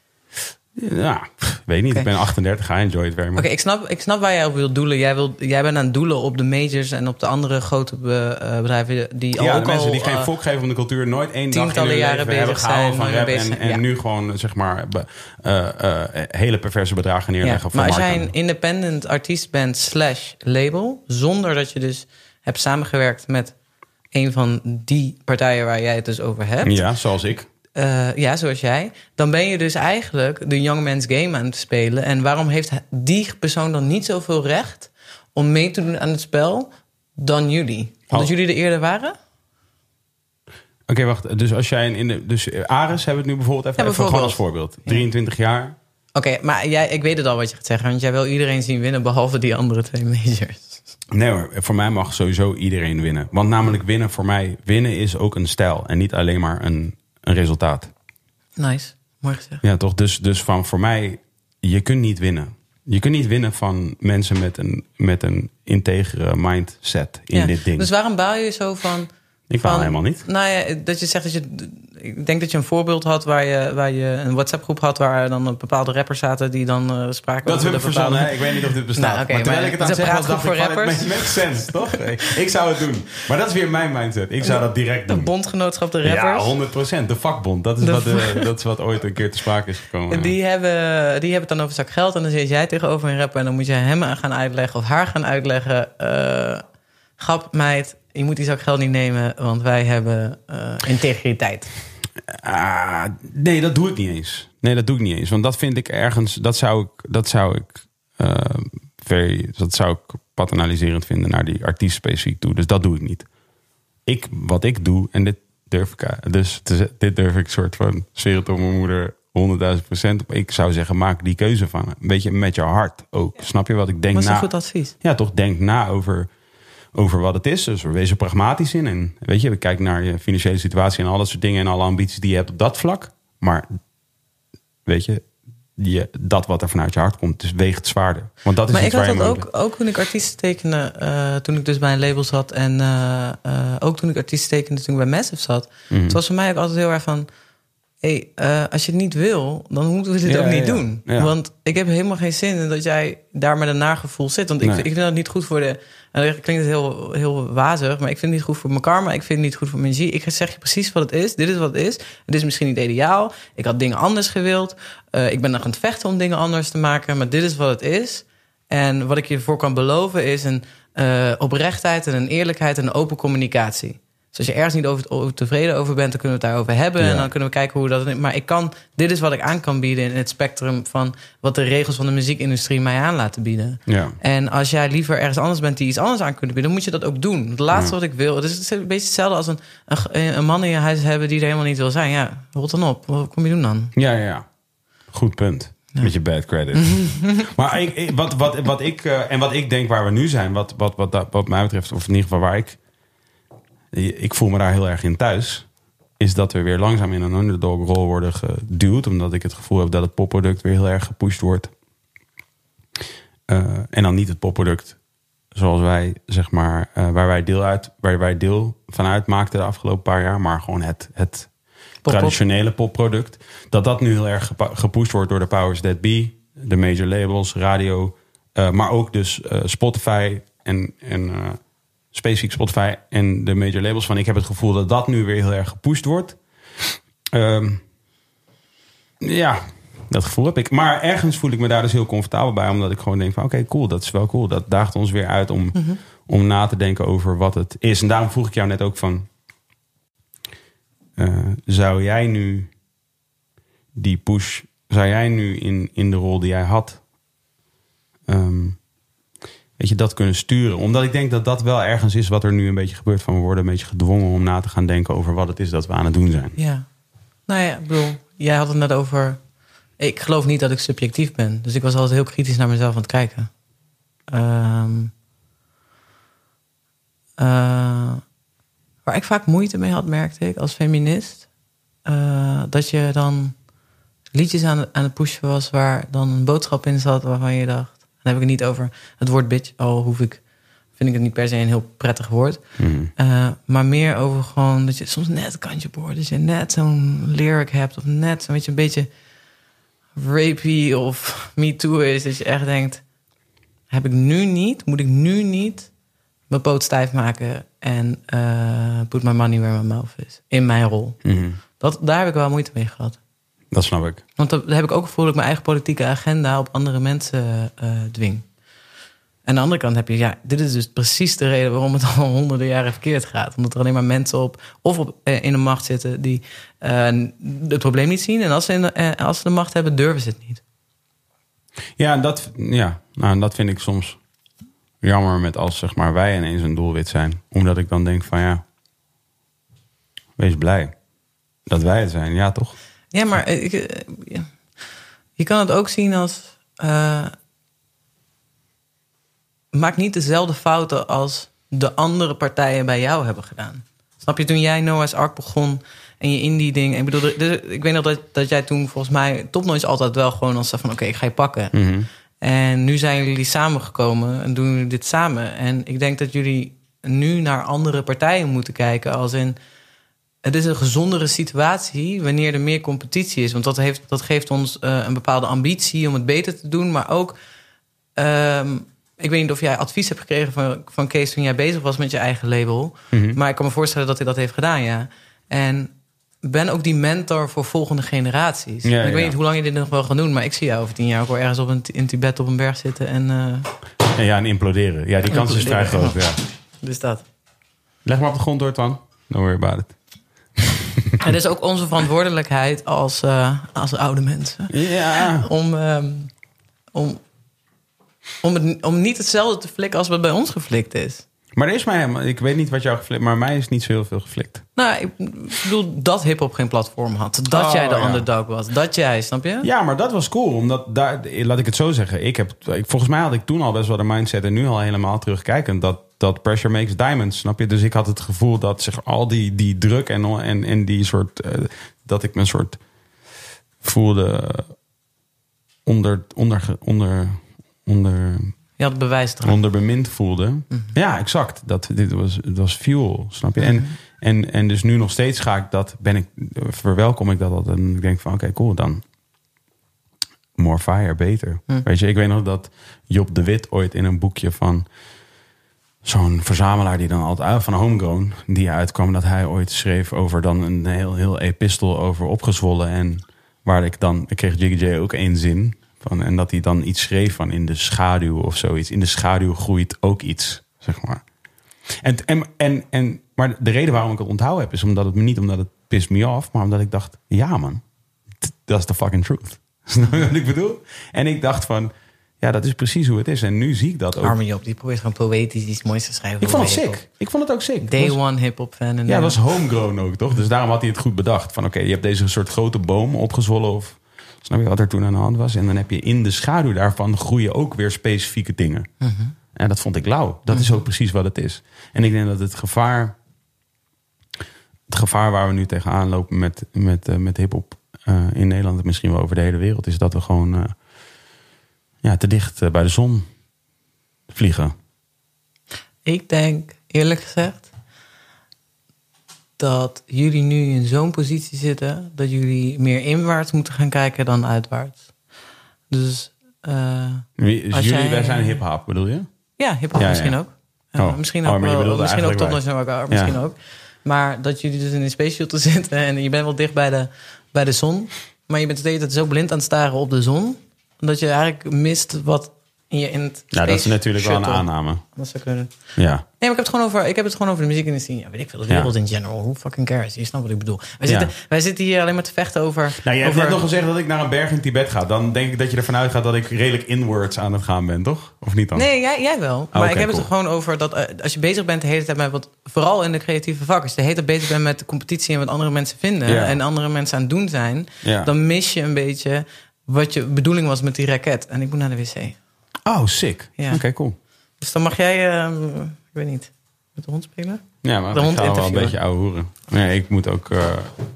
Ja, pff, weet niet. Oké. Ik ben achtendertig, I enjoy it very much. Oké, ik, snap, ik snap waar jij op wilt doelen. Jij, wilt, jij bent aan het doelen op de majors en op de andere grote be- uh, bedrijven die al Ja, ook de mensen al, die geen uh, fok geven om de cultuur, nooit één dag in tientallen hun jaren leven bezig hebben gehouden zijn, van rap bezig en, zijn, en ja. nu gewoon zeg maar be- uh, uh, hele perverse bedragen neerleggen. Ja, voor maar als jij marktaandeel. een independent artiest bent slash label, zonder dat je dus hebt samengewerkt met een van die partijen waar jij het dus over hebt. Ja, zoals ik. Uh, ja, zoals jij. Dan ben je dus eigenlijk de young man's game aan het spelen. En waarom heeft die persoon dan niet zoveel recht om mee te doen aan het spel dan jullie? Omdat Oh. jullie er eerder waren? Oké, okay, wacht. Dus als jij in de. Dus Ares hebben we het nu bijvoorbeeld even, Ja, even gewoon als bijvoorbeeld. voorbeeld. drieëntwintig jaar. Oké, okay, maar jij, ik weet het al wat je gaat zeggen. Want jij wil iedereen zien winnen, behalve die andere twee majors. Nee hoor, voor mij mag sowieso iedereen winnen. Want namelijk winnen voor mij, winnen is ook een stijl. En niet alleen maar een, een resultaat. Nice, mooi gezegd. Ja, toch? Dus, dus van voor mij, je kunt niet winnen. Je kunt niet winnen van mensen met een, met een integere mindset in Ja, dit ding. dus waarom baal je zo van... Ik baal van, helemaal niet. Nou ja, dat je zegt dat je... Ik denk dat je een voorbeeld had waar je, waar je een WhatsApp-groep had... waar dan bepaalde rappers zaten die dan uh, spraken Dat over heb de ik bepaalde... verzonnen, hè? Ik weet niet of dit bestaat. Nou, oké, maar terwijl maar ik het aan het het is een zeggen was, dacht praatgroep ik voor van, het rappers. makes sense, toch? Ik, ik zou het doen. Maar dat is weer mijn mindset. Ik zou dat direct doen. Een bondgenootschap de Ja, rappers. honderd procent. De vakbond. Dat is, De wat, uh, dat is wat ooit een keer te sprake is gekomen. Die hebben, die hebben het dan over zak geld. En dan zit jij tegenover een rapper. En dan moet je hem gaan uitleggen of haar gaan uitleggen. Uh, grap, meid, je moet die zak geld niet nemen. Want wij hebben uh, integriteit. Ah, nee, dat doe ik niet eens. Nee, dat doe ik niet eens. Want dat vind ik ergens... Dat zou ik... Dat zou ik, uh, very, dat zou ik paternaliserend vinden naar die artiest specifiek toe. Dus dat doe ik niet. Ik, wat ik doe... En dit durf ik... Dus te, dit durf ik soort van... Zweer het op mijn moeder... honderdduizend procent op. Ik zou zeggen, maak die keuze van. Een beetje met je hart ook. Ja. Snap je wat ik denk? Dat is na, een goed advies. Ja, toch denk na over... over wat het is. Dus we wees er pragmatisch in. En weet je, we kijken naar je financiële situatie en al dat soort dingen en alle ambities die je hebt op dat vlak. Maar weet je, je dat wat er vanuit je hart komt, dus weegt zwaarder. Want dat is maar iets ik had waar je dat mogelijk... ook, ook toen ik artiesten tekende, uh, toen ik dus bij een label zat. En uh, uh, ook toen ik artiesten tekende toen ik bij Massive zat. Mm-hmm. Het was voor mij ook altijd heel erg van... hey, uh, als je het niet wil, dan moeten we dit Ja, ook niet ja, doen. ja. Want ik heb helemaal geen zin in dat jij daar met een nagevoel zit. Want ik, Nee. ik vind dat niet goed voor de... En dan klinkt het heel, heel wazig, maar ik vind het niet goed voor mijn karma. Ik vind het niet goed voor mijn energie. Ik zeg je precies wat het is. Dit is wat het is. Het is misschien niet ideaal. Ik had dingen anders gewild. Uh, ik ben nog aan het vechten om dingen anders te maken. Maar dit is wat het is. En wat ik je voor kan beloven is een uh, oprechtheid en een eerlijkheid en een open communicatie. Dus als je ergens niet over, over tevreden over bent, dan kunnen we het daarover hebben. Ja. En dan kunnen we kijken hoe dat... Maar ik kan, dit is wat ik aan kan bieden in het spectrum van wat de regels van de muziekindustrie mij aan laten bieden. Ja. En als jij liever ergens anders bent die iets anders aan kunt bieden, dan moet je dat ook doen. Het laatste Ja. wat ik wil, het is een beetje hetzelfde als een, een, een man in je huis hebben die er helemaal niet wil zijn. Ja, rot dan op. Wat kom je doen dan? Ja, ja, ja. Goed punt. Ja. Met je bad credit. Maar ik, ik- wat, wat, wat ik... Uh, en wat ik denk waar we nu zijn... Wat, wat, wat, dat- wat mij betreft... Of in ieder geval waar ik... Ik voel me daar heel erg in thuis. Is dat we weer langzaam in een underdog rol worden geduwd. Omdat ik het gevoel heb dat het popproduct weer heel erg gepusht wordt. Uh, en dan niet het popproduct zoals wij, zeg maar... Uh, waar, wij deel uit, waar wij deel van uitmaakten de afgelopen paar jaar. Maar gewoon het... het Pop, traditionele popproduct. Dat dat nu heel erg gepa- gepusht wordt door de powers that be. De major labels, radio. Uh, maar ook dus uh, Spotify en, en uh, specifiek Spotify en de major labels. Van ik heb het gevoel dat dat nu weer heel erg gepusht wordt. Um, ja, dat gevoel heb ik. Maar ergens voel ik me daar dus heel comfortabel bij. Omdat ik gewoon denk van oké, okay, cool, dat is wel cool. Dat daagt ons weer uit om, mm-hmm. om na te denken over wat het is. En daarom vroeg ik jou net ook van... Uh, zou jij nu die push, zou jij nu in, in de rol die jij had, um, weet je, dat kunnen sturen? Omdat ik denk dat dat wel ergens is wat er nu een beetje gebeurt. Van we worden een beetje gedwongen om na te gaan denken over wat het is dat we aan het doen zijn. Ja, nou ja, ik bedoel, jij had het net over... Ik geloof niet dat ik subjectief ben. Dus ik was altijd heel kritisch naar mezelf aan het kijken. Um, uh, Waar ik vaak moeite mee had, merkte ik, als feminist... Uh, dat je dan liedjes aan, aan het pushen was... waar dan een boodschap in zat waarvan je dacht... dan heb ik het niet over het woord bitch... al hoef ik, vind ik het niet per se een heel prettig woord... Mm. Uh, maar meer over gewoon dat je soms net kantje boord... dat je net zo'n lyric hebt... of net zo'n beetje, een beetje rapey of me too is... dat je echt denkt... heb ik nu niet, moet ik nu niet... mijn poot stijf maken en uh, put my money where my mouth is. In mijn rol. Mm-hmm. Dat, daar heb ik wel moeite mee gehad. Dat snap ik. Want dan heb ik ook het gevoel dat ik mijn eigen politieke agenda... op andere mensen uh, dwing. En aan de andere kant heb je... ja, dit is dus precies de reden waarom het al honderden jaren verkeerd gaat. Omdat er alleen maar mensen op... of op, uh, in de macht zitten die uh, het probleem niet zien. En als ze, in de, uh, als ze de macht hebben, durven ze het niet. Ja, dat, ja nou, dat vind ik soms... jammer met als zeg maar wij ineens een doelwit zijn. Omdat ik dan denk van ja... wees blij dat wij het zijn. Ja, toch? Ja, maar ik, ja. je kan het ook zien als... Uh, maak niet dezelfde fouten als de andere partijen bij jou hebben gedaan. Snap je, toen jij Noah's Ark begon en je indie ding... Ik bedoel, ik weet nog dat, dat jij toen volgens mij... Top Noise altijd wel gewoon als van oké, okay, ik ga je pakken. Mm-hmm. En nu zijn jullie samengekomen en doen jullie dit samen. En ik denk dat jullie nu naar andere partijen moeten kijken. Als in, het is een gezondere situatie wanneer er meer competitie is. Want dat, heeft, dat geeft ons uh, een bepaalde ambitie om het beter te doen. Maar ook, um, ik weet niet of jij advies hebt gekregen van, van Kees toen jij bezig was met je eigen label. Mm-hmm. Maar ik kan me voorstellen dat hij dat heeft gedaan, ja. En ben ook die mentor voor volgende generaties. Ja, ik ja. weet niet hoe lang je dit nog wel gaat doen... maar ik zie jou over tien jaar ook wel ergens op een, in Tibet op een berg zitten. En, uh... en ja, en imploderen. Ja, die kans is vrij groot. Ja. Dus dat. Leg maar op de grond door, Twan. Don't worry about it. Het is ook onze verantwoordelijkheid als, uh, als oude mensen... Ja. om, um, om, om, het, om niet hetzelfde te flikken als wat bij ons geflikt is. Maar er is mij helemaal... Ik weet niet wat jou geflikt... maar mij is niet zo heel veel geflikt. Nou, ik bedoel dat hiphop geen platform had. Dat Oh, jij de ja. underdog was. Dat jij, snap je? Ja, maar dat was cool. Omdat daar... Laat ik het zo zeggen. Ik heb, volgens mij had ik toen al best wel de mindset... en nu al helemaal terugkijkend... dat, dat pressure makes diamonds, snap je? Dus ik had het gevoel dat zich al die, die druk... en, en, en die soort... Uh, dat ik me een soort... voelde... onder... onder, onder, onder Je had bewijs eraan. onderbemind voelde. Mm-hmm. Ja, exact. Dat, dit was, het was fuel, snap je? Mm-hmm. En, En, en dus nu nog steeds ga ik dat, ben ik, verwelkom ik dat altijd. En ik denk van, oké, okay, cool, dan more fire, beter. Hm. Weet je, ik weet nog dat Job de Wit ooit in een boekje van zo'n verzamelaar die dan altijd van Homegrown, die uitkwam, dat hij ooit schreef over dan een heel, heel epistel over opgezwollen. En waar ik dan, ik kreeg Jiggy J ook één zin van, en dat hij dan iets schreef van in de schaduw of zoiets. In de schaduw groeit ook iets, zeg maar. En, en, en, en, maar de reden waarom ik het onthouden heb, is omdat het me niet omdat het pissed me off, maar omdat ik dacht, ja man, dat is the fucking truth. Snap je wat ik bedoel? En ik dacht van, ja, dat is precies hoe het is. En nu zie ik dat ook. Arme Job, die probeert gewoon poëtisch iets moois te schrijven. Ik vond het sick. Ik vond het ook sick. Day was, one hip-hop fan. En ja, dat was homegrown ook, toch? Dus daarom had hij het goed bedacht. Van oké, okay, je hebt deze soort grote boom opgezwollen of snap je wat er toen aan de hand was? En dan heb je in de schaduw daarvan groeien ook weer specifieke dingen. Mm-hmm. En dat vond ik lauw. Dat mm-hmm. is ook precies wat het is. En ik denk dat het gevaar, het gevaar waar we nu tegenaan lopen met, met, uh, met hip-hop uh, in Nederland en misschien wel over de hele wereld, is dat we gewoon uh, ja, te dicht uh, bij de zon vliegen. Ik denk, eerlijk gezegd, dat jullie nu in zo'n positie zitten dat jullie meer inwaarts moeten gaan kijken dan uitwaarts. Dus, uh, Wie, dus jullie, jij, wij zijn hip-hop, bedoel je? Ja, hip-hop ja, misschien ja. ook. Uh, oh. Misschien ook, oh, wel, misschien ook tot nog misschien ja. ook. Maar dat jullie dus in een space shuttle zitten en je bent wel dicht bij de, bij de zon, maar je bent steeds zo blind aan het staren op de zon, dat je eigenlijk mist wat je in het ja, dat is natuurlijk shuttle. Wel een aanname. Dat zou kunnen. Ja. Nee, maar ik heb het gewoon over, ik heb het gewoon over de muziekindustrie. Ja, weet ik veel, de wereld ja. in general. Who fucking cares? Je snapt wat ik bedoel. Wij zitten, ja. wij zitten hier alleen maar te vechten over. Nou, jij over... hebt net nog gezegd dat ik naar een berg in Tibet ga. Dan denk ik dat je ervan uitgaat dat ik redelijk inwards aan het gaan ben, toch? Of niet dan? Nee, jij, jij wel. Maar oh, okay, ik heb cool. het er gewoon over dat uh, als je bezig bent de hele tijd met wat, vooral in de creatieve vak, als je de hele tijd bezig bent met de competitie en wat andere mensen vinden ja. en andere mensen aan het doen zijn, ja. dan mis je een beetje wat je bedoeling was met die raket. En ik moet naar de wc. Oh, sick. Ja. Oké, okay, cool. Dus dan mag jij, uh, ik weet niet, met de hond spelen? Ja, maar de hond ik ga wel een beetje ouwe hoeren. Nee, ik moet ook... Uh,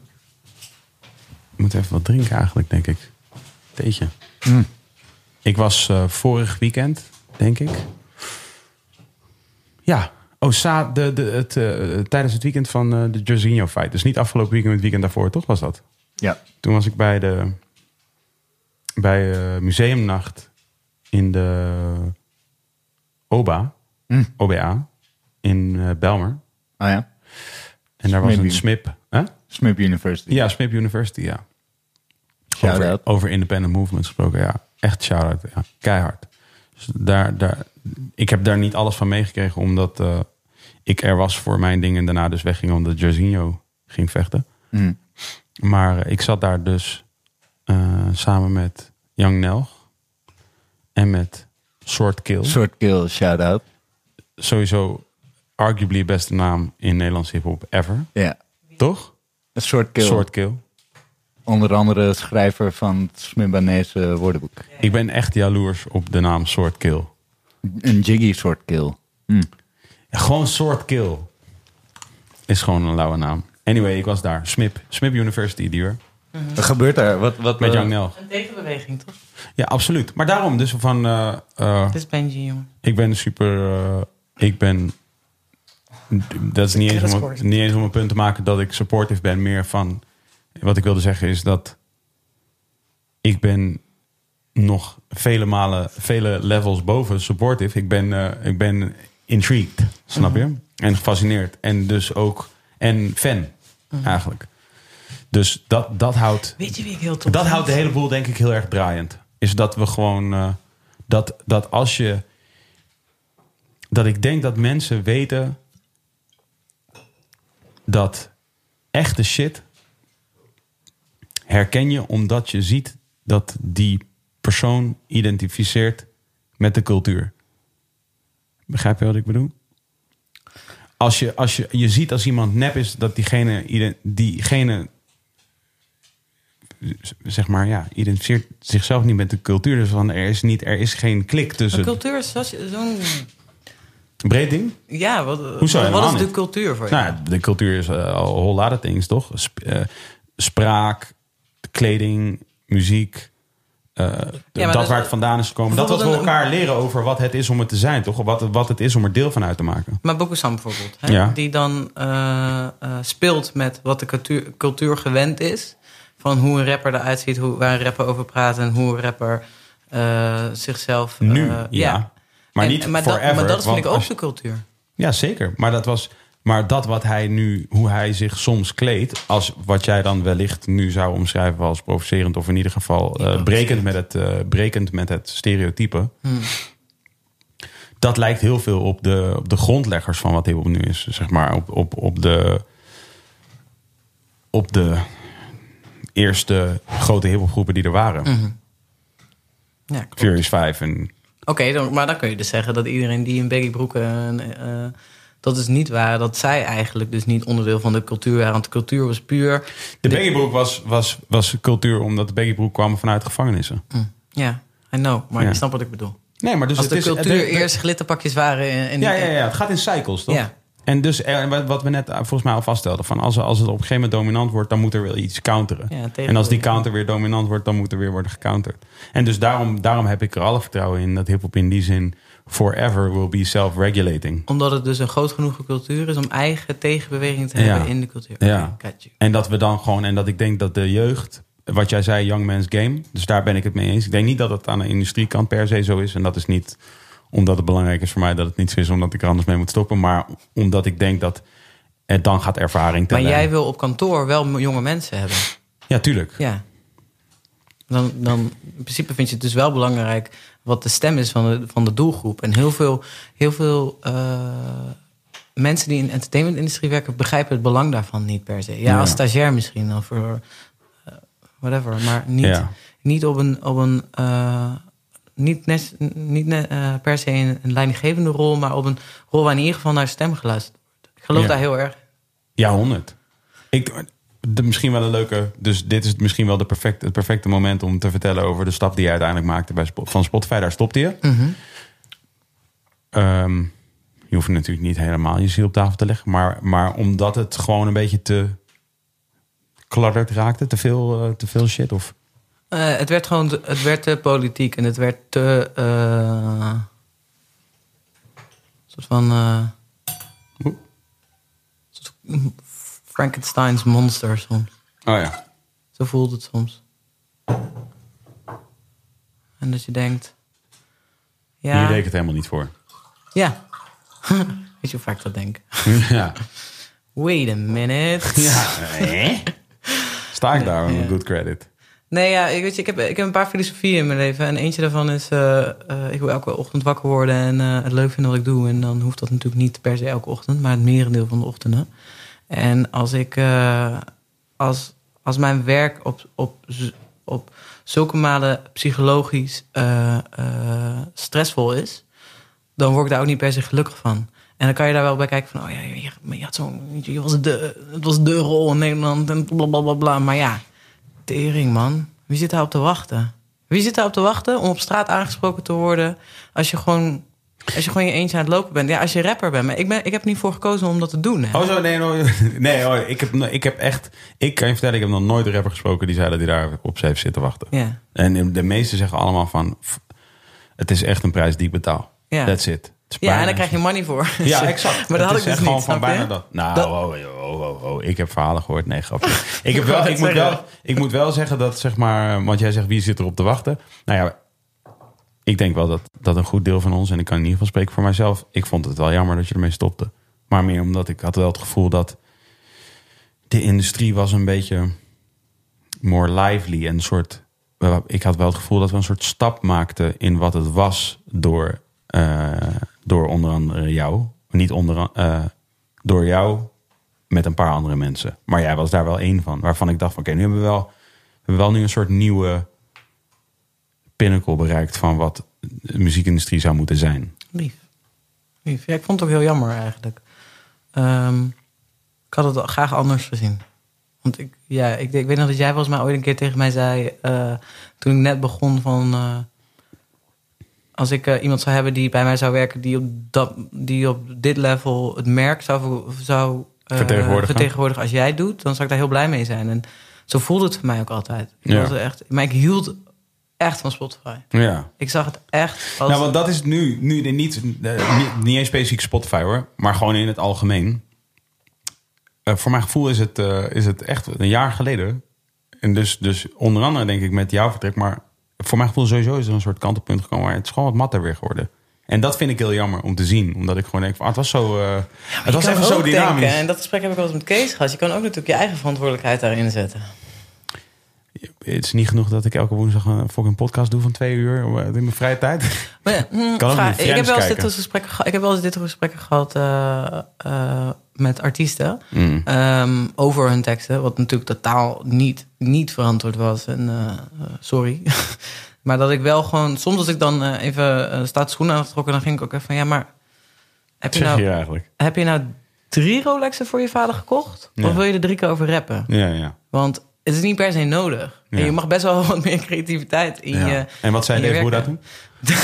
ik moet even wat drinken eigenlijk, denk ik. Theetje. Mm. Ik was uh, vorig weekend, denk ik. Ja. Oh, sa- de, de, het, uh, tijdens het weekend van uh, de Jorginho fight. Dus niet afgelopen weekend, maar het weekend daarvoor, toch was dat? Ja. Toen was ik bij de... bij uh, museumnacht in de O B A, mm. O B A, in uh, Bijlmer. Ah ja. En daar was een S M I P. Huh? S M I P University. Ja, S M I P University, ja. Shout-out. Over, over independent movements gesproken, ja. Echt shout-out, ja. Keihard. Dus daar, daar, ik heb daar niet alles van meegekregen, omdat uh, ik er was voor mijn ding en daarna dus wegging omdat Jorginho ging vechten. Mm. Maar uh, ik zat daar dus uh, samen met Young Nelg en met Sword Kill. Sword Kill, shout-out. Sowieso arguably beste naam in Nederlands hiphop ever. Ja. Toch? Sword Kill. Sword Kill. Onder andere schrijver van het Smibanese woordenboek. Ik ben echt jaloers op de naam Sword Kill. Een Jiggy Sword Kill. Hm. Ja, gewoon Sword Kill. Is gewoon een lauwe naam. Anyway, ik was daar. S M I P. S M I P University, duur. Mm-hmm. Wat gebeurt daar? Wat, wat, met Young Nelg. Een tegenbeweging, toch? Ja, absoluut. Maar daarom dus van... Uh, uh, Dit is Benji, jongen. Ik ben super... Uh, ik ben... Dat is niet eens, om, niet eens om een punt te maken dat ik supportive ben. Meer van... Wat ik wilde zeggen is dat... Ik ben nog vele malen... Vele levels boven supportive. Ik ben, uh, ik ben intrigued. Snap je? Mm-hmm. En gefascineerd. En dus ook... En fan, mm-hmm. eigenlijk. Dus dat, dat houdt... Weet je wie ik heel tof Dat vind? houdt de hele boel denk ik heel erg draaiend. Is dat we gewoon... Uh, dat, dat als je... Dat ik denk dat mensen weten... Dat echte shit... herken je omdat je ziet... dat die persoon identificeert met de cultuur. Begrijp je wat ik bedoel? Als je, als je, je ziet als iemand nep is... dat diegene... diegene zeg maar, ja, identificeert zichzelf niet met de cultuur. Dus van, er is niet, er is geen klik tussen... De cultuur is zo'n... breed ding? Ja, wat, Hoezo, wat is de niet? cultuur voor je? Nou, de cultuur is uh, al whole lot of things, toch? Sp- uh, spraak, kleding, muziek, Uh, ja, dat dus, waar het vandaan is gekomen. Dat wat we elkaar leren over wat het is om het te zijn, toch? Wat, wat het is om er deel van uit te maken. Maar Bokusam bijvoorbeeld. Hè? Ja. Die dan uh, uh, speelt met wat de cultuur, cultuur gewend is. Van hoe een rapper eruit ziet, hoe, waar een rapper over praat... en hoe een rapper uh, zichzelf... Uh, nu, ja. ja. Maar en, niet maar forever. Dat, maar dat vind ik ook als, de cultuur. Ja, zeker. Maar dat was... Maar dat wat hij nu, hoe hij zich soms kleedt, als wat jij dan wellicht nu zou omschrijven als provocerend of in ieder geval uh, brekend, met het, uh, brekend met het stereotype. Hmm. Dat lijkt heel veel op de, op de grondleggers van wat hiphop nu is. Zeg maar op, op, op, de, op de eerste grote hiphopgroepen die er waren. Mm-hmm. Ja, Furious vijf en... Oké, okay, dan, maar dan kun je dus zeggen dat iedereen die in baggy broeken... Uh, dat is niet waar, dat zij eigenlijk dus niet onderdeel van de cultuur waren. Want de cultuur was puur... De baggybroek was, was, was cultuur omdat de baggybroek kwam vanuit gevangenissen. Ja, mm. yeah, I know, maar ja. Je snapt wat ik bedoel. Nee, maar dus Als het de is, cultuur de, de, eerst glitterpakjes waren... In, in ja, ja, ja, het gaat in cycles, toch? Ja. En dus wat we net volgens mij al vaststelden... Van als, als het op een gegeven moment dominant wordt... dan moet er wel iets counteren. Ja, en als die counter weer dominant wordt... dan moet er weer worden gecounterd. En dus daarom, daarom heb ik er alle vertrouwen in... dat hiphop in die zin... forever will be self-regulating. Omdat het dus een groot genoeg cultuur is... om eigen tegenbeweging te hebben ja. in de cultuur. Ja. Okay, en dat we dan gewoon... en dat ik denk dat de jeugd... wat jij zei, young man's game... dus daar ben ik het mee eens. Ik denk niet dat het aan de industriekant per se zo is... en dat is niet... omdat het belangrijk is voor mij dat het niet zo is... omdat ik er anders mee moet stoppen... maar omdat ik denk dat het dan gaat ervaring tellen. Maar jij wil op kantoor wel jonge mensen hebben. Ja, tuurlijk. Ja. Dan, dan in principe vind je het dus wel belangrijk... wat de stem is van de, van de doelgroep. En heel veel, heel veel uh, mensen die in de entertainmentindustrie werken... begrijpen het belang daarvan niet per se. Ja, ja. als stagiair misschien, of uh, whatever. Maar niet, ja. niet op een... Op een uh, Niet, net, niet net, uh, per se een, een leidinggevende rol... maar op een rol waar in ieder geval naar stem geluisterd wordt. Ik geloof ja. daar heel erg. Ja, honderd. Ik, de, misschien wel een leuke... Dus dit is misschien wel de perfect, het perfecte moment om te vertellen... over de stap die je uiteindelijk maakte bij, van Spotify. Daar stopte je. Mm-hmm. Um, je hoeft natuurlijk niet helemaal je ziel op tafel te leggen. Maar, maar omdat het gewoon een beetje te kladderd raakte. Te veel, uh, te veel shit of... Uh, het werd gewoon te, het werd te politiek en het werd te uh, soort van uh, soort Frankenstein's monster soms. Oh ja. Zo voelt het soms. En dat je denkt, ja. Hier deed ik het helemaal niet voor. Ja. Weet je hoe vaak ik dat denk? Ja. Wait a minute. Ja. Sta ik daar met ja. good credit. Nee, ja, ik, weet je, ik, heb, ik heb een paar filosofieën in mijn leven. En eentje daarvan is... Uh, uh, ik wil elke ochtend wakker worden en uh, het leuk vinden wat ik doe. En dan hoeft dat natuurlijk niet per se elke ochtend... maar het merendeel van de ochtenden. En als ik... Uh, als, als mijn werk op, op, op zulke mate psychologisch uh, uh, stressvol is... dan word ik daar ook niet per se gelukkig van. En dan kan je daar wel bij kijken van... oh ja, je, je had zo'n... Je was de, het was de rol in Nederland en blablabla. Bla, bla. Maar ja... Tering, man. Wie zit daar op te wachten? Wie zit daar op te wachten om op straat aangesproken te worden... als je gewoon, als je, gewoon je eentje aan het lopen bent? Ja, als je rapper bent. Maar ik, ben, ik heb er niet voor gekozen om dat te doen. Hè? Oh zo, nee, no, nee oh, ik, heb, ik heb echt... Ik kan je vertellen, ik heb nog nooit een rapper gesproken... die zei dat hij daar op ze heeft zitten wachten. Ja. En de meesten zeggen allemaal van... het is echt een prijs die ik betaal. Ja. That's it. Ja, en daar krijg je money voor. Ja, exact. Maar dat had ik dus gewoon niet, van bijna dat. Nou, dat... Oh, oh, oh, oh, ik heb verhalen gehoord. Nee, grapje. ik, heb wel, ik, moet wel, ik moet wel zeggen dat, zeg maar... want jij zegt, wie zit er op te wachten? Nou ja, ik denk wel dat, dat een goed deel van ons... en ik kan in ieder geval spreken voor mijzelf... ik vond het wel jammer dat je ermee stopte. Maar meer omdat ik had wel het gevoel dat... de industrie was een beetje... more lively en een soort... ik had wel het gevoel dat we een soort stap maakten... in wat het was door... Uh, door onder andere jou. Niet onder uh, door jou met een paar andere mensen. Maar jij was daar wel één van. Waarvan ik dacht van oké, okay, nu hebben we wel... we hebben wel nu een soort nieuwe... pinnacle bereikt... van wat de muziekindustrie zou moeten zijn. Lief. Lief. Ja, ik vond het ook heel jammer eigenlijk. Um, ik had het graag anders gezien. Want ik, ja, ik, ik weet nog dat jij volgens mij ooit een keer tegen mij zei... Uh, toen ik net begon van... Uh, als ik uh, iemand zou hebben die bij mij zou werken... die op, dat, die op dit level het merk zou, zou uh, vertegenwoordigen. vertegenwoordigen als jij doet... dan zou ik daar heel blij mee zijn. En zo voelde het voor mij ook altijd. Ik ja. was echt, maar ik hield echt van Spotify. Ja. Ik zag het echt als... Nou, want dat is nu, nu niet, uh, niet, niet eens specifiek Spotify hoor, maar gewoon in het algemeen. Uh, voor mijn gevoel is het, uh, is het echt een jaar geleden. En dus, dus onder andere denk ik met jouw vertrek, maar voor mijn gevoel sowieso is er een soort kantelpunt gekomen, maar het is gewoon wat matter weer geworden. En dat vind ik heel jammer om te zien, omdat ik gewoon denk van, ah, het was zo, uh, ja, het was even zo dynamisch. Denken, en dat gesprek heb ik wel eens met Kees gehad. Je kan ook natuurlijk je eigen verantwoordelijkheid daarin zetten. Het is niet genoeg dat ik elke woensdag een fucking podcast doe van twee uur in mijn vrije tijd. Maar ja, mm, kan ook vraag, niet ik heb wel eens kijken. dit gesprekken gehad. Ik heb wel eens dit gesprekken gehad uh, uh, met artiesten Mm. um, over hun teksten, wat natuurlijk totaal niet, niet verantwoord was. En uh, uh, sorry. Maar dat ik wel gewoon, soms als ik dan uh, even uh, staat schoenen aangetrokken, dan ging ik ook even van ja, maar heb je, Zeg nou, je eigenlijk? heb je nou drie Rolexen voor je vader gekocht? Ja. Of wil je er drie keer over rappen? Ja, ja. Want het is niet per se nodig. Ja. En je mag best wel wat meer creativiteit in ja. je. En wat zei in je Dave Boerda werken. toen?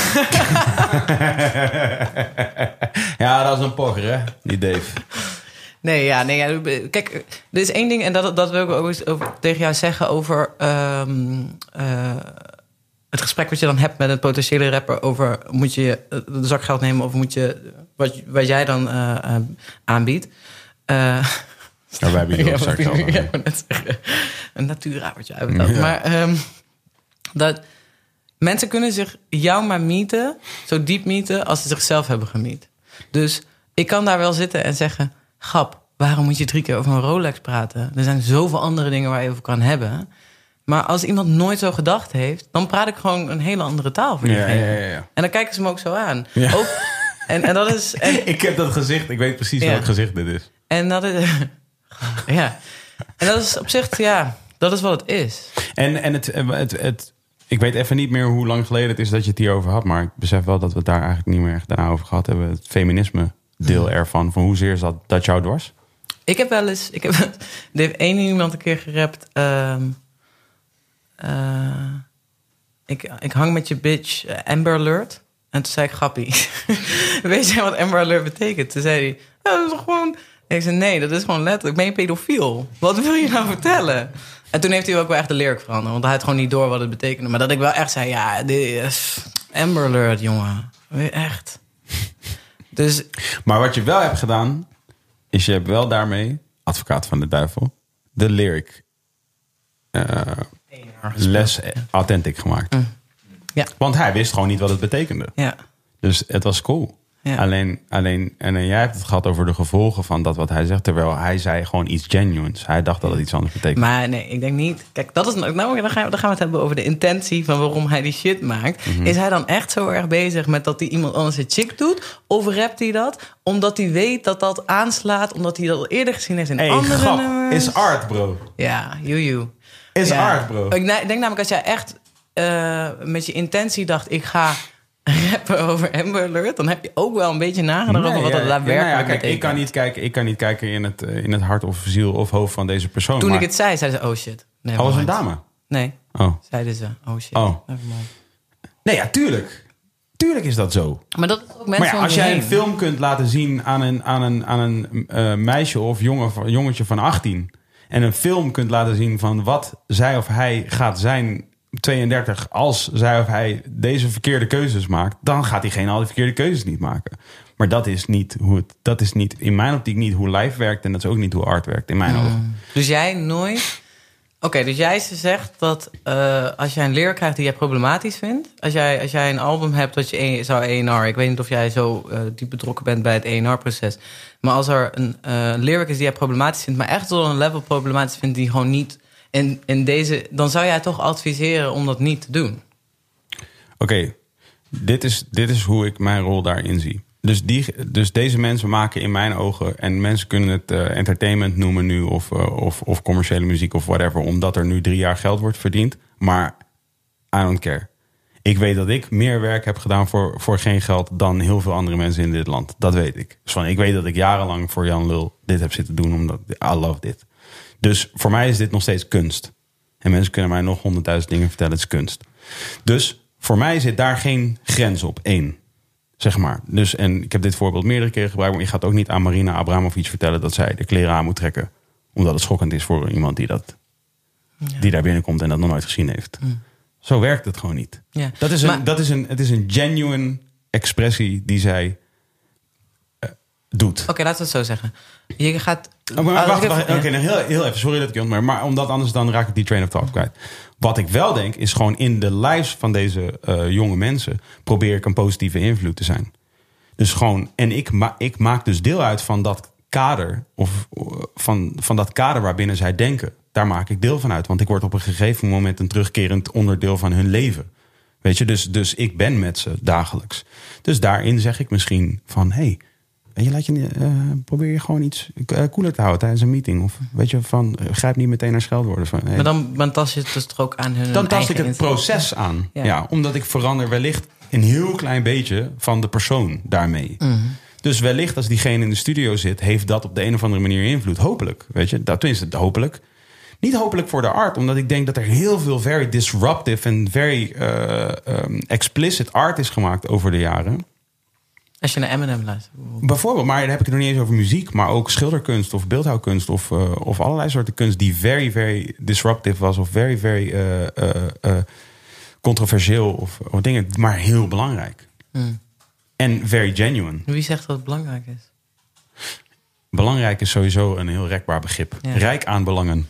Ja, dat was een pocher, hè? Die Dave. Nee, ja, nee, ja, kijk, er is één ding, en dat, dat wil ik ook eens over, tegen jou zeggen over um, uh, het gesprek wat je dan hebt met een potentiële rapper over moet je de zakgeld nemen of moet je wat, wat jij dan uh, uh, aanbiedt. Uh, Ja, wij hebben hier ook zakgeld aan. Ja, maar net zeggen, een natura wat jij hebt. Ja. Maar um, dat mensen kunnen zich jou maar meeten, zo diep meeten als ze zichzelf hebben gemiet. Dus ik kan daar wel zitten en zeggen, grap, waarom moet je drie keer over een Rolex praten? Er zijn zoveel andere dingen waar je over kan hebben. Maar als iemand nooit zo gedacht heeft, dan praat ik gewoon een hele andere taal voor diegene. Ja, ja, ja, ja. En dan kijken ze me ook zo aan. Ja. Ook, en, en dat is... En, Ik heb dat gezicht, ik weet precies Ja. welk gezicht dit is. en dat is... Ja. En dat is op zich, ja, dat is wat het is. En, en het, het, het, ik weet even niet meer hoe lang geleden het is dat je het hierover had, maar ik besef wel dat we het daar eigenlijk niet meer echt daarna over gehad hebben. Het feminisme deel ervan, van hoezeer is dat, dat jou dwars? Ik heb wel eens... Ik heb, er heeft één iemand een keer gerapt... Um, uh, ik, ik hang met je bitch uh, Amber Alert. En toen zei ik, grappie. Weet je wat Amber Alert betekent? Toen zei hij, oh, dat is toch gewoon... En ik zei, nee, dat is gewoon letterlijk, ben je pedofiel? Wat wil je nou vertellen? En toen heeft hij ook wel echt de lyric veranderd. Want hij had gewoon niet door wat het betekende. Maar dat ik wel echt zei, ja, dit is Amber Alert, jongen. Echt. Dus... Maar wat je wel hebt gedaan, is je hebt wel daarmee, advocaat van de duivel, de lyric uh, less authentic gemaakt. Mm. Ja. Want hij wist gewoon niet wat het betekende. Ja. Dus het was cool. Ja. Alleen, alleen, en uh, jij hebt het gehad over de gevolgen van dat wat hij zegt. Terwijl hij zei gewoon iets genuines. Hij dacht dat het iets anders betekende. Maar nee, ik denk niet. Kijk, dat is, nou, dan, gaan we, dan gaan we het hebben over de intentie van waarom hij die shit maakt. Mm-hmm. Is hij dan echt zo erg bezig met dat hij iemand anders het chick doet? Of rapt hij dat omdat hij weet dat dat aanslaat? Omdat hij dat al eerder gezien heeft in hey, andere grap, nummers? is art, bro. Ja, joejoe. Is ja. art, bro. Ik, ik denk namelijk als jij echt uh, met je intentie dacht, ik ga rappen over Amber Alert, dan heb je ook wel een beetje nagedacht nee, over wat ja, dat daadwerkelijk ja, nou ja, kijk, betekent. ik kan niet kijken, ik kan niet kijken in het, in het hart of ziel of hoofd van deze persoon. Toen maar... ik het zei, zeiden ze, oh shit. Nee, Oh, was een dame? Nee, Oh. zeiden ze, oh shit. Oh. Nevermind. Nee, ja, tuurlijk. Tuurlijk is dat zo. Maar dat is ook mensen Maar ja, om als je jij heen. een film kunt laten zien aan een, aan een, aan een uh, meisje of jongen, jongetje van achttien... en een film kunt laten zien van wat zij of hij gaat zijn tweeëndertig... als zij of hij deze verkeerde keuzes maakt... dan gaat diegene al die verkeerde keuzes niet maken. Maar dat is niet hoe het, dat is niet, in mijn optiek niet hoe live werkt... en dat is ook niet hoe art werkt, in mijn Mm. ogen. Dus jij nooit... Oké, okay, dus jij zegt dat uh, als jij een leer krijgt die jij problematisch vindt... als jij, als jij een album hebt dat je een, zou E en R... ik weet niet of jij zo uh, diep betrokken bent bij het E en R-proces... maar als er een uh, lyric is die jij problematisch vindt... maar echt tot een level problematisch vindt die gewoon niet... in, in deze, dan zou jij toch adviseren om dat niet te doen? Oké, okay, dit, is, dit is hoe ik mijn rol daarin zie. Dus, die, dus deze mensen maken in mijn ogen... en mensen kunnen het uh, entertainment noemen nu... Of, uh, of, of commerciële muziek of whatever... omdat er nu drie jaar geld wordt verdiend. Maar I don't care. Ik weet dat ik meer werk heb gedaan voor, voor geen geld... dan heel veel andere mensen in dit land. Dat weet ik. Dus van, ik weet dat ik jarenlang voor Jan Lul dit heb zitten doen... omdat I love dit. Dus voor mij is dit nog steeds kunst. En mensen kunnen mij nog honderdduizend dingen vertellen. Het is kunst. Dus voor mij zit daar geen grens op. Één. Zeg maar. Dus, en ik heb dit voorbeeld meerdere keren gebruikt... maar je gaat ook niet aan Marina Abramovic vertellen... dat zij de kleren aan moet trekken. Omdat het schokkend is voor iemand die, dat, ja. die daar binnenkomt... en dat nog nooit gezien heeft. Mm. Zo werkt het gewoon niet. Ja. Dat is een, Maar- dat is een, het is een genuine expressie die zij uh, doet. Oké, okay, laten we het zo zeggen. Je gaat... Oh, maar als wacht, ik wacht, even- oké, ja. nou, heel, heel even, sorry dat ik je ontmer, maar omdat anders dan raak ik die train of thought kwijt. Wat ik wel denk, is gewoon in de lives van deze uh, jonge mensen probeer ik een positieve invloed te zijn. Dus gewoon, en ik, ma- ik maak dus deel uit van dat kader, of uh, van, van dat kader waarbinnen zij denken. Daar maak ik deel van uit, want ik word op een gegeven moment een terugkerend onderdeel van hun leven. Weet je, dus, dus ik ben met ze dagelijks. Dus daarin zeg ik misschien van, hé, hey, en je laat je, uh, probeer je gewoon iets uh, cooler te houden tijdens een meeting. Of weet je, van uh, grijp niet meteen naar scheldwoorden. Van, hey. Maar dan, dan tast je het dus toch ook aan hun Dan tast ik eigen het proces aan. Ja. Ja. Omdat ik verander wellicht een heel klein beetje van de persoon daarmee. Mm. Dus wellicht als diegene in de studio zit, heeft dat op de een of andere manier invloed. Hopelijk, weet je. Dat tenminste, hopelijk. Niet hopelijk voor de art, omdat ik denk dat er heel veel very disruptive en very uh, um, explicit art is gemaakt over de jaren. Als je naar Eminem luistert. Bijvoorbeeld, maar dan heb ik het nog niet eens over muziek, maar ook schilderkunst of beeldhouwkunst of, uh, of allerlei soorten kunst die very, very disruptive was of very, very uh, uh, uh, controversieel of, of dingen, maar heel belangrijk. Hmm. En very genuine. Wie zegt dat het belangrijk is? Belangrijk is sowieso een heel rekbaar begrip. Ja. Rijk aan belangen.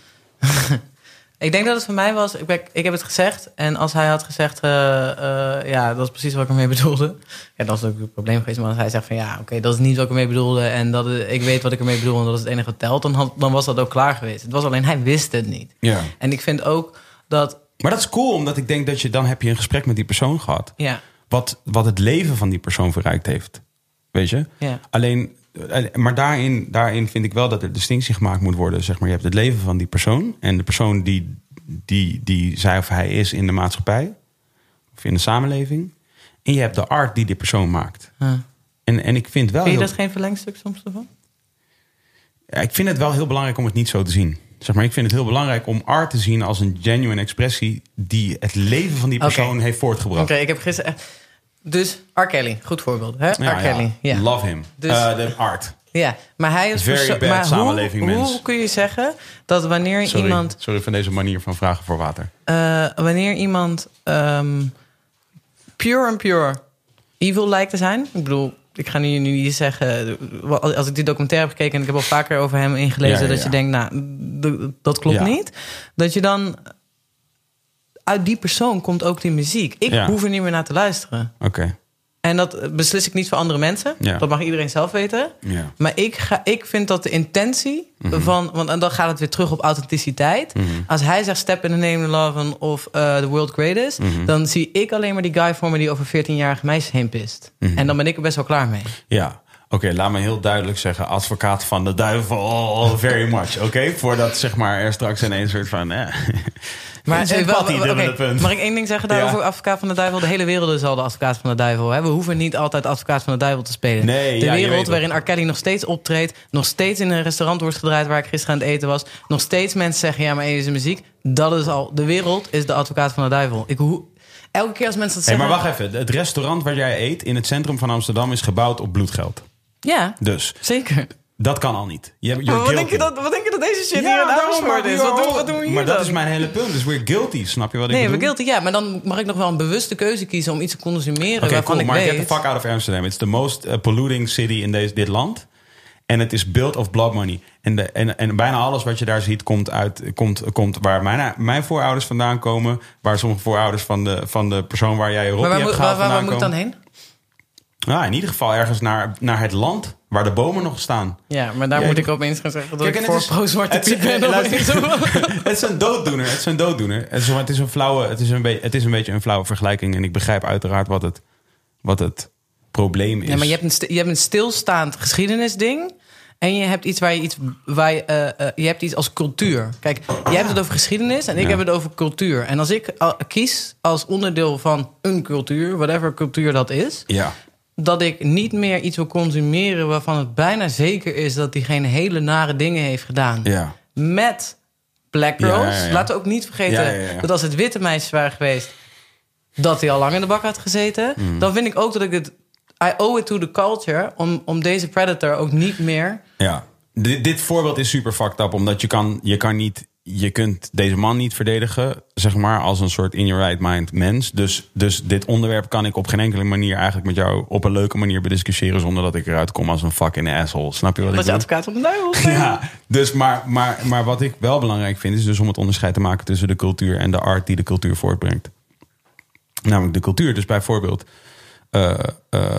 Ik denk dat het voor mij was... Ik, ben, ik heb het gezegd. En als hij had gezegd... Uh, uh, ja, dat is precies wat ik ermee bedoelde. Ja, dat is ook het probleem geweest. Maar als hij zegt van... Ja, oké, okay, dat is niet wat ik ermee bedoelde. En dat, ik weet wat ik ermee bedoel. En dat is het enige wat telt. Dan, had, dan was dat ook klaar geweest. Het was alleen, hij wist het niet. Ja. En ik vind ook dat... Maar dat is cool, omdat ik denk dat je... dan heb je een gesprek met die persoon gehad. Ja. Wat, wat het leven van die persoon verrijkt heeft. Weet je? Ja. Alleen... Maar daarin, daarin vind ik wel dat er distinctie gemaakt moet worden. Zeg maar, je hebt het leven van die persoon. En de persoon die, die, die zij of hij is in de maatschappij. Of in de samenleving. En je hebt de art die die persoon maakt. Huh. En, en ik vind wel... Vind je heel, dat geen verlengstuk soms ervan? ja, ik vind het wel heel belangrijk om het niet zo te zien. Zeg maar, ik vind het heel belangrijk om art te zien als een genuine expressie die het leven van die persoon Okay. heeft voortgebracht. Oké, okay, ik heb gisteren... Dus R. Kelly, goed voorbeeld. Hè? Ja, R. Kelly, ja. Love him. Dus- Uh, de art. Ja, maar hij is... Very perso- bad maar samenleving, hoe, mens. hoe kun je zeggen dat wanneer Sorry, iemand... sorry van deze manier van vragen voor water. Uh, wanneer iemand um, pure en pure evil lijkt te zijn... Ik bedoel, ik ga nu, nu niet zeggen... Als ik die documentaire heb gekeken... en ik heb al vaker over hem ingelezen... Ja, ja, ja. dat je denkt, nou, d- dat klopt Ja. niet. Dat je dan... Uit die persoon komt ook die muziek. Ik Ja. hoef er niet meer naar te luisteren. Oké. Okay. En dat beslis ik niet voor andere mensen. Ja. Dat mag iedereen zelf weten. Ja. Maar ik, ga, ik vind dat de intentie Mhm. van... Want en dan gaat het weer terug op authenticiteit. Mhm. Als hij zegt Step in the Name of Love of uh, The World Greatest... Mhm. dan zie ik alleen maar die guy voor me... die over veertienjarige meisjes heen pist. Mhm. En dan ben ik er best wel klaar mee. Ja. Oké, okay, laat me heel duidelijk zeggen. Advocaat van de duivel, oh, very much. Oké, okay? Voordat zeg maar er straks ineens soort van... Eh. Maar Zijn wel, patty, dubbele okay, punt. mag ik één ding zeggen daarover? Ja. Advocaat van de duivel. De hele wereld is al de advocaat van de duivel. Hè? We hoeven niet altijd advocaat van de duivel te spelen. Nee, de ja, je wereld weet waarin R. Kelly nog steeds optreedt... nog steeds in een restaurant wordt gedraaid... waar ik gisteren aan het eten was... nog steeds mensen zeggen... ja, maar is de muziek... dat is al... de wereld is de advocaat van de duivel. Ik hoe, elke keer als mensen dat Hey, zeggen... maar wacht even. Het restaurant waar jij eet in het centrum van Amsterdam... is gebouwd op bloedgeld. Ja, Dus zeker. dat kan al niet. Je, Maar wat denk, je dat, wat denk je dat deze shit hier in Amersfoort is? Wat doen, wat doen we hier Maar dan? dat is mijn hele punt. Dus we're guilty. Snap je wat ik Nee, bedoel? we guilty, ja. Maar dan mag ik nog wel een bewuste keuze kiezen... om iets te consumeren Oké, waarvan cool. ik Maar weet... get the fuck out of Amsterdam. It's the most uh, polluting city in deze, dit land. En het is built of blood money. En, de, en, en bijna alles wat je daar ziet komt uit komt, komt waar mijn, mijn voorouders vandaan komen. Waar sommige voorouders van de, van de persoon waar jij je Maar roppie waar, hebt moet- waar, gehaald waar, vandaan waar moet ik dan komen. heen? Nou, in ieder geval ergens naar, naar het land waar de bomen nog staan. Ja, maar daar Ja, moet ik- ik opeens gaan zeggen... dat Kijk, ik en voor het is- pro-zwarte het is- piet ben. luister- of niet. Het is een dooddoener. Het is een dooddoener. Het is, het is een flauwe. Het is een, be- het is een beetje een flauwe vergelijking. En ik begrijp uiteraard wat het, wat het probleem is. Ja, maar je hebt, een st- je hebt een stilstaand geschiedenisding... en je hebt iets waar je iets... Waar je, eh, eh, je hebt iets als cultuur. Kijk, jij hebt het over geschiedenis... en ik Ja. heb het over cultuur. En als ik al- kies als onderdeel van een cultuur... whatever cultuur dat is... Ja. dat ik niet meer iets wil consumeren... waarvan het bijna zeker is... dat diegene hele nare dingen heeft gedaan. Ja. Met Black Ja, Girls. ja, ja. Laten we ook niet vergeten... Ja, ja, ja. dat als het witte meisjes waren geweest... dat hij al lang in de bak had gezeten. Mm. Dan vind ik ook dat ik het... I owe it to the culture... om, om deze predator ook niet meer... Ja. Dit, dit voorbeeld is super fucked up. Omdat je kan, je kan niet... je kunt deze man niet verdedigen, zeg maar, als een soort in your right mind mens. Dus, dus dit onderwerp kan ik op geen enkele manier eigenlijk met jou op een leuke manier bediscussiëren zonder dat ik eruit kom als een fucking asshole. Snap je wat Dat ik je bedoel? advocaat op de duivel. Ja, dus maar, maar, maar wat ik wel belangrijk vind is dus om het onderscheid te maken tussen de cultuur en de art die de cultuur voortbrengt. Namelijk de cultuur. Dus bijvoorbeeld uh, uh,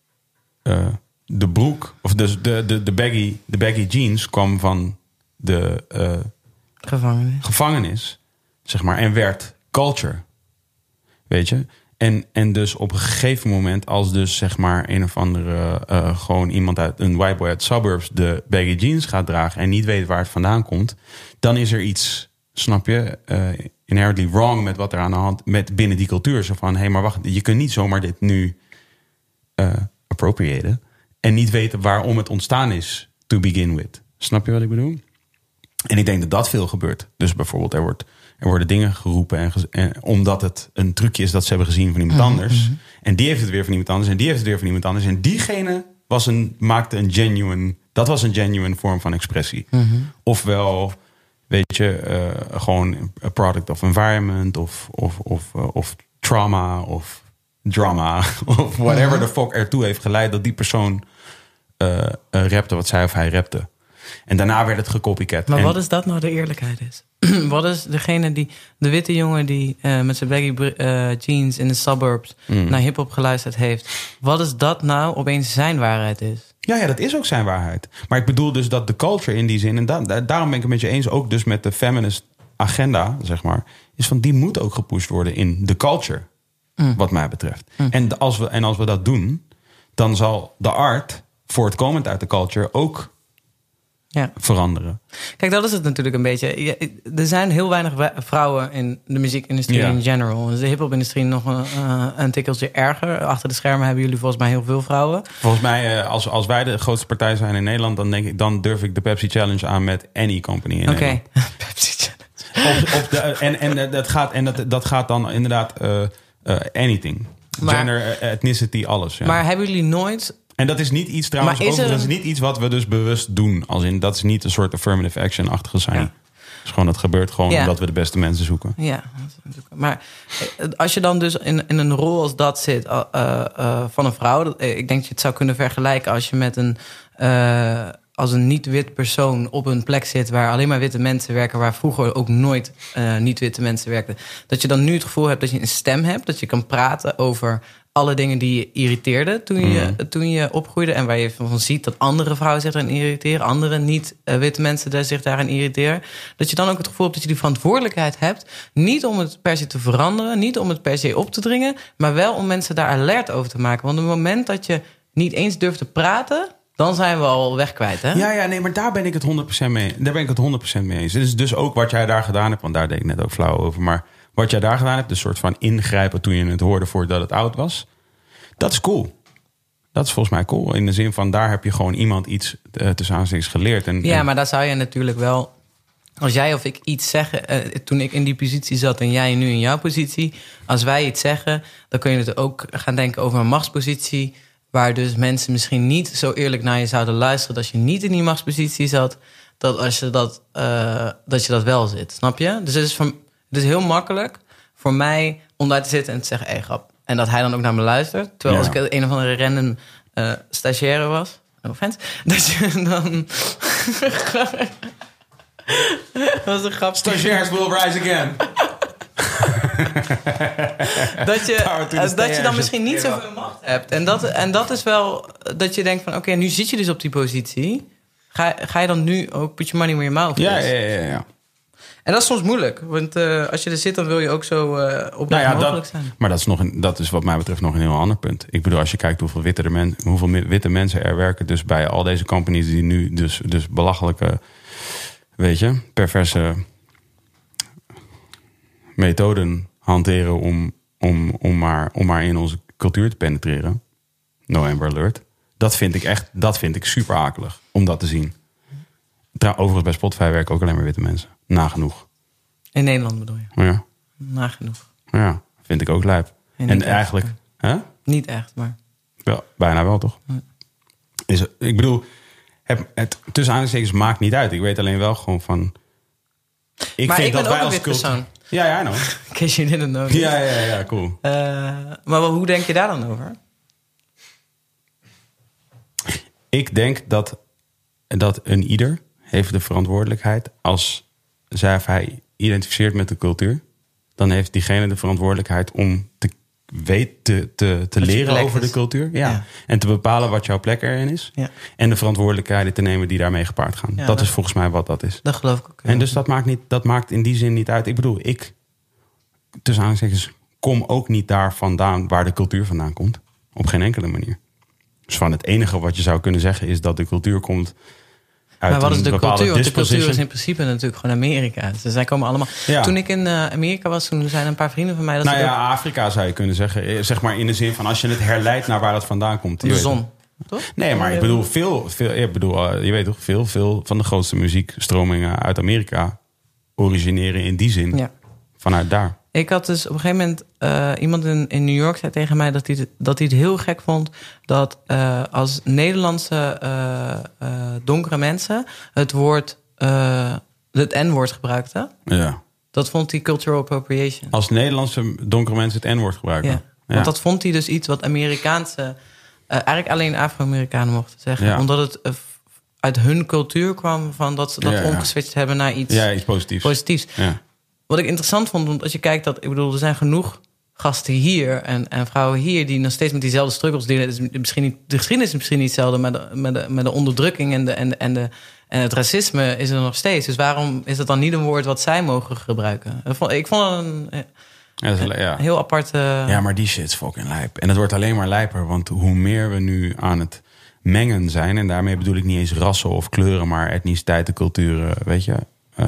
uh, de broek, of dus de, de, de, baggy, de baggy jeans kwam van de uh, Gevangenis. gevangenis, zeg maar, en werd culture. Weet je? En, en dus op een gegeven moment, als dus zeg maar een of andere uh, gewoon iemand uit een white boy uit suburbs de baggy jeans gaat dragen en niet weet waar het vandaan komt, dan is er iets, snap je, uh, inherently wrong met wat er aan de hand met binnen die cultuur. Zo van, hé, hey, maar wacht, je kunt niet zomaar dit nu uh, appropriëren en niet weten waarom het ontstaan is to begin with. Snap je wat ik bedoel? En ik denk dat dat veel gebeurt. Dus bijvoorbeeld, er, wordt, er worden dingen geroepen en, gez- en omdat het een trucje is dat ze hebben gezien van iemand anders. Mm-hmm. En die heeft het weer van iemand anders. En die heeft het weer van iemand anders. En diegene was een, maakte een genuine, dat was een genuine vorm van expressie. Mm-hmm. Ofwel, weet je, uh, gewoon a product of environment of, of, of, uh, of trauma of drama of whatever mm-hmm. the fuck ertoe heeft geleid dat die persoon uh, uh, rapte wat zij of hij rapte. En daarna werd het gecopycat. Maar en wat is dat nou de eerlijkheid is? Wat is degene die, de witte jongen die uh, met zijn baggy uh, jeans in de suburbs mm. naar hiphop geluisterd heeft. Wat is dat nou opeens zijn waarheid is? Ja, ja, dat is ook zijn waarheid. Maar ik bedoel dus dat de culture in die zin, en da- daarom ben ik het met je eens, ook dus met de feminist agenda, zeg maar, is van die moet ook gepusht worden in de culture, mm. wat mij betreft. Mm. En, als we, en als we dat doen, dan zal de art voortkomend uit de culture ook ja. veranderen. Kijk, dat is het natuurlijk een beetje. Er zijn heel weinig vrouwen in de muziekindustrie ja. in general. Dus de hiphop-industrie nog een, uh, een tikkeltje erger. Achter de schermen hebben jullie volgens mij heel veel vrouwen. Volgens mij, uh, als, als wij de grootste partij zijn in Nederland, dan denk ik, dan durf ik de Pepsi Challenge aan met any company in Oké, okay. Pepsi Challenge. Op, op de, en en dat gaat en dat, dat gaat dan inderdaad uh, uh, anything. Maar, gender, ethnicity, alles. Ja. Maar hebben jullie nooit... En dat is niet iets trouwens, is over, er... dat is niet iets wat we dus bewust doen. Als in, dat is niet een soort affirmative action-achtige zijn. Ja. Dus gewoon, dat gebeurt gewoon ja. omdat we de beste mensen zoeken. Ja, maar als je dan dus in, in een rol als dat zit uh, uh, van een vrouw, ik denk dat je het zou kunnen vergelijken als je met een uh, als een niet-wit persoon op een plek zit waar alleen maar witte mensen werken, waar vroeger ook nooit uh, niet-witte mensen werkten. Dat je dan nu het gevoel hebt dat je een stem hebt, dat je kan praten over alle dingen die je irriteerden toen je, mm. toen je opgroeide. En waar je van ziet dat andere vrouwen zich daarin irriteren. Andere niet-witte uh, mensen zich daarin irriteren. Dat je dan ook het gevoel hebt dat je die verantwoordelijkheid hebt. Niet om het per se te veranderen. Niet om het per se op te dringen. Maar wel om mensen daar alert over te maken. Want op het moment dat je niet eens durft te praten, dan zijn we al weg kwijt, hè? Ja, ja, nee, maar daar ben ik het honderd procent mee. Daar ben ik het honderd procent mee eens. Dit is dus ook wat jij daar gedaan hebt. Want daar deed ik net ook flauw over. Maar wat jij daar gedaan hebt, een soort van ingrijpen toen je het hoorde voordat het oud was. Dat is cool. Dat is volgens mij cool. In de zin van, daar heb je gewoon iemand iets uh, tussen aanstekens geleerd. En, ja, en... maar daar zou je natuurlijk wel, als jij of ik iets zeggen, uh, toen ik in die positie zat en jij nu in jouw positie, als wij iets zeggen, dan kun je het ook gaan denken over een machtspositie, waar dus mensen misschien niet zo eerlijk naar je zouden luisteren als je niet in die machtspositie zat, dat als je dat, uh, dat je dat wel zit. Snap je? Dus het is, van, het is heel makkelijk voor mij om daar te zitten en te zeggen, hé, hey, grap. En dat hij dan ook naar me luistert. Terwijl ja. als ik een of andere random uh, stagiaire was, no offense, dat je dan dat was een grap. Stagiairs will rise again. dat je, uh, dat je dan misschien niet zoveel macht hebt. En dat, en dat is wel dat je denkt van, oké, okay, nu zit je dus op die positie. Ga, ga je dan nu ook put your money where your mouth is? Ja, ja, ja, ja. En dat is soms moeilijk. Want uh, als je er zit, dan wil je ook zo uh, oprecht nou ja, mogelijk dat, zijn. Maar dat is, nog een, dat is wat mij betreft nog een heel ander punt. Ik bedoel, als je kijkt hoeveel witte, men, hoeveel witte mensen er werken, dus bij al deze companies die nu dus, dus belachelijke, weet je, perverse methoden hanteren om, om, om, maar, om maar in onze cultuur te penetreren. No Amber Alert. Dat vind ik echt, dat vind ik super akelig om dat te zien. Trouw, overigens bij Spotify werken ook alleen maar witte mensen. Nagenoeg. In Nederland bedoel je? Ja. Nagenoeg. Ja, vind ik ook lijp. En, en eigenlijk... Hè? Niet echt, maar... Ja, bijna wel, toch? Ja. Is, ik bedoel, het, het tussen aanhalingstekens maakt niet uit. Ik weet alleen wel gewoon van... Ik maar vind ik ben dat ook wij een als wit cultuur... persoon. Ja, ja, I know. In case you didn't know. Ja, ja, ja, cool. Uh, maar hoe denk je daar dan over? Ik denk dat, dat een ieder heeft de verantwoordelijkheid... als zij of hij identificeert met de cultuur... dan heeft diegene de verantwoordelijkheid om te, weet, te, te, te leren over is. de cultuur. Ja. Ja. En te bepalen wat jouw plek erin is. Ja. En de verantwoordelijkheden te nemen die daarmee gepaard gaan. Ja, dat dat- is volgens mij wat dat is. Dat geloof ik ook. En dus dat maakt, niet, dat maakt in die zin niet uit. Ik bedoel, ik, tussen aanhalingstekens, kom ook niet daar vandaan waar de cultuur vandaan komt. Op geen enkele manier. Dus van het enige wat je zou kunnen zeggen is dat de cultuur komt uit Maar wat is een de bepaalde cultuur? Want de cultuur is disposition. in principe natuurlijk gewoon Amerika. Dus zij komen allemaal... Ja. Toen ik in uh, Amerika was, toen zijn een paar vrienden van mij... Dat Nou ze ja, ook- Afrika zou je kunnen zeggen. Eh, Zeg maar in de zin van als je het herleidt naar waar het vandaan komt. Je de weet zon. het. Toch? Nee, maar ik bedoel, veel, veel, ik bedoel, eh, je weet toch, veel, veel van de grootste muziekstromingen uit Amerika origineren in die zin Ja. vanuit daar. Ik had dus op een gegeven moment... Uh, iemand in, in New York zei tegen mij dat hij, het- dat hij het heel gek vond... dat uh, als Nederlandse uh, uh, donkere mensen... het woord, uh, het N-woord gebruikten. Ja. Dat vond hij cultural appropriation. Als Nederlandse donkere mensen het N-woord gebruiken. Ja. Ja. Want dat vond hij dus iets wat Amerikaanse... Uh, eigenlijk alleen Afro-Amerikanen mochten zeggen. Ja. Omdat het uh, uit hun cultuur kwam... van dat ze dat Ja, ja. omgeswitcht hebben naar iets Ja, iets positiefs. positiefs. Ja. Wat ik interessant vond, want als je kijkt dat... ik bedoel, er zijn genoeg gasten hier en, en vrouwen hier... die nog steeds met diezelfde struggles dealen. Het is misschien niet, de geschiedenis is misschien niet hetzelfde... maar de, met, de, met de onderdrukking en, de, en, de, en, de, en het racisme is er nog steeds. Dus waarom is dat dan niet een woord wat zij mogen gebruiken? Ik vond, ik vond het een, Ja, dat is, ja. een heel apart... Uh, ja, maar die shit is fucking lijp. En het wordt alleen maar lijper. Want hoe meer we nu aan het mengen zijn... en daarmee bedoel ik niet eens rassen of kleuren... maar etniciteiten, culturen, weet je... Uh,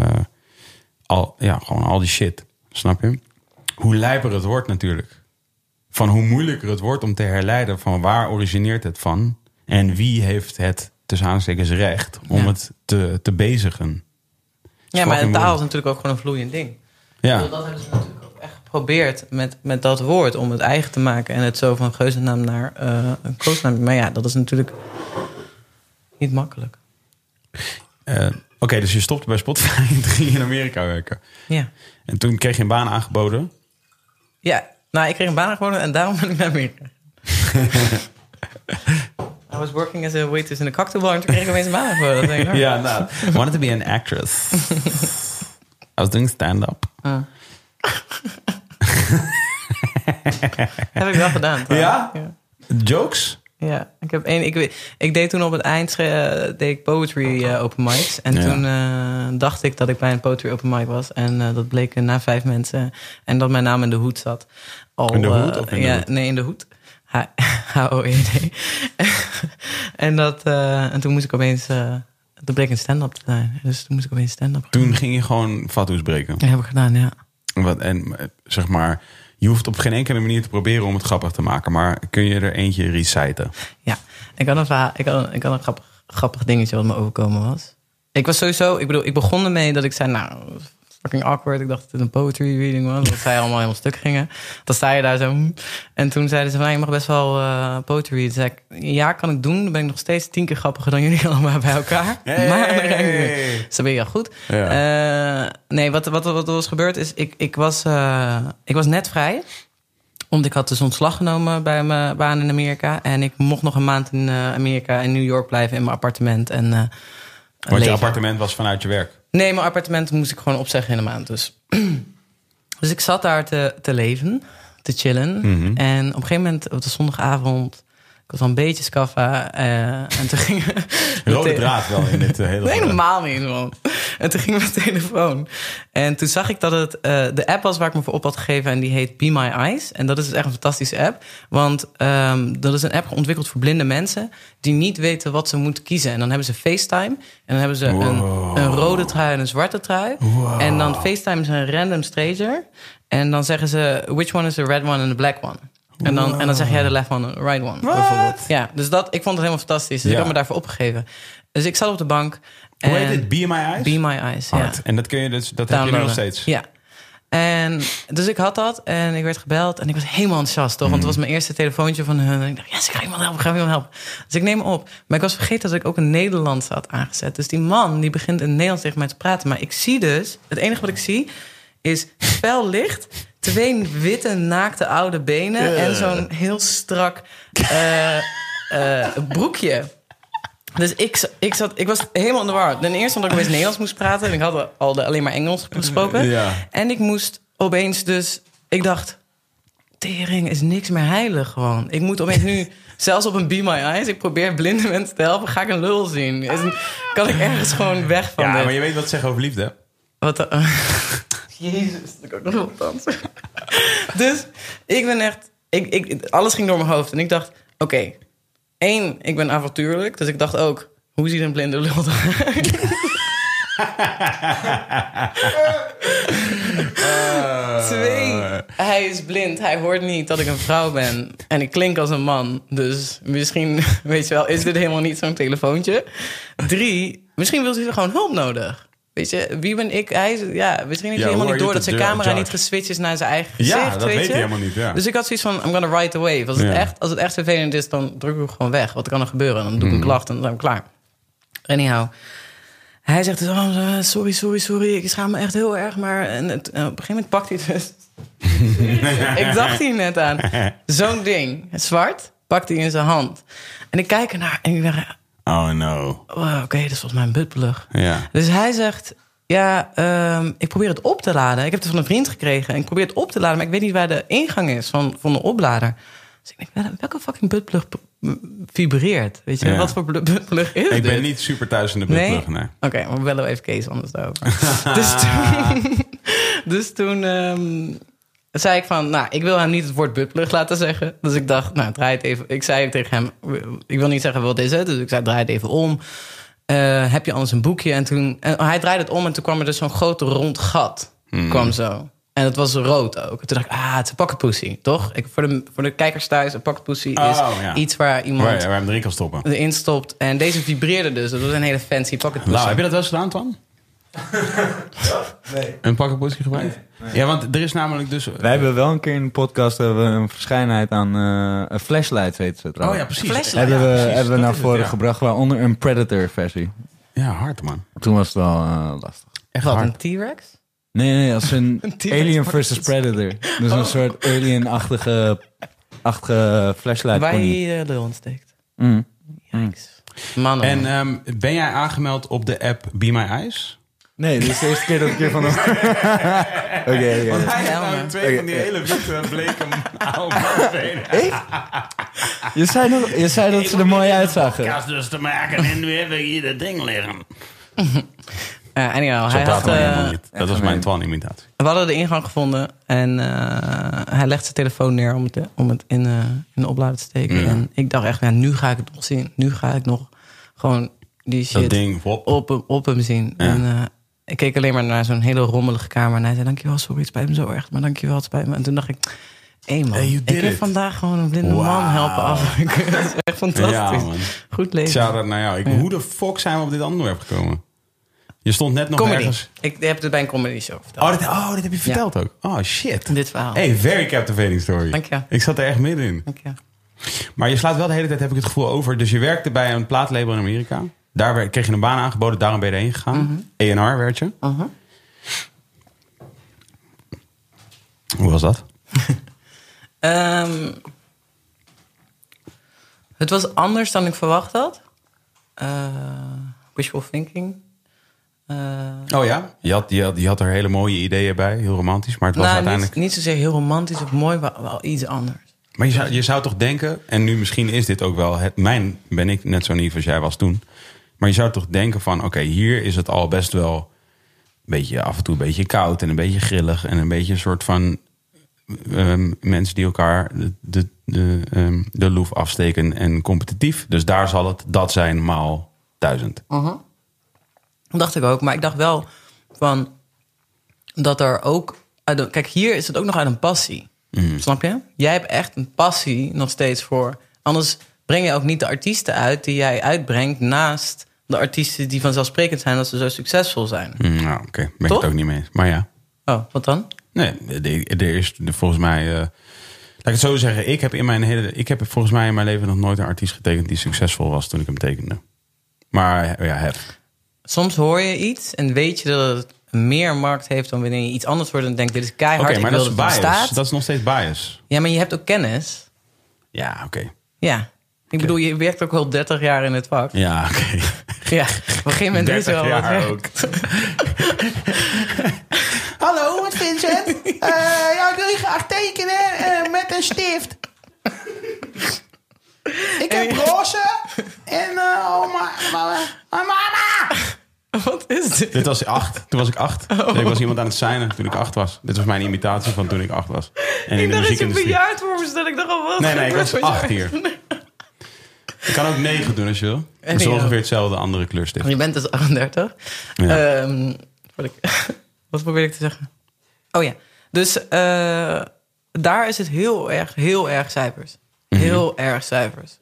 al, ja, gewoon al die shit. Snap je? Hoe lijper het wordt natuurlijk. Van hoe moeilijker het wordt om te herleiden... van waar origineert het van... en wie heeft het, tussen aanstekens, recht... om Ja. het te, te bezigen. ja, maar fucking taal is moeilijk. natuurlijk ook gewoon een vloeiend ding. Ja. Dat hebben ze natuurlijk ook echt geprobeerd met, met dat woord... om het eigen te maken en het zo van geuzennaam naar uh, een koosnaam. Maar ja, dat is natuurlijk niet makkelijk. Uh, Oké, okay, dus je stopte bij Spotify en toen ging je in Amerika werken. Ja. En toen kreeg je een baan aangeboden. Ja, nou, ik kreeg een baan aangeboden en daarom ben ik naar Amerika. I was working as a waitress in a cocktailbar en toen kreeg ik opeens een baan aangeboden. Dat denk ik, oh. Ja, nou, I wanted to be an actress. I was doing stand-up. Ah. Heb ik wel gedaan. Ja? Ja. Jokes? Ja, ik, heb één, ik, weet- ik deed toen op het eind uh, deed ik poetry uh, open mics. En Ja. toen uh, dacht ik dat ik bij een poetry open mic was. En uh, dat bleek na vijf mensen. En dat mijn naam in de hoed zat. Al, In de uh, hoed of in de ja, hoed? Nee, in de hoed. H O E D. En, dat, uh, en toen moest ik opeens... Uh, dat bleek een stand-up te zijn. Dus toen moest ik opeens stand-up gaan. Toen ging je gewoon fatsoes breken. Dat heb ik gedaan, ja. Wat, en eh, zeg maar, je hoeft op geen enkele manier te proberen om het grappig te maken. Maar kun je er eentje reciten? Ja, ik had een, verhaal, ik had een, ik had een grappig, grappig dingetje wat me overkomen was. Ik was sowieso, ik bedoel, ik begon ermee dat ik zei, nou, fucking awkward. Ik dacht dat het een poetry reading was, dat zij allemaal helemaal stuk gingen. Dan sta je daar zo. hm. En toen zeiden ze van, nou, je mag best wel uh, poetry readen. Toen zei ik, ja, kan ik doen. Dan ben ik nog steeds tien keer grappiger dan jullie allemaal bij elkaar. Hey. Maar dan ga ik doen. Dus dan ben je al goed. Ja. Uh, nee, wat, wat, wat er was gebeurd is, ik, ik, was, uh, ik was net vrij. Want ik had dus ontslag genomen bij mijn baan in Amerika. En ik mocht nog een maand in uh, Amerika en New York blijven in mijn appartement. En, uh, Want je leven. appartement was vanuit je werk. Nee, mijn appartement moest ik gewoon opzeggen in een maand. Dus, dus ik zat daar te, te leven, te chillen. Mhm. En op een gegeven moment, op de zondagavond... ik was al een beetje scaffa. Uh, en toen ging... Rode draad wel in dit uh, hele... Nee, normaal niet, man. En toen ging mijn telefoon. En toen zag ik dat het uh, de app was waar ik me voor op had gegeven. En die heet Be My Eyes. En dat is dus echt een fantastische app. Want um, dat is een app ontwikkeld voor blinde mensen... die niet weten wat ze moeten kiezen. En dan hebben ze FaceTime. En dan hebben ze Wow. een, een rode trui en een zwarte trui. Wow. En dan FaceTime ze een random stranger. En dan zeggen ze... which one is the red one and the black one? En dan, en dan zeg jij de left one, right one. Bijvoorbeeld. Ja, dus dat, ik vond het helemaal fantastisch. Dus Ja. ik heb me daarvoor opgegeven. Dus ik zat op de bank. Hoe en heet het? Be My Eyes? Be My Eyes, ja. Hard. En dat kun je dus, dat heb je nu nog Downloaden. steeds? Ja. En dus ik had dat en ik werd gebeld en ik was helemaal enthousiast, toch? Want het was mijn eerste telefoontje van hun. En ik dacht, ja, yes, ik ga iemand helpen, ik ga iemand helpen. Dus ik neem op. Maar ik was vergeten dat ik ook een Nederlands had aangezet. Dus die man, die begint in het Nederlands tegen mij te praten. Maar ik zie dus, het enige wat ik zie, is fel licht, twee witte, naakte oude benen yeah. en zo'n heel strak uh, uh, broekje. Dus ik, ik, zat, ik was helemaal in de war. Ten eerste omdat ik opeens Nederlands moest praten. En ik had al de, alleen maar Engels gesproken. Ja. En ik moest opeens dus... Ik dacht, tering is niks meer heilig gewoon. Ik moet opeens nu, zelfs op een Be My Eyes... Ik probeer blinde mensen te helpen, ga ik een lul zien. Is, kan ik ergens gewoon weg van Ja, dit. Maar je weet wat ze zeggen over liefde. Wat uh, Jezus, dat ik ook nog wel dansen. Dus ik ben echt... Ik, ik, alles ging door mijn hoofd. En ik dacht, oké... Okay, Eén, ik ben avontuurlijk. Dus ik dacht ook, hoe ziet een blinde lul eruit? uh, Twee, hij is blind. Hij hoort niet dat ik een vrouw ben. En ik klink als een man. Dus misschien, weet je wel, is dit helemaal niet zo'n telefoontje. Drie, misschien wil hij gewoon hulp nodig. Weet je, wie ben ik? Hij is, ja, misschien heeft hij ja, helemaal niet door dat zijn camera judge. niet geswitcht is naar zijn eigen gezicht. Ja, dat weet, weet je? hij helemaal niet. Ja. Dus ik had zoiets van, I'm gonna ride the wave. Als het, ja. echt, als het echt vervelend is, dan druk ik hem gewoon weg. Wat kan er gebeuren? Dan doe ik een klacht en dan zijn we klaar. Anyhow, hij zegt dus, oh, sorry, sorry, sorry. Ik schaam me echt heel erg. Maar en het, en op een gegeven moment pakt hij het dus. Ik dacht hier net aan. Zo'n ding, zwart, pakt hij in zijn hand. En ik kijk ernaar en ik dacht... Oh no. Oh, Oké, okay, dat is volgens mij een buttplug. Ja. Dus hij zegt, ja, um, ik probeer het op te laden. Ik heb het van een vriend gekregen en ik probeer het op te laden... maar ik weet niet waar de ingang is van, van de oplader. Dus ik denk, welke fucking buttplug vibreert? Weet je, ja. Wat voor buttplug is ik dit? Ik ben niet super thuis in de buttplug, nee. nee. Oké, okay, maar we bellen even Kees anders daarover. dus toen, dus toen um, zei ik van, nou, ik wil hem niet het woord buttplug laten zeggen. Dus ik dacht, nou, draai het even. Ik zei tegen hem, ik wil niet zeggen wat is het. Dus ik zei, draai het even om. Uh, heb je anders een boekje? En toen, en hij draaide het om en toen kwam er dus zo'n groot rond gat. Hmm. Kwam zo. En het was rood ook. En toen dacht ik, ah, het is een pocketpussy, toch? Ik, voor, de, voor de kijkers thuis, een pocketpussy is oh, ja. iets waar iemand... Waar, waar hem erin kan stoppen. Erin stopt. En deze vibreerde dus. Dat was een hele fancy pocketpussy. Nou, heb je dat wel eens gedaan, Twan? Nee. Een pocketpussy gebruikt? Nee. Nee. Ja, want er is namelijk dus... Wij hebben wel een keer in de podcast hebben we een verschijnheid aan uh, flashlights, heet ze trouwens. Oh ja, precies. Flashlight. Hebben we, ja, precies. hebben we naar voren het, ja. gebracht, waaronder een Predator versie. Ja, hard man. Toen was het wel uh, lastig. Echt Wat, hard. een T-Rex? Nee, nee, als een, een Alien versus Predator. Dus oh. een soort Alien-achtige achtige flashlight. Waar je je lul ontsteekt. Mm. Yikes. Man, oh. En um, ben jij aangemeld op de app Be My Eyes? Nee, dit is de eerste keer dat ik hier van... Oké, oké. Want hij heeft nou twee okay, van die okay. hele witte, bleke oude Ik? Je zei, nog, je zei dat ik ze er mooi uitzagen. Ik dus te maken en nu heb ik hier dat ding liggen. Uh, anyhow, Zo hij had, uh, dat was mijn Twan-imitatie. We hadden de ingang gevonden en uh, hij legt zijn telefoon neer om het, om het in, uh, in de oplader te steken. Ja. En ik dacht echt, ja, nu ga ik het nog zien. Nu ga ik nog gewoon die shit ding, op, hem, op hem zien. Ja. En uh, ik keek alleen maar naar zo'n hele rommelige kamer. En hij zei, dankjewel, sorry, het spijt me zo erg. Maar dankjewel, het spijt me. En toen dacht ik, hé hey man, hey, ik heb it. vandaag gewoon een blinde wow. man helpen af. Dat is echt fantastisch. Ja, man. Goed leven. Shout-out naar jou. Ik, ja. Hoe de fuck zijn we op dit onderwerp gekomen? Je stond net nog comedy. ergens... Ik heb het bij een comedy show verteld. Oh, dit, oh, dit heb je verteld ja. ook. Oh, shit. Dit verhaal. Hey, very captivating story. Dank je. Ik zat er echt middenin. Dank je. Maar je slaat wel de hele tijd, heb ik het gevoel, over. Dus je werkte bij een plaatlabel in Amerika. Daar kreeg je een baan aangeboden. Daarom ben je erheen gegaan. Mm-hmm. A en R werd je. Mm-hmm. Hoe was dat? um, het was anders dan ik verwacht had. Uh, wishful thinking. Uh, oh ja? Je had, je, had, je had er hele mooie ideeën bij. Heel romantisch. Maar het was nou, uiteindelijk... Niet, niet zozeer heel romantisch of mooi, maar wel iets anders. Maar je zou, je zou toch denken... En nu misschien is dit ook wel... Het, mijn ben ik net zo naïef als jij was toen. Maar je zou toch denken van... Oké, okay, hier is het al best wel... Een beetje af en toe een beetje koud en een beetje grillig. En een beetje een soort van... Um, mensen die elkaar de, de, de, um, de loef afsteken en competitief. Dus daar zal het dat zijn maal duizend. Uh-huh. Dat dacht ik ook. Maar ik dacht wel van... Dat er ook... Uit, kijk, hier is het ook nog uit een passie. Mm. Snap je? Jij hebt echt een passie nog steeds voor... Anders breng je ook niet de artiesten uit... die jij uitbrengt naast de artiesten... die vanzelfsprekend zijn dat ze zo succesvol zijn. Mm, nou, oké. Okay. Ben ik het ook niet mee eens. Maar ja. Oh, wat dan? Nee, er is volgens mij... Uh, laat ik het zo zeggen. Ik heb, in mijn hele, ik heb volgens mij in mijn leven nog nooit een artiest getekend die succesvol was toen ik hem tekende. Maar ja, heb. Soms hoor je iets en weet je dat het meer markt heeft dan wanneer je iets anders hoort en denkt, dit is keihard. Oké, okay, maar ik dat wil is dat bias. Staat. Dat is nog steeds bias. Ja, maar je hebt ook kennis. Ja, oké. Okay. Ja. Ik okay. bedoel, je werkt ook wel dertig jaar in het vak. Ja, oké. Okay. Ja, op een gegeven moment is wel wat jaar ook. Hallo, met Vincent. Uh, ja, ik wil je graag tekenen uh, met een stift. Ik heb roze en uh, oh, ma, ma, ma, mama. Wat is dit? Dit was acht. Toen was ik acht. Oh. Ik was iemand aan het signen toen ik acht was. Dit was mijn imitatie van toen ik acht was. En ik in dacht dat je bejaard voorstel. Ik dacht al wat. Nee, nee, ik was acht hier. Ik kan ook negen doen als je wil. Dat is ongeveer hetzelfde, andere kleurstift. Je bent dus achtendertig. Ja. Um, wat, ik, wat probeer ik te zeggen? Oh ja. Dus uh, daar is het heel erg, heel erg cijfers. Mm-hmm. Heel erg cijfers.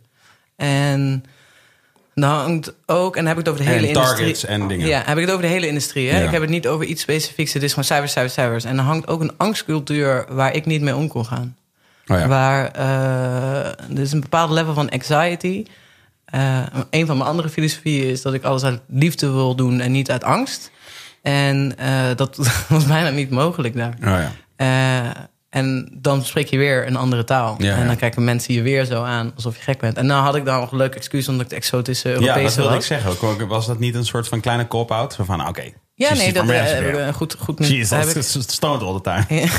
En dan hangt ook... En dan heb ik het over de hele en industrie. Targets en dingen. Ja, heb ik het over de hele industrie. Hè? Ja. Ik heb het niet over iets specifieks. Het is gewoon cijfers, cijfers, cijfers. En dan hangt ook een angstcultuur waar ik niet mee om kon gaan. Oh ja. Waar uh, er is een bepaald level van anxiety. Uh, een van mijn andere filosofieën is dat ik alles uit liefde wil doen en niet uit angst. En uh, dat was bijna niet mogelijk daar. Oh ja. Uh, en dan spreek je weer een andere taal. Ja, ja. En dan kijken mensen je weer zo aan alsof je gek bent. En nou had ik dan nog een leuk excuus omdat ik de exotische Europese was. Ja, dat wilde was. ik zeggen. Was dat niet een soort van kleine cop-out? Van oké. Okay, ja, nee, dat heb uh, goed, goed nu. Jeez, dat is stoned all the time. Ja.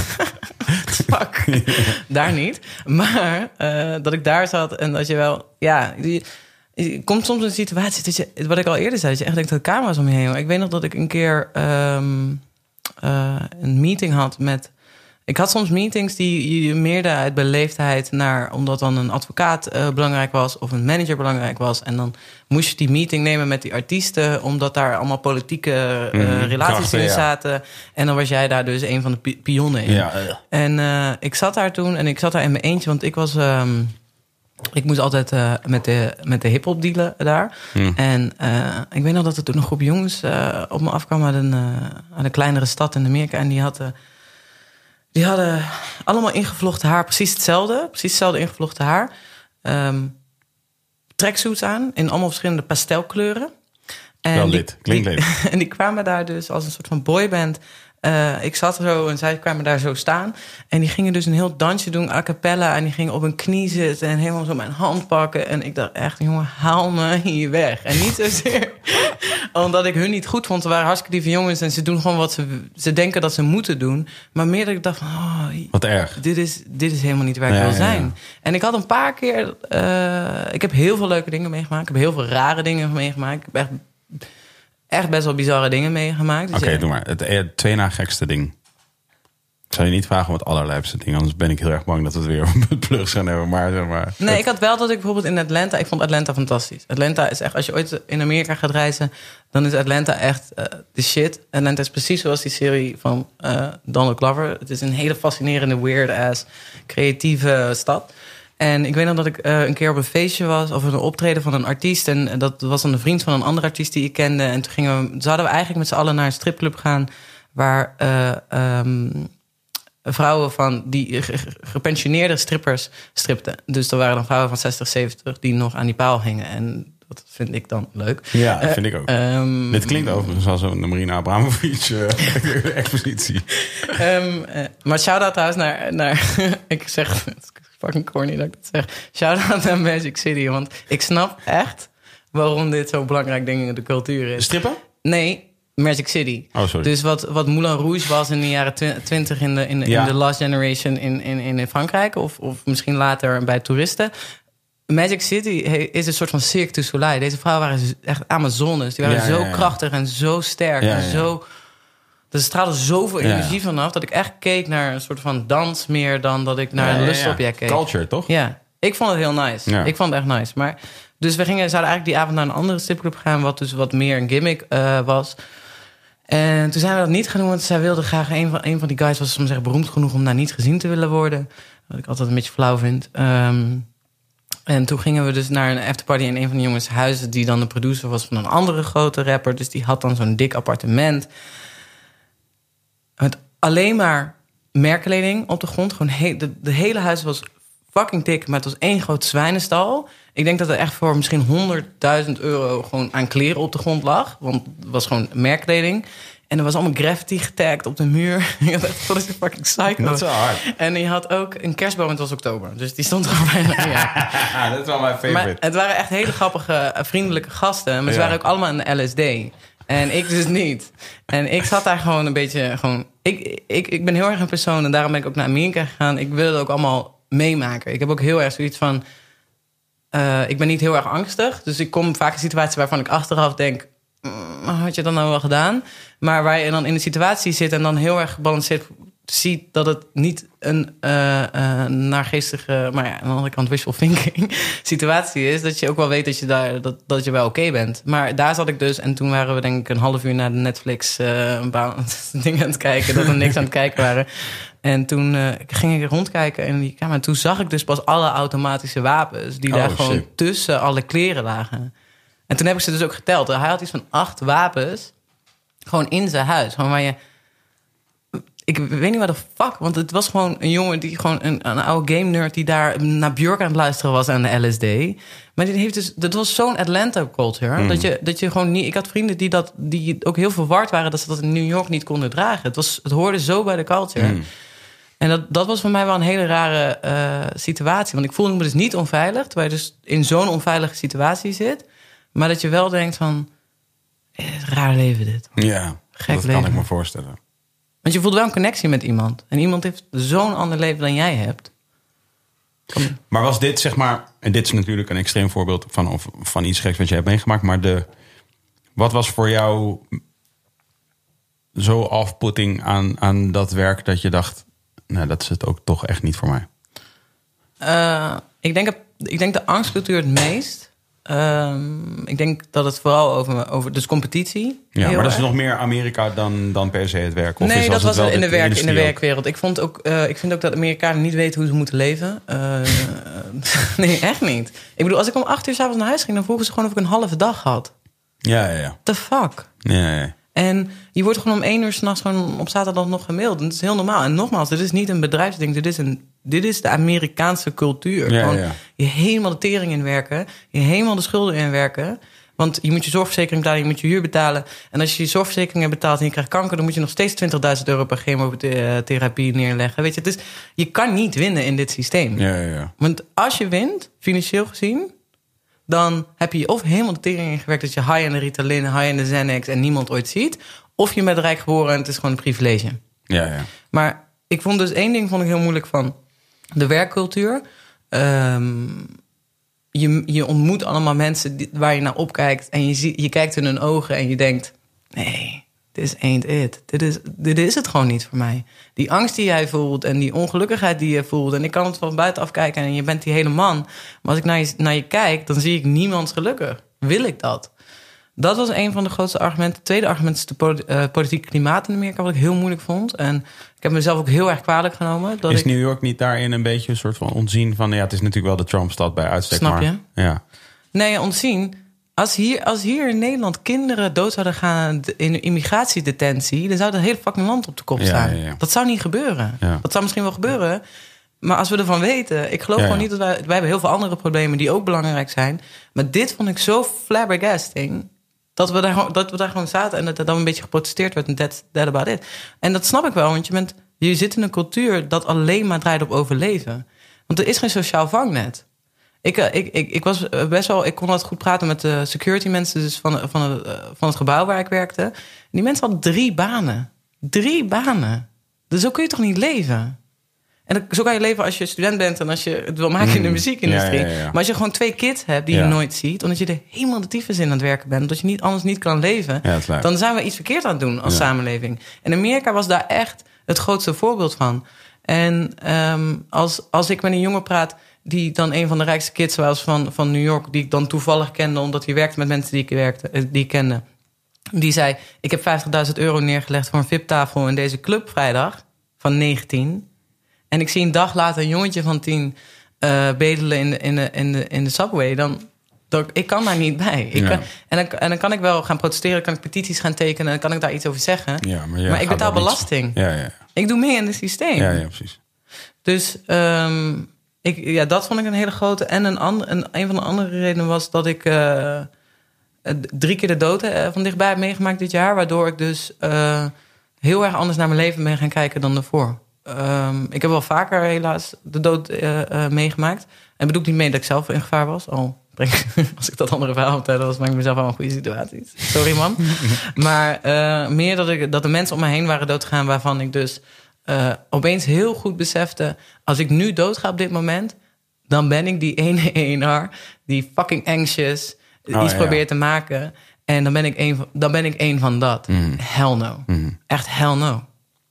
Fuck. Ja. Daar niet. Maar uh, dat ik daar zat en dat je wel... Ja, je, je komt soms in een situatie dat je... Wat ik al eerder zei, dat je echt denkt dat camera's om je heen. Ik weet nog dat ik een keer um, uh, een meeting had met... Ik had soms meetings die je meerde uit beleefdheid naar... omdat dan een advocaat uh, belangrijk was of een manager belangrijk was. En dan moest je die meeting nemen met die artiesten... omdat daar allemaal politieke uh, mm, relaties krachten, in zaten. Ja. En dan was jij daar dus een van de pi- pionnen in. Ja, uh. En uh, ik zat daar toen en ik zat daar in mijn eentje... want ik was... Um, ik moest altijd uh, met de, met de hiphop dealen daar. Mm. En uh, ik weet nog dat er toen een groep jongens uh, op me afkwam... uit een, uh, uit een kleinere stad in Amerika. En die hadden... Uh, Die hadden allemaal ingevlochten haar, precies hetzelfde. Precies hetzelfde ingevlochten haar. Um, tracksuits aan, in allemaal verschillende pastelkleuren. En Wel lid, klinkt lid. En die kwamen daar dus als een soort van boyband. Uh, ik zat er zo en zij kwamen daar zo staan. En die gingen dus een heel dansje doen, a cappella. En die gingen op een knie zitten en helemaal zo mijn hand pakken. En ik dacht echt, jongen, haal me hier weg. En niet zozeer omdat ik hun niet goed vond. Ze waren hartstikke lieve jongens en ze doen gewoon wat ze... Ze denken dat ze moeten doen. Maar meer dat ik dacht van... Oh, wat erg. Dit is, dit is helemaal niet waar ik ja, wil ja, zijn. Ja. En ik had een paar keer... Uh, ik heb heel veel leuke dingen meegemaakt. Ik heb heel veel rare dingen meegemaakt. Ik heb echt... echt best wel bizarre dingen meegemaakt. Dus Oké, okay, ja. doe maar. Het, het twee na gekste ding. Ik zal je niet vragen om het allerlijpste ding. Anders ben ik heel erg bang dat we het weer op het plug gaan hebben. Maar, zeg maar nee, ik had wel dat ik bijvoorbeeld in Atlanta... Ik vond Atlanta fantastisch. Atlanta is echt... Als je ooit in Amerika gaat reizen... dan is Atlanta echt uh, de shit. Atlanta is precies zoals die serie van uh, Donald Glover. Het is een hele fascinerende, weird-ass, creatieve stad. En ik weet nog dat ik uh, een keer op een feestje was... of een optreden van een artiest. En dat was dan een vriend van een andere artiest die ik kende. En toen gingen we, zouden we eigenlijk met z'n allen naar een stripclub gaan... waar uh, um, vrouwen van die gepensioneerde strippers stripten. Dus er waren dan vrouwen van zestig, zeventig die nog aan die paal hingen. En dat vind ik dan leuk. Ja, dat vind ik ook. Uh, um, Dit klinkt overigens als een Marina Abramovic uh, expositie. Um, uh, maar shout-out trouwens naar... naar ik zeg... fucking corny dat ik dat zeg. Shout-out naar Magic City. Want ik snap echt waarom dit zo'n belangrijk ding in de cultuur is. Strippen? Nee, Magic City. Oh, sorry. Dus wat, wat Moulin Rouge was in de jaren twintig in de, in de, ja. in de Last Generation in, in, in Frankrijk. Of, of misschien later bij toeristen. Magic City is een soort van Cirque du Soleil. Deze vrouwen waren echt Amazones. Die waren ja, zo ja, ja. krachtig en zo sterk. Ja, en zo... Er straalde zoveel energie ja. vanaf... dat ik echt keek naar een soort van dans... meer dan dat ik naar ja, een lustobject keek. Culture, toch? Ja, ik vond het heel nice. Ja. Ik vond het echt nice. Maar, dus we gingen, zouden eigenlijk die avond naar een andere stripclub gaan... wat dus wat meer een gimmick uh, was. En toen zijn we dat niet gaan doen... want zij wilde graag... een van, een van die guys was soms echt beroemd genoeg... om daar niet gezien te willen worden. Wat ik altijd een beetje flauw vind. Um, en toen gingen we dus naar een afterparty... in een van de jongens huizen... die dan de producer was van een andere grote rapper. Dus die had dan zo'n dik appartement... met alleen maar merkkleding op de grond. Gewoon he- de, de hele huis was fucking dik, maar het was één groot zwijnenstal. Ik denk dat er echt voor misschien honderdduizend euro gewoon aan kleren op de grond lag. Want het was gewoon merkkleding. En er was allemaal graffiti getagd op de muur. Ik dacht echt, dat is een fucking psycho. Dat is wel hard. En je had ook een kerstboom, het was oktober. Dus die stond er al bijna. Ja. Dat is wel mijn favorite. Maar het waren echt hele grappige, vriendelijke gasten. Maar ze Ja. waren ook allemaal in de L S D. En ik dus niet. En ik zat daar gewoon een beetje... Gewoon, ik, ik, ik ben heel erg een persoon en daarom ben ik ook naar Amerika gegaan. Ik wil het ook allemaal meemaken. Ik heb ook heel erg zoiets van... Uh, ik ben niet heel erg angstig. Dus ik kom vaak in situaties waarvan ik achteraf denk... Mm, had je dat nou wel gedaan? Maar waar je dan in de situatie zit en dan heel erg gebalanceerd ziet dat het niet een uh, uh, naargeestige, maar ja, aan de andere kant wishful thinking situatie is, dat je ook wel weet dat je daar dat, dat je wel oké okay bent. Maar daar zat ik dus en toen waren we denk ik een half uur naar de Netflix uh, dingen aan het kijken, dat we niks aan het kijken waren. En toen uh, ging ik rondkijken in die kamer en toen zag ik dus pas alle automatische wapens die oh, daar gewoon shit. tussen alle kleren lagen. En toen heb ik ze dus ook geteld. Hij had iets van acht wapens gewoon in zijn huis. Gewoon waar je... Ik weet niet waar de fuck... Want het was gewoon een jongen die gewoon... Een, een oude game nerd die daar naar Björk aan het luisteren was aan de L S D. Maar die heeft dus... Dat was zo'n Atlanta culture. Mm. Dat, je, dat je gewoon niet... Ik had vrienden die, dat, die ook heel verward waren... dat ze dat in New York niet konden dragen. Het, was, het hoorde zo bij de culture. Mm. En dat, dat was voor mij wel een hele rare uh, situatie. Want ik voelde me dus niet onveilig... terwijl je dus in zo'n onveilige situatie zit... Maar dat je wel denkt van... Eh, raar leven dit. Ja, Gek dat leven. kan ik me voorstellen. Want je voelt wel een connectie met iemand. En iemand heeft zo'n ander leven dan jij hebt. Kom. Maar was dit, zeg maar... En dit is natuurlijk een extreem voorbeeld van, of, van iets geks wat je hebt meegemaakt. Maar de, wat was voor jou zo off-putting aan, aan dat werk... dat je dacht, nou, dat is het ook toch echt niet voor mij? Uh, ik, denk, ik denk de angstcultuur het meest... Um, ik denk dat het vooral over, over dus competitie. Ja, maar dat is erg. nog meer Amerika dan, dan per se het werk. Of nee, is dat het was wel in de, werk, in de ook? werkwereld. Ik, vond ook, uh, ik vind ook dat Amerikanen niet weten hoe ze moeten leven. Uh, nee, echt niet. Ik bedoel, als ik om acht uur 's avonds naar huis ging... dan vroegen ze gewoon of ik een halve dag had. Ja, ja, ja. The fuck? Ja, ja. En je wordt gewoon om één uur 's nachts gewoon op zaterdag nog gemaild. En dat is heel normaal. En nogmaals, dit is niet een bedrijfsding. Dit is, een, dit is de Amerikaanse cultuur. Ja, gewoon ja. je helemaal de tering inwerken. Je helemaal de schulden inwerken. Want je moet je zorgverzekering betalen, je moet je huur betalen. En als je je zorgverzekering hebt betaald en je krijgt kanker... dan moet je nog steeds twintigduizend euro per chemotherapie neerleggen. Weet je, dus je kan niet winnen in dit systeem. Ja, ja, ja. Want als je wint, financieel gezien... dan heb je of helemaal de tering ingewerkt... dat je high in de Ritalin, high in de Xanax... en niemand ooit ziet. Of je bent rijk geboren en het is gewoon een privilege. Ja, ja. Maar ik vond dus één ding vond ik heel moeilijk van de werkcultuur. Um, je, je ontmoet allemaal mensen die, waar je naar opkijkt... en je, zie, je kijkt in hun ogen en je denkt... nee, this ain't it. Dit is, dit is het gewoon niet voor mij. Die angst die jij voelt en die ongelukkigheid die je voelt... en ik kan het van buitenaf kijken en je bent die hele man. Maar als ik naar je, naar je kijk, dan zie ik niemand gelukkig. Wil ik dat? Dat was een van de grootste argumenten. Het tweede argument is de uh, politieke klimaat in Amerika... wat ik heel moeilijk vond. En ik heb mezelf ook heel erg kwalijk genomen. Dat is ik... New York niet daarin een beetje een soort van ontzien van... ja, het is natuurlijk wel de Trump-stad bij uitstek. Snap je? Maar, ja. Nee, ontzien. Als hier, als hier in Nederland kinderen dood zouden gaan in immigratiedetentie... dan zou dat hele fucking land op de kop staan. Ja, ja, ja. Dat zou niet gebeuren. Ja. Dat zou misschien wel gebeuren... Maar als we ervan weten... Ik geloof ja, gewoon ja. niet dat wij... Wij hebben heel veel andere problemen die ook belangrijk zijn. Maar dit vond ik zo flabbergasting... Dat we, daar, dat we daar gewoon zaten en dat er dan een beetje geprotesteerd werd. En that, that about it. En dat snap ik wel, want je, bent, je zit in een cultuur... dat alleen maar draait op overleven. Want er is geen sociaal vangnet. Ik, ik, ik, ik was best wel... Ik kon wat goed praten met de security mensen... Dus van, van, het, van het gebouw waar ik werkte. En die mensen hadden drie banen. Drie banen. Dus zo kun je toch niet leven? En zo kan je leven als je student bent... en als je het wil maken in de muziekindustrie. Ja, ja, ja. Maar als je gewoon twee kids hebt die ja. je nooit ziet... omdat je er helemaal de tyfus in aan het werken bent... omdat je niet, anders niet kan leven... Ja, dan zijn we iets verkeerd aan het doen als ja. samenleving. En Amerika was daar echt het grootste voorbeeld van. En um, als, als ik met een jongen praat... die dan een van de rijkste kids was van, van New York... die ik dan toevallig kende... omdat hij werkte met mensen die ik, werkte, die ik kende... die zei, ik heb vijftigduizend euro neergelegd... voor een V I P-tafel in deze club vrijdag van negentien... En ik zie een dag later een jongetje van tien uh, bedelen in de, in de, in de, in de subway. Dan, Dat, ik kan daar niet bij. Ik Ja. kan, en, dan, en dan kan ik wel gaan protesteren, kan ik petities gaan tekenen... en dan kan ik daar iets over zeggen. Ja, maar, maar ik betaal belasting. Ja, ja, Ik doe mee in het systeem. ja, ja, precies. Dus um, ik, ja, dat vond ik een hele grote. En een, ander, een, een van de andere redenen was dat ik uh, drie keer de dood uh, van dichtbij heb meegemaakt dit jaar. Waardoor ik dus uh, heel erg anders naar mijn leven ben gaan kijken dan daarvoor. Um, ik heb wel vaker helaas de dood uh, uh, meegemaakt. En bedoel ik niet mee dat ik zelf in gevaar was. Al als ik dat andere verhaal vertelde, was maak ik mezelf wel een goede situaties. Sorry man. Maar uh, meer dat, ik, dat de mensen om me heen waren doodgegaan waarvan ik dus... Uh, opeens heel goed besefte... als ik nu doodga op dit moment... dan ben ik die ene E N R... die fucking anxious oh, iets ja. probeert te maken... en dan ben ik een van, dan ben ik een van dat. Mm. Hell no. Mm. Echt hell no.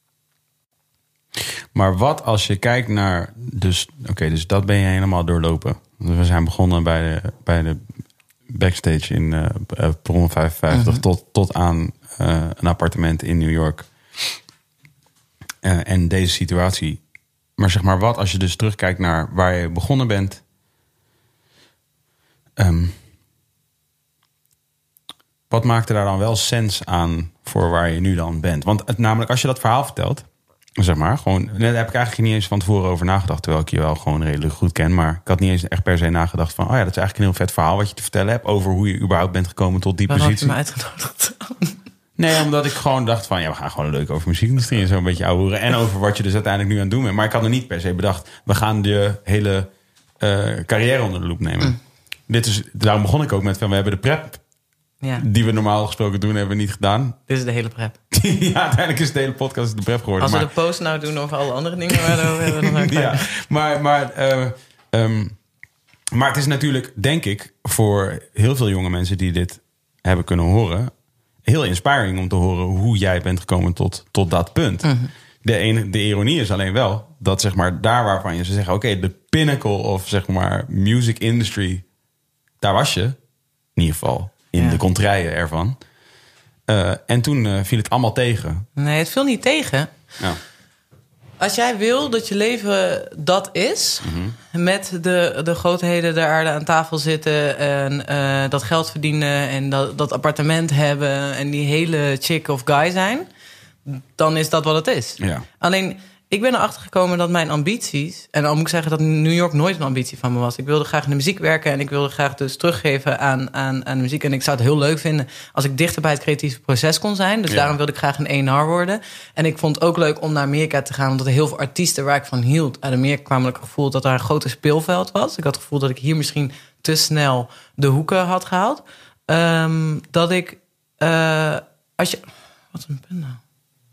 Maar wat als je kijkt naar... Dus, Oké, okay, dus dat ben je helemaal doorlopen. We zijn begonnen bij de, bij de backstage in uh, Perron vijfenvijftig... Mm-hmm. tot, tot aan uh, een appartement in New York... Uh, en deze situatie. Maar zeg maar, wat als je dus terugkijkt naar waar je begonnen bent? Um, wat maakte daar dan wel sens aan voor waar je nu dan bent? Want het, namelijk, als je dat verhaal vertelt, zeg maar, gewoon, daar heb ik eigenlijk niet eens van tevoren over nagedacht, terwijl ik je wel gewoon redelijk goed ken. Maar ik had niet eens echt per se nagedacht van, oh ja, dat is eigenlijk een heel vet verhaal wat je te vertellen hebt over hoe je überhaupt bent gekomen tot die Waarom positie. heb je me uitgenodigd? Nee, omdat ik gewoon dacht van... ja, we gaan gewoon leuk over muziekindustrie en zo een beetje ouwehoeren. En over wat je dus uiteindelijk nu aan het doen bent. Maar ik had er niet per se bedacht... we gaan je hele uh, carrière onder de loep nemen. Mm. Dit is, daarom begon ik ook met van... we hebben de prep ja. die we normaal gesproken doen... hebben we niet gedaan. Dit is de hele prep. Ja, uiteindelijk is de hele podcast de prep geworden. Als we maar, de post nou doen over alle andere dingen... waar we dan ook ja, maar... maar uh, um, maar het is natuurlijk, denk ik... voor heel veel jonge mensen die dit hebben kunnen horen... heel inspiring om te horen hoe jij bent gekomen tot, tot dat punt. Mm-hmm. De, ene, de ironie is alleen wel dat zeg maar daar waarvan je ze zeggen... oké, okay, de pinnacle of zeg maar music industry... daar was je, in ieder geval, in ja. de contraien ervan. Uh, en toen uh, viel het allemaal tegen. Nee, het viel niet tegen. Ja. Als jij wil dat je leven dat is... Mm-hmm. met de, de grootheden der aarde aan tafel zitten... en uh, dat geld verdienen en dat, dat appartement hebben... en die hele chick of guy zijn... dan is dat wat het is. Ja. Alleen, ik ben erachter gekomen dat mijn ambities... en dan moet ik zeggen dat New York nooit een ambitie van me was. Ik wilde graag in de muziek werken... en ik wilde graag dus teruggeven aan, aan, aan de muziek. En ik zou het heel leuk vinden als ik dichter bij het creatieve proces kon zijn. Dus ja. daarom wilde ik graag een E en R worden. En ik vond het ook leuk om naar Amerika te gaan... omdat er heel veel artiesten waar ik van hield... uit Amerika kwamen, ik het gevoel dat daar een groter speelveld was. Ik had het gevoel dat ik hier misschien te snel de hoeken had gehaald. Um, dat ik... Uh, als je... Wat een punt nou?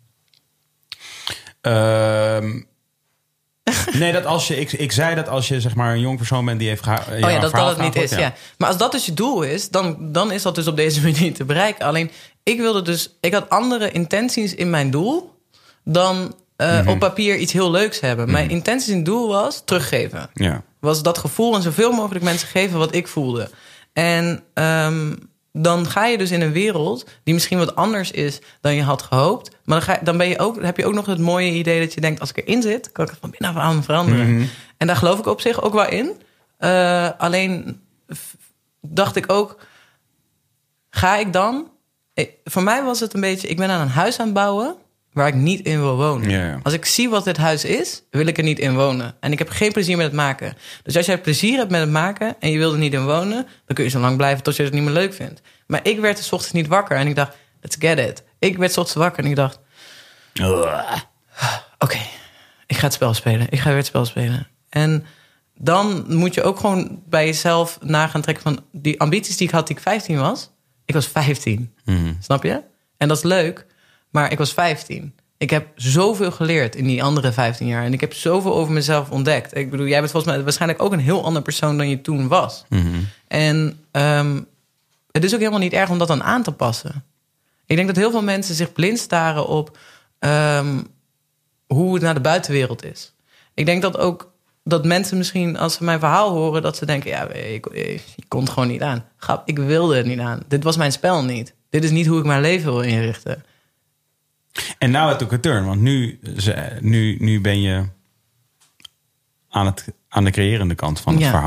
Uh, nee, dat als je, ik, ik zei dat als je zeg maar een jong persoon bent die heeft geha- oh ja, ja, dat dat het niet is. Ja. Ja. Maar als dat dus je doel is, dan, dan is dat dus op deze manier te bereiken. Alleen, ik wilde dus, ik had andere intenties in mijn doel dan uh, mm-hmm. op papier iets heel leuks hebben. Mm-hmm. Mijn intenties in het doel was teruggeven. Ja. Was dat gevoel en zoveel mogelijk mensen geven wat ik voelde. En um, dan ga je dus in een wereld die misschien wat anders is dan je had gehoopt. Maar dan, ga, dan ben je ook, dan heb je ook nog het mooie idee dat je denkt... als ik erin zit, kan ik het van binnenaf veranderen. Mm-hmm. En daar geloof ik op zich ook wel in. Uh, alleen f- dacht ik ook... ga ik dan... Ik, voor mij was het een beetje... ik ben aan een huis aan het bouwen... waar ik niet in wil wonen. Ja, ja. Als ik zie wat dit huis is, wil ik er niet in wonen. En ik heb geen plezier met het maken. Dus als jij plezier hebt met het maken en je wil er niet in wonen... dan kun je zo lang blijven tot je het niet meer leuk vindt. Maar ik werd 's ochtends niet wakker en ik dacht, let's get it. Ik werd 's ochtends wakker en ik dacht... oké, okay, ik ga het spel spelen. Ik ga weer het spel spelen. En dan moet je ook gewoon bij jezelf na gaan trekken van... die ambities die ik had toen ik vijftien was. Ik was vijftien, mm-hmm. Snap je? En dat is leuk... Maar ik was vijftien. Ik heb zoveel geleerd in die andere vijftien jaar. En ik heb zoveel over mezelf ontdekt. Ik bedoel, jij bent volgens mij waarschijnlijk ook een heel ander persoon dan je toen was. Mm-hmm. En um, het is ook helemaal niet erg om dat dan aan te passen. Ik denk dat heel veel mensen zich blind staren op um, hoe het naar de buitenwereld is. Ik denk dat ook dat mensen misschien, als ze mijn verhaal horen... dat ze denken, ja, ik, ik, ik kon het gewoon niet aan. Grap, ik wilde het niet aan. Dit was mijn spel niet. Dit is niet hoe ik mijn leven wil inrichten. En nou het ook een turn, want nu, nu, nu ben je aan, het, aan de creërende kant van het ja. verhaal.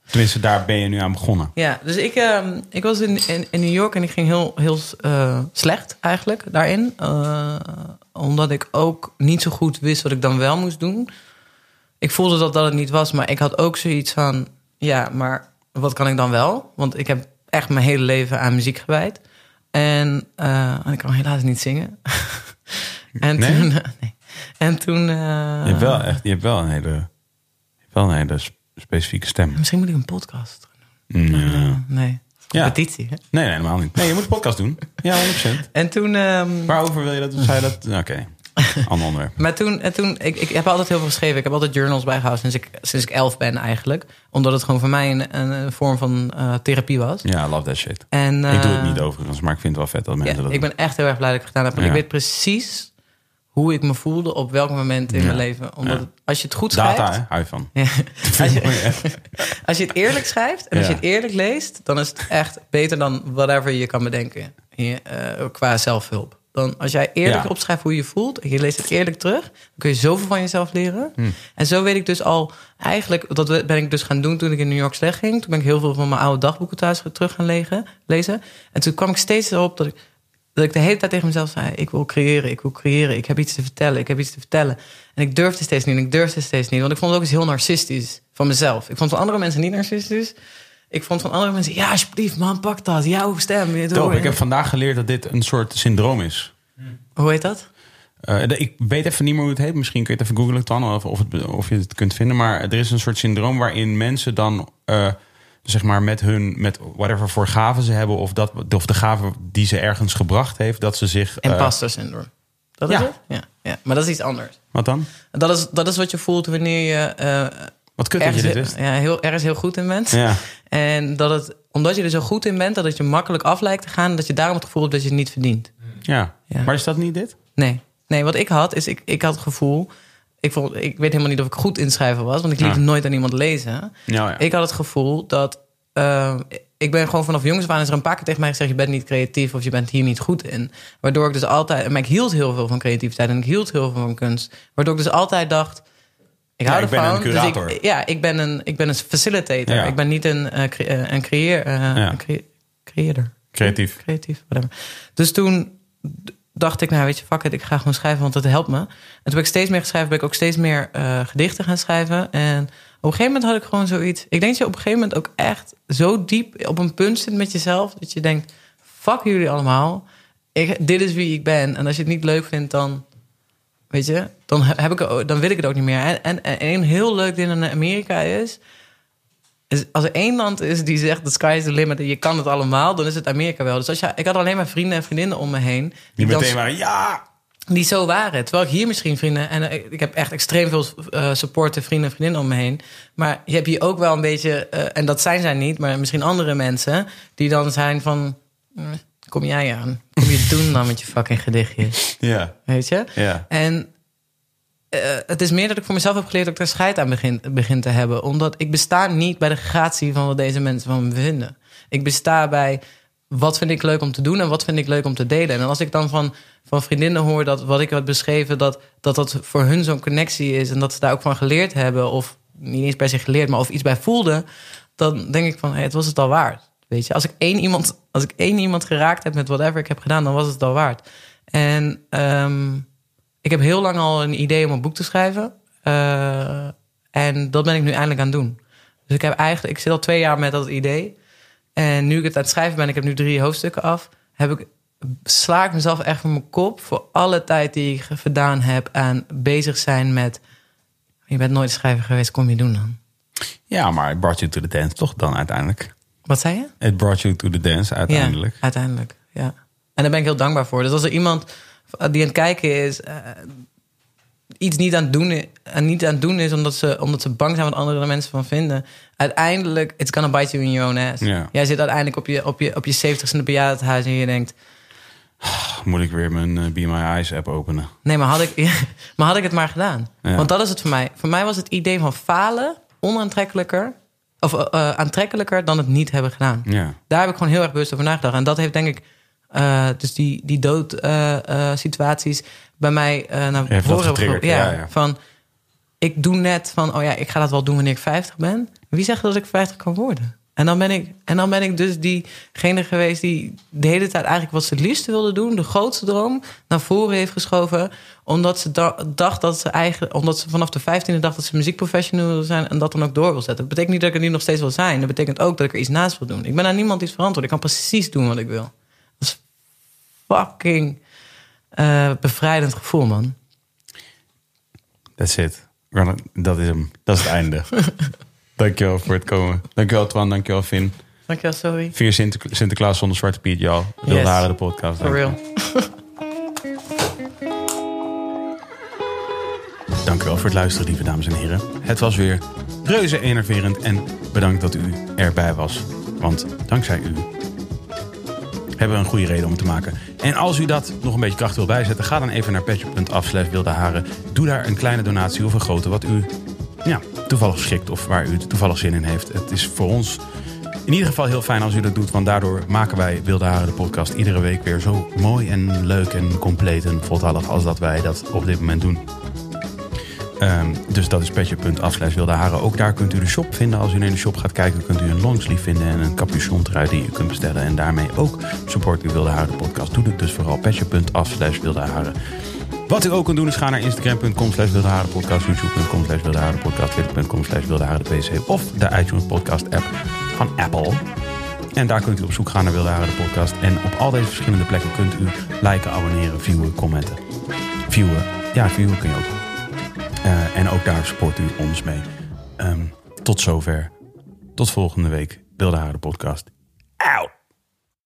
Tenminste, daar ben je nu aan begonnen. Ja, dus ik, uh, ik was in, in, in New York en ik ging heel, heel uh, slecht eigenlijk daarin. Uh, omdat ik ook niet zo goed wist wat ik dan wel moest doen. Ik voelde dat dat het niet was, maar ik had ook zoiets van... ja, maar wat kan ik dan wel? Want ik heb echt mijn hele leven aan muziek gewijd. En uh, ik kan helaas niet zingen. en nee? toen... nee. En toen... Uh, je hebt wel echt, je hebt wel een hele, je hebt wel een hele specifieke stem. Misschien moet ik een podcast doen. Uh, nee. Competitie, ja. hè? Nee, nee, helemaal niet. Nee, je moet een podcast doen. Ja, honderd procent. En toen... Um, Waarover wil je dat? Zei je dat? Oké. Okay. Ander onderwerp. Maar toen, en toen ik, ik heb altijd heel veel geschreven. Ik heb altijd journals bijgehouden sinds ik, sinds ik elf ben eigenlijk. Omdat het gewoon voor mij een, een vorm van uh, therapie was. Ja, love that shit. En, uh, ik doe het niet overigens, maar ik vind het wel vet dat mensen ja, dat ik doen. ben echt heel erg blij dat ik het gedaan heb. Want ja. ik weet precies hoe ik me voelde op welk moment in ja. mijn leven. Omdat ja. het, als je het goed schrijft... Data, hè? Hou je van. Ja. Als, je, als je het eerlijk schrijft en als ja. je het eerlijk leest... dan is het echt beter dan whatever je kan bedenken. Je, uh, qua zelfhulp. Dan als jij eerlijk ja. opschrijft hoe je je voelt... en je leest het eerlijk terug... dan kun je zoveel van jezelf leren. Hmm. En zo weet ik dus al... eigenlijk, dat ben ik dus gaan doen toen ik in New York slecht ging. Toen ben ik heel veel van mijn oude dagboeken thuis terug gaan lezen. En toen kwam ik steeds erop dat ik... dat ik de hele tijd tegen mezelf zei... ik wil creëren, ik wil creëren, ik heb iets te vertellen, ik heb iets te vertellen. En ik durfde steeds niet, en ik durfde steeds niet. Want ik vond het ook eens heel narcistisch van mezelf. Ik vond van andere mensen niet narcistisch. Ik vond van andere mensen... ja, alsjeblieft, man, pak dat, jouw stem. Top, ik heb vandaag geleerd dat dit een soort syndroom is. Hoe heet dat? Uh, ik weet even niet meer hoe het heet. Misschien kun je het even googlen dan, of, of, het, of je het kunt vinden. Maar er is een soort syndroom waarin mensen dan... Uh, zeg maar met hun, met whatever voor gaven ze hebben... of, dat, of de gaven die ze ergens gebracht heeft... dat ze zich... Imposter syndroom. Dat is ja. het? Ja, ja. Maar dat is iets anders. Wat dan? Dat is, dat is wat je voelt wanneer je... Uh, wat kut dat je dit is. Ja, heel, ergens heel goed in bent. Ja. En dat het, omdat je er zo goed in bent... dat het je makkelijk af lijkt te gaan... dat je daarom het gevoel hebt dat je het niet verdient. Ja. ja. Maar is dat niet dit? Nee. Nee, wat ik had, is ik, ik had het gevoel... Ik, vond, ik weet helemaal niet of ik goed inschrijven was... want ik liet ja. het nooit aan iemand lezen. Ja, ja. Ik had het gevoel dat... Uh, ik ben gewoon vanaf jongs af aan... is er een paar keer tegen mij gezegd... je bent niet creatief of je bent hier niet goed in. Waardoor ik dus altijd... maar ik hield heel veel van creativiteit... en ik hield heel veel van kunst. Waardoor ik dus altijd dacht... ik hou ja, ervan. Ik ben een curator. Dus ik, ja, ik ben een, ik ben een facilitator. Ja. Ik ben niet een, uh, cre- uh, een, creëer, uh, ja. een cre- creëerder. Creatief. Creatief, whatever. Dus toen... dacht ik, nou weet je, fuck it, ik ga gewoon schrijven, want dat helpt me. En toen ben ik steeds meer geschreven, ben ik ook steeds meer uh, gedichten gaan schrijven. En op een gegeven moment had ik gewoon zoiets... ik denk dat je op een gegeven moment ook echt zo diep op een punt zit met jezelf... dat je denkt, fuck jullie allemaal. Ik, dit is wie ik ben. En als je het niet leuk vindt, dan... weet je, dan, heb ik, dan wil ik het ook niet meer. En, en, en een heel leuk ding in Amerika is... is als er één land is die zegt... the sky is the limit en je kan het allemaal... dan is het Amerika wel. Dus als je, ik had alleen maar vrienden en vriendinnen om me heen... die, die meteen dan, waren, ja... die zo waren. Terwijl ik hier misschien vrienden... en ik, ik heb echt extreem veel uh, supporten vrienden en vriendinnen om me heen. Maar je hebt hier ook wel een beetje... Uh, en dat zijn zij niet, maar misschien andere mensen... die dan zijn van... kom jij aan? Kom je doen dan met je fucking gedichtjes? Ja. Weet je? Ja. En... Uh, het is meer dat ik voor mezelf heb geleerd... dat ik er scheid aan begin, begin te hebben. Omdat ik besta niet bij de gratie van wat deze mensen van me vinden. Ik besta bij wat vind ik leuk om te doen... en wat vind ik leuk om te delen. En als ik dan van, van vriendinnen hoor dat wat ik had beschreven... Dat, dat dat voor hun zo'n connectie is... en dat ze daar ook van geleerd hebben... of niet eens per se geleerd, maar of iets bij voelden... dan denk ik van, hey, het was het al waard. Weet je, als ik één iemand, als ik één iemand geraakt heb met whatever ik heb gedaan... dan was het al waard. En... Um, ik heb heel lang al een idee om een boek te schrijven. Uh, en dat ben ik nu eindelijk aan het doen. Dus ik heb eigenlijk, ik zit al twee jaar met dat idee. En nu ik het aan het schrijven ben, ik heb nu drie hoofdstukken af... heb ik, sla ik mezelf echt voor mijn kop... voor alle tijd die ik gedaan heb aan bezig zijn met... je bent nooit schrijver geweest, kom je doen dan? Ja, maar it brought you to the dance toch dan uiteindelijk? Wat zei je? It brought you to the dance uiteindelijk. Ja, uiteindelijk, ja. En daar ben ik heel dankbaar voor. Dus als er iemand... die aan het kijken is, uh, iets niet aan het doen, uh, niet aan het doen is... Omdat ze, omdat ze bang zijn wat andere mensen van vinden. Uiteindelijk, it's gonna bite you in your own ass. Ja. Jij zit uiteindelijk op je, op je, op je zeventigste in het bejaardenhuis en je denkt... moet ik weer mijn uh, Be My Eyes app openen? Nee, maar had ik, ja, maar had ik het maar gedaan. Ja. Want dat is het voor mij. Voor mij was het idee van falen onaantrekkelijker... of uh, uh, aantrekkelijker dan het niet hebben gedaan. Ja. Daar heb ik gewoon heel erg bewust over nagedacht. En dat heeft denk ik... Uh, dus die, die dood uh, uh, situaties bij mij uh, naar voren hebben getriggerd. Ja, ja, ja. Van ik doe net van, oh ja, ik ga dat wel doen wanneer ik vijftig ben. Wie zegt dat ik vijftig kan worden? En dan ben ik, en dan ben ik dus diegene geweest die de hele tijd eigenlijk wat ze het liefste wilde doen, de grootste droom, naar voren heeft geschoven. Omdat ze da- dacht dat ze eigenlijk, omdat ze vanaf de vijftiende dacht dat ze muziekprofessional wilde zijn en dat dan ook door wil zetten. Dat betekent niet dat ik er nu nog steeds wil zijn. Dat betekent ook dat ik er iets naast wil doen. Ik ben aan niemand iets verantwoord. Ik kan precies doen wat ik wil. Dat is fucking uh, bevrijdend gevoel, man. That's it. Dat is hem. Dat is het einde. Dankjewel voor het komen. Dankjewel Twan, dankjewel Finn. Dankjewel, sorry. Vier Sinter- Sinterklaas zonder Zwarte Piet, y'all. Wilde Yes. Haren, de podcast. For real. Dankjewel voor het luisteren, lieve dames en heren. Het was weer reuze enerverend en bedankt dat u erbij was. Want dankzij u hebben we een goede reden om het te maken. En als u dat nog een beetje kracht wil bijzetten, ga dan even naar petje.af slash wilde haren. Doe daar een kleine donatie of een grote, wat u ja, toevallig schikt of waar u toevallig zin in heeft. Het is voor ons in ieder geval heel fijn als u dat doet, want daardoor maken wij Wilde Haren, de podcast, iedere week weer zo mooi en leuk en compleet en voltallig als dat wij dat op dit moment doen. Um, dus dat is petje.af slash wilde haren. Ook daar kunt u de shop vinden. Als u in de shop gaat kijken, kunt u een longsleeve vinden en een capuchon trui die u kunt bestellen. En daarmee ook support u Wilde Haren, de podcast. Doe het dus vooral petje.af slash wilde haren. Wat u ook kunt doen is gaan naar instagram.com slash wilde haren podcast, youtube.com slash wilde haren podcast, twitter.com slash wilde haren de pc of de iTunes podcast app van Apple. En daar kunt u op zoek gaan naar Wilde Haren, de podcast. En op al deze verschillende plekken kunt u liken, abonneren, viewen, commenten. Viewen, ja, viewen kun je ook. Uh, en ook daar support u ons mee. Um, tot zover. Tot volgende week. Wilde Haren, de podcast.